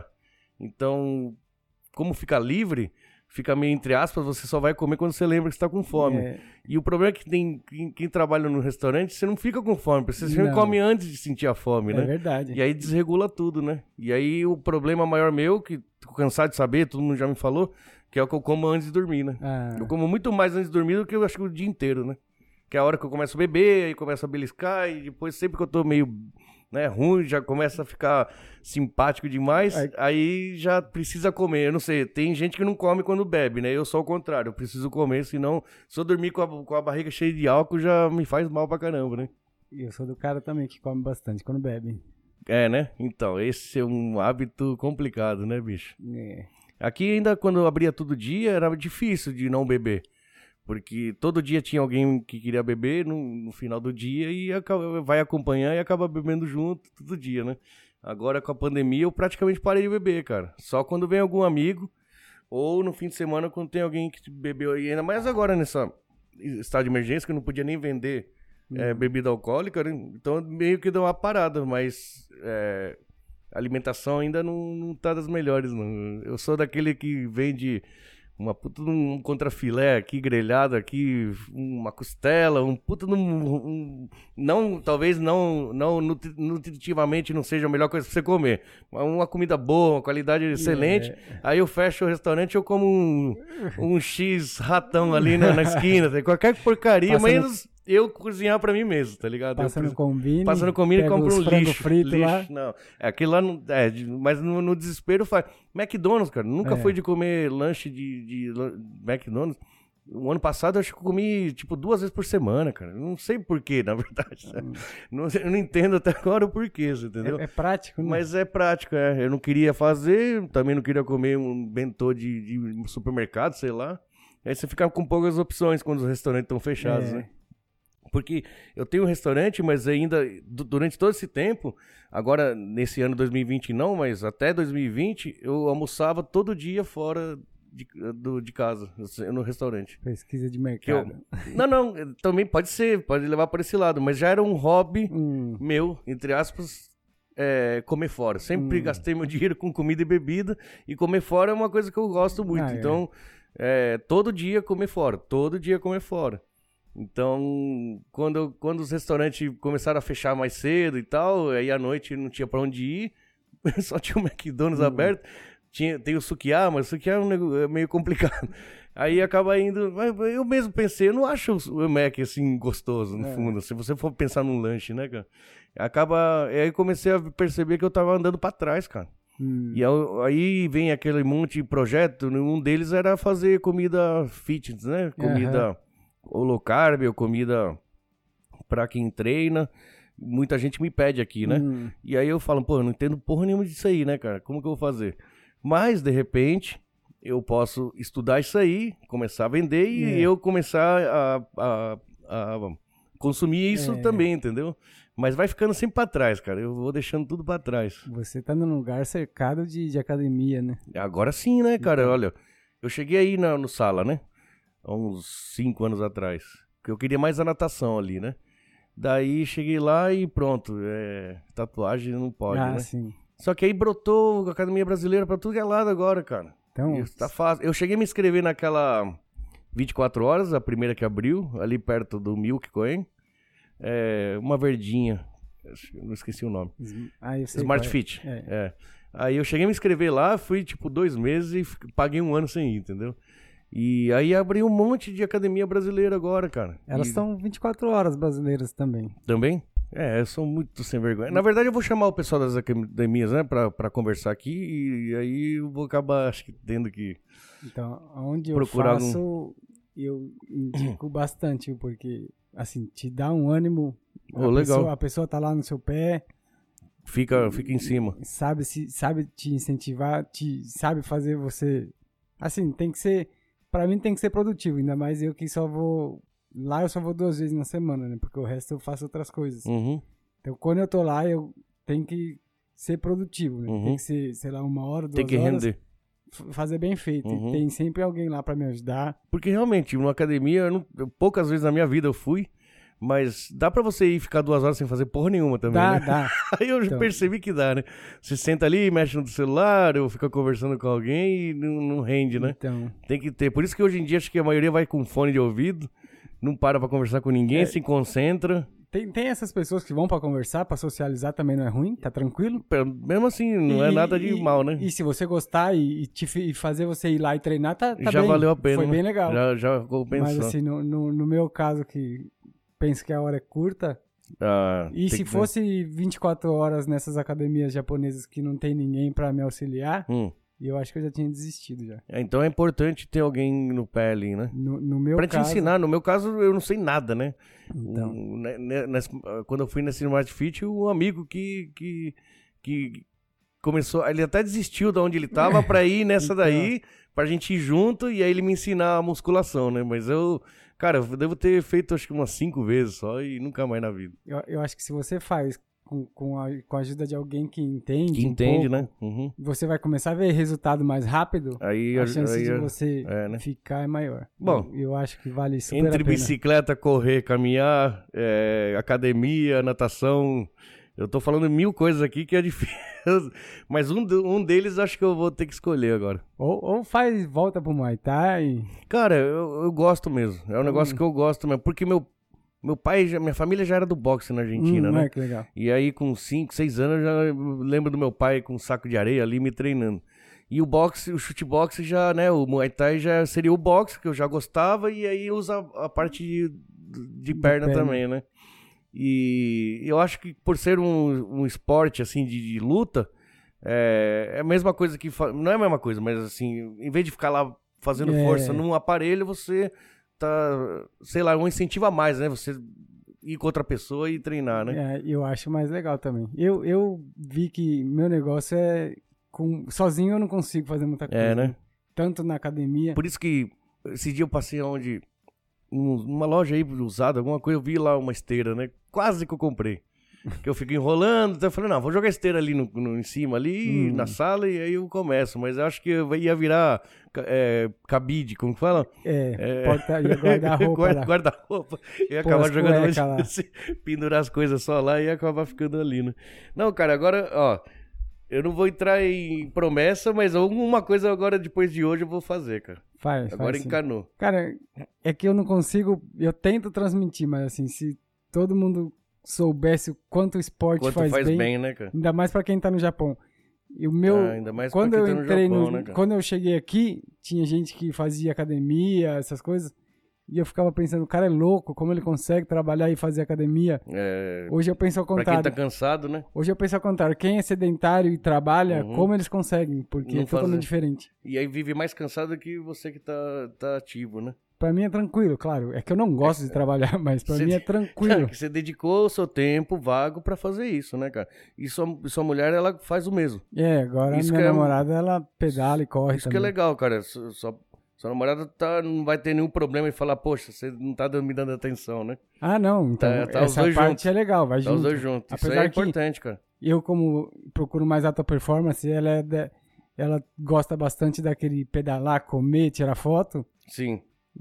Então, como fica livre, fica meio entre aspas, você só vai comer quando você lembra que você tá com fome. É. E o problema é que tem quem, quem trabalha no restaurante, você não fica com fome, porque você sempre Não. come antes de sentir a fome, É né? verdade. E aí desregula tudo, né? E aí o problema maior meu, que tô cansado de saber, todo mundo já me falou, que é o que eu como antes de dormir, né? Ah, Eu como muito mais antes de dormir do que eu acho que o dia inteiro, né? Que é a hora que eu começo a beber, aí começo a beliscar, e depois sempre que eu tô meio, né, ruim, já começa a ficar simpático demais, Aí- aí já precisa comer. Eu não sei, tem gente que não come quando bebe, né? Eu sou o contrário, eu preciso comer, senão se eu dormir com a, com a barriga cheia de álcool já me faz mal pra caramba, né? eu sou do cara também que come bastante quando bebe. É, né? Então, esse é um hábito complicado, né, bicho? É. Aqui ainda quando eu abria todo dia era difícil de não beber. Porque todo dia tinha alguém que queria beber no, no final do dia e acaba- vai acompanhar e acaba bebendo junto todo dia, né? Agora com a pandemia eu praticamente parei de beber, cara. Só quando vem algum amigo ou no fim de semana quando tem alguém que bebeu. E ainda mais agora nessa estado de emergência que eu não podia nem vender é, bebida alcoólica, né? Então meio que deu uma parada, mas é, a alimentação ainda não, não tá das melhores, não. Eu sou daquele que vende uma puta de um contrafilé aqui, grelhado aqui, uma costela, um puta de um... um- não, talvez não, não nutri- nutritivamente não seja a melhor coisa pra você comer, mas uma comida boa, uma qualidade excelente. Aí eu fecho o restaurante e eu como um, um X ratão ali na, na esquina, tá? Qualquer porcaria, Passa no- mas eu cozinhar pra mim mesmo, tá ligado? Passa eu, no combine. Passando comigo e pega compra os um frango lixo. frito lixo. lá. Não, é aquilo lá, não, é, de- mas no, no desespero faz. McDonald's, cara, nunca É. foi de comer lanche de, de lan- McDonald's. O ano passado eu acho que eu comi, tipo, duas vezes por semana, cara. Eu não sei porquê, na verdade. Não, eu não entendo até agora o porquê, você entendeu? É, é prático, né? Mas é prático, é. Eu não queria fazer, também não queria comer um bentô de, de supermercado, sei lá. Aí você fica com poucas opções quando os restaurantes estão fechados, É. né? Porque eu tenho um restaurante, mas ainda, du- durante todo esse tempo, agora nesse ano dois mil e vinte não, mas até dois mil e vinte, eu almoçava todo dia fora de, do, de casa, no restaurante. Pesquisa de Que eu- mercado. não, não, também pode ser, pode levar para esse lado, mas já era um hobby Hum, meu, entre aspas, é, comer fora. Sempre Hum. gastei meu dinheiro com comida e bebida, e comer fora é uma coisa que eu gosto muito. Ah, é. Então, é, todo dia comer fora, todo dia comer fora. Então, quando, quando os restaurantes começaram a fechar mais cedo e tal, aí à noite não tinha pra onde ir, só tinha o McDonald's Hum. aberto. Tinha, tem o sukiá, mas o sukiá é, um nego- é meio complicado. Aí acaba indo... mas Eu mesmo pensei, eu não acho o Mac assim gostoso, no É. fundo. Se você for pensar num lanche, né, cara? Acaba... Aí comecei a perceber que eu tava andando pra trás, cara. hum. E aí- aí vem aquele monte de projeto, um deles era fazer comida fitness, né? Comida ou low carb, ou comida pra quem treina. Muita gente me pede aqui, né? Hum. E aí eu falo, pô, eu não entendo porra nenhuma disso aí, né, cara? Como que eu vou fazer? Mas, de repente, eu posso estudar isso aí, começar a vender e É. eu começar a, a, a consumir isso É. também, entendeu? Mas vai ficando sempre pra trás, cara. Eu vou deixando tudo pra trás. Você tá num lugar cercado de, de academia, né? Agora sim, né, cara? Então. Olha, eu cheguei aí na, no Sala, né? Há uns cinco anos atrás. Porque eu queria mais a natação ali, né? Daí cheguei lá e pronto. É, tatuagem não pode, ah, né? sim. Só que aí brotou a Academia Brasileira pra tudo que é lado agora, cara. Então, Isso tá fácil. Eu cheguei a me inscrever naquela vinte e quatro horas, a primeira que abriu, ali perto do Milk Cohen. É, uma verdinha. Eu não esqueci o nome. ah, eu sei Smart qual é. Fit. É. É. Aí eu cheguei a me inscrever lá, fui tipo dois meses e f- paguei um ano sem ir, entendeu? E aí abri um monte de academia brasileira agora, cara. Elas E- são vinte e quatro horas brasileiras também. Também? É, eu sou muito sem vergonha. Na verdade, eu vou chamar o pessoal das academias, né, pra, pra conversar aqui e aí eu vou acabar, acho que, tendo que... Então, onde eu Procurar faço, eu indico bastante, porque, assim, te dá um ânimo. Oh, a, legal. pessoa, a pessoa tá lá no seu pé, Fica, fica em cima. sabe, se, sabe te incentivar, te, sabe fazer você... Assim, tem que ser... Pra mim tem que ser produtivo, ainda mais eu que só vou... Lá eu só vou duas vezes na semana, né? Porque o resto eu faço outras coisas. Uhum. Então, quando eu tô lá, eu tenho que ser produtivo, né? Uhum. Tem que ser, sei lá, uma hora, duas Tem que horas, render. f- fazer bem feito. Uhum. E tem sempre alguém lá pra me ajudar. Porque realmente, numa academia, eu não- eu- poucas vezes na minha vida eu fui, mas dá pra você ir ficar duas horas sem fazer porra nenhuma também, Dá, né? dá. Aí eu já Então. percebi que dá, né? Você senta ali, mexe no celular, ou fica conversando com alguém e não, não rende, né? Então, Tem que ter. Por isso que hoje em dia acho que a maioria vai com fone de ouvido, não para pra conversar com ninguém, É. se concentra. tem, tem essas pessoas que vão pra conversar, pra socializar também não é ruim, tá tranquilo. Pelo- Mesmo assim, não é E- nada de e- mal, né? E se você gostar e, e te fi- e fazer você ir lá e treinar, tá, tá Já bem. valeu a pena. Foi né? bem legal. Já, já compensou. Mas assim, no, no, no meu caso, que penso que a hora é curta, Ah, e tem se que- fosse vinte e quatro horas nessas academias japonesas que não tem ninguém pra me auxiliar, Hum. eu acho que eu já tinha desistido já. É, então é importante ter alguém no pé ali, né? No, no meu Pra te caso, ensinar. No meu caso, eu não sei nada, né? Então. Um, né, né, nesse- quando eu fui nesse Smart Fit, um amigo que, que, que começou... Ele até desistiu de onde ele tava pra ir nessa Então. daí, pra gente ir junto e aí ele me ensinar a musculação, né? Mas eu... Cara, eu devo ter feito acho que umas cinco vezes só e nunca mais na vida. Eu, eu acho que se você faz com, com, a, com a ajuda de alguém que entende, Que um entende, pouco, né? Uhum. você vai começar a ver resultado mais rápido, Aí, a chance aí, de você é, né? ficar é maior. Bom, eu, eu acho que vale super entre a pena. bicicleta, correr, caminhar, é, academia, natação... Eu tô falando mil coisas aqui que é difícil. Mas um, de- um deles acho que eu vou ter que escolher agora. Ou, ou faz volta pro Muay Thai. Cara, eu, eu gosto mesmo. É um negócio Hum. que eu gosto mesmo. Porque meu, meu pai, já- minha família já era do boxe na Argentina, hum, né? é, que legal. E aí com cinco, seis anos eu já lembro do meu pai com um saco de areia ali me treinando. E o boxe, o chute boxe já, né? O Muay Thai já seria o boxe, que eu já gostava. E aí usa a parte de, de perna, perna. também, né? E eu acho que por ser um, um esporte assim de, de luta, é, é a mesma coisa que... fa- Não é a mesma coisa, mas assim, em vez de ficar lá fazendo É. força num aparelho, você tá, sei lá, um incentivo a mais, né? Você ir com outra pessoa e treinar, né? É, eu acho mais legal também. Eu, eu vi que meu negócio é... Com, sozinho eu não consigo fazer muita coisa. É, né? Tanto na academia. Por isso que esse dia eu passei onde... um- Numa loja aí usada, alguma coisa, eu vi lá uma esteira, né? Quase que eu comprei. Que eu fico enrolando, então eu falei, não, vou jogar a esteira ali no, no- em cima, ali, Hum. na sala, e aí eu começo. Mas eu acho que eu ia virar ca- é, cabide, como que fala? É, É. porta, ia guardar a roupa Guarda- lá. Guarda-roupa. Ia Pô, acabar as jogando cueca lá. longe, pendurar as coisas só lá e ia acabar ficando ali, né? Não, cara, agora, ó, eu não vou entrar em promessa, mas alguma coisa agora, depois de hoje, eu vou fazer, cara. Faz, Agora faz sim. encanou. Cara, é que eu não consigo... Eu tento transmitir, mas assim, se todo mundo soubesse o quanto o esporte Quanto faz, faz bem, bem, né, cara? ainda mais pra quem tá no Japão. E o meu... Ah, ainda mais pra quando quem eu tá no entrei Japão, no... né, cara? Quando eu cheguei aqui, tinha gente que fazia academia, essas coisas, e eu ficava pensando, o cara é louco, como ele consegue trabalhar e fazer academia? É, Hoje eu penso ao pra quem contrário. tá cansado, né? Hoje eu penso ao contrário. Quem é sedentário e trabalha, Uhum. como eles conseguem? Porque Não é totalmente fazer. diferente. E aí vive mais cansado que você que tá, tá ativo, né? Pra mim é tranquilo, claro. É que eu não gosto de trabalhar, mas pra Você- mim é tranquilo. Que você dedicou o seu tempo vago pra fazer isso, né, cara? E sua, sua mulher, ela faz o mesmo. É, agora Isso minha que é- namorada, ela pedala e corre Isso também. que é legal, cara. Só, só- Sua namorada tá, não vai ter nenhum problema em falar, poxa, você não tá me dando atenção, né? Ah, não. Então, Tá- tá os essa dois parte juntos. é legal, vai Tá junto. os dois juntos. Isso aí Apesar é que importante, cara. eu, como procuro mais alta performance, ela, é da- ela gosta bastante daquele pedalar, comer, tirar foto. Sim.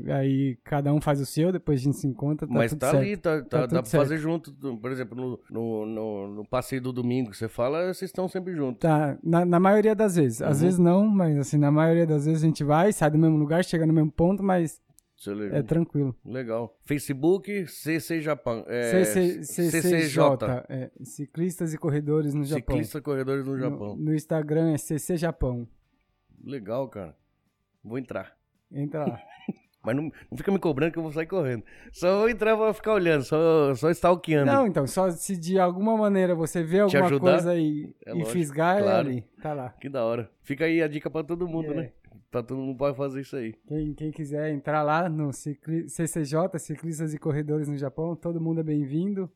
Aí cada um faz o seu, depois a gente se encontra, tá Mas tudo tá certo. ali, tá, tá- Tá dá tudo pra certo. fazer junto. Por exemplo, no, no, no, no passeio do domingo que você fala, vocês estão sempre juntos. Tá, na, na maioria das vezes. Às Uhum. vezes não, mas assim, na maioria das vezes a gente vai, sai do mesmo lugar, chega no mesmo ponto, mas Você lê- é tranquilo. Legal. Facebook, C C Japão. É, C C C C J, é, Ciclistas e Corredores no Japão. Ciclista Corredores no No, Japão. no Instagram é C C Japão. Legal, cara. Vou entrar. Entra lá. Mas não, não fica me cobrando que eu vou sair correndo. Só vou entrar e vou ficar olhando, só, só stalkeando. Não, então, só se de alguma maneira você vê Te alguma ajudar? coisa e, É e lógico, fisgar, claro. é ali. Tá lá. Que da hora. Fica aí a dica pra todo mundo, É. né? Pra todo mundo pode fazer isso aí. Quem, quem quiser entrar lá no cicli- C C J, Ciclistas e Corredores no Japão, todo mundo é bem-vindo.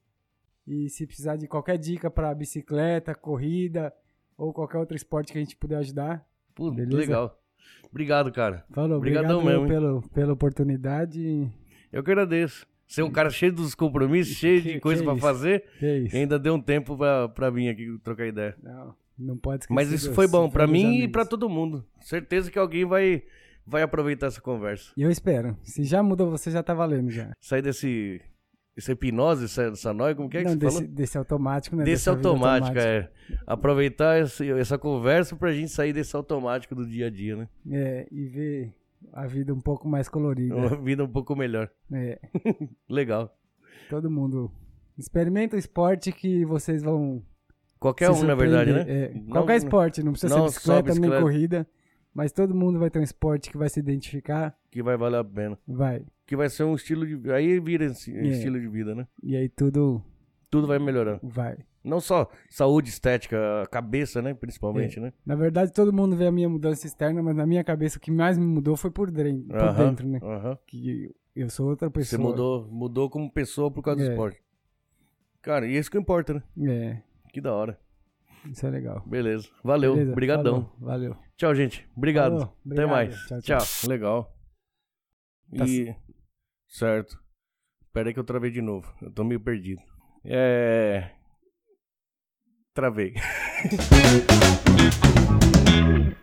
E se precisar de qualquer dica para bicicleta, corrida ou qualquer outro esporte que a gente puder ajudar, Pô, Beleza? legal. Obrigado, cara. falou. Obrigadão Obrigado mesmo, hein? pelo, pela oportunidade. Eu que agradeço. Você é um cara cheio dos compromissos, cheio Que- de coisa que pra isso? fazer. Que é isso? E ainda deu um tempo pra, pra vir aqui trocar ideia. Não, não pode esquecer. Mas isso dos- foi bom pra dos mim e amigos. pra todo mundo. Certeza que alguém vai, vai aproveitar essa conversa. E eu espero. Se já mudou, você já tá valendo já. Sair desse... Essa hipnose, essa, essa nóia, como que é que não, você desse, falou? desse automático, né? Desse Dessa vida automático, automática. é. Aproveitar esse- essa conversa pra gente sair desse automático do dia a dia, né? É, e ver a vida um pouco mais colorida. Uma vida um pouco melhor. É, Legal. todo mundo experimenta o esporte que vocês vão Qualquer se um, na verdade, né? surpreender. É, Não- qualquer esporte, não precisa não ser só bicicleta, nem bicicleta. corrida, mas todo mundo vai ter um esporte que vai se identificar, Que vai valer a pena. vai. Que vai ser um estilo de... Aí vira esse É. estilo de vida, né? E aí tudo Tudo vai melhorando. vai. Não só saúde, estética, a cabeça, né? Principalmente, né? Na verdade, todo mundo vê a minha mudança externa, mas na minha cabeça o que mais me mudou foi por dentro, por Aham, dentro, né? aham. Que eu sou outra Você pessoa. mudou, mudou como pessoa por causa do É. esporte. Cara, e isso que importa, né? É, Que da hora. isso é legal. Beleza. Valeu. Beleza? Obrigadão. Falou, valeu. Tchau, gente. Obrigado. Falou, Até obrigado. mais. Tchau, Tchau. tchau. Legal. Tá E... Certo. Pera aí que eu travei de novo. Eu tô meio perdido. É... Travei.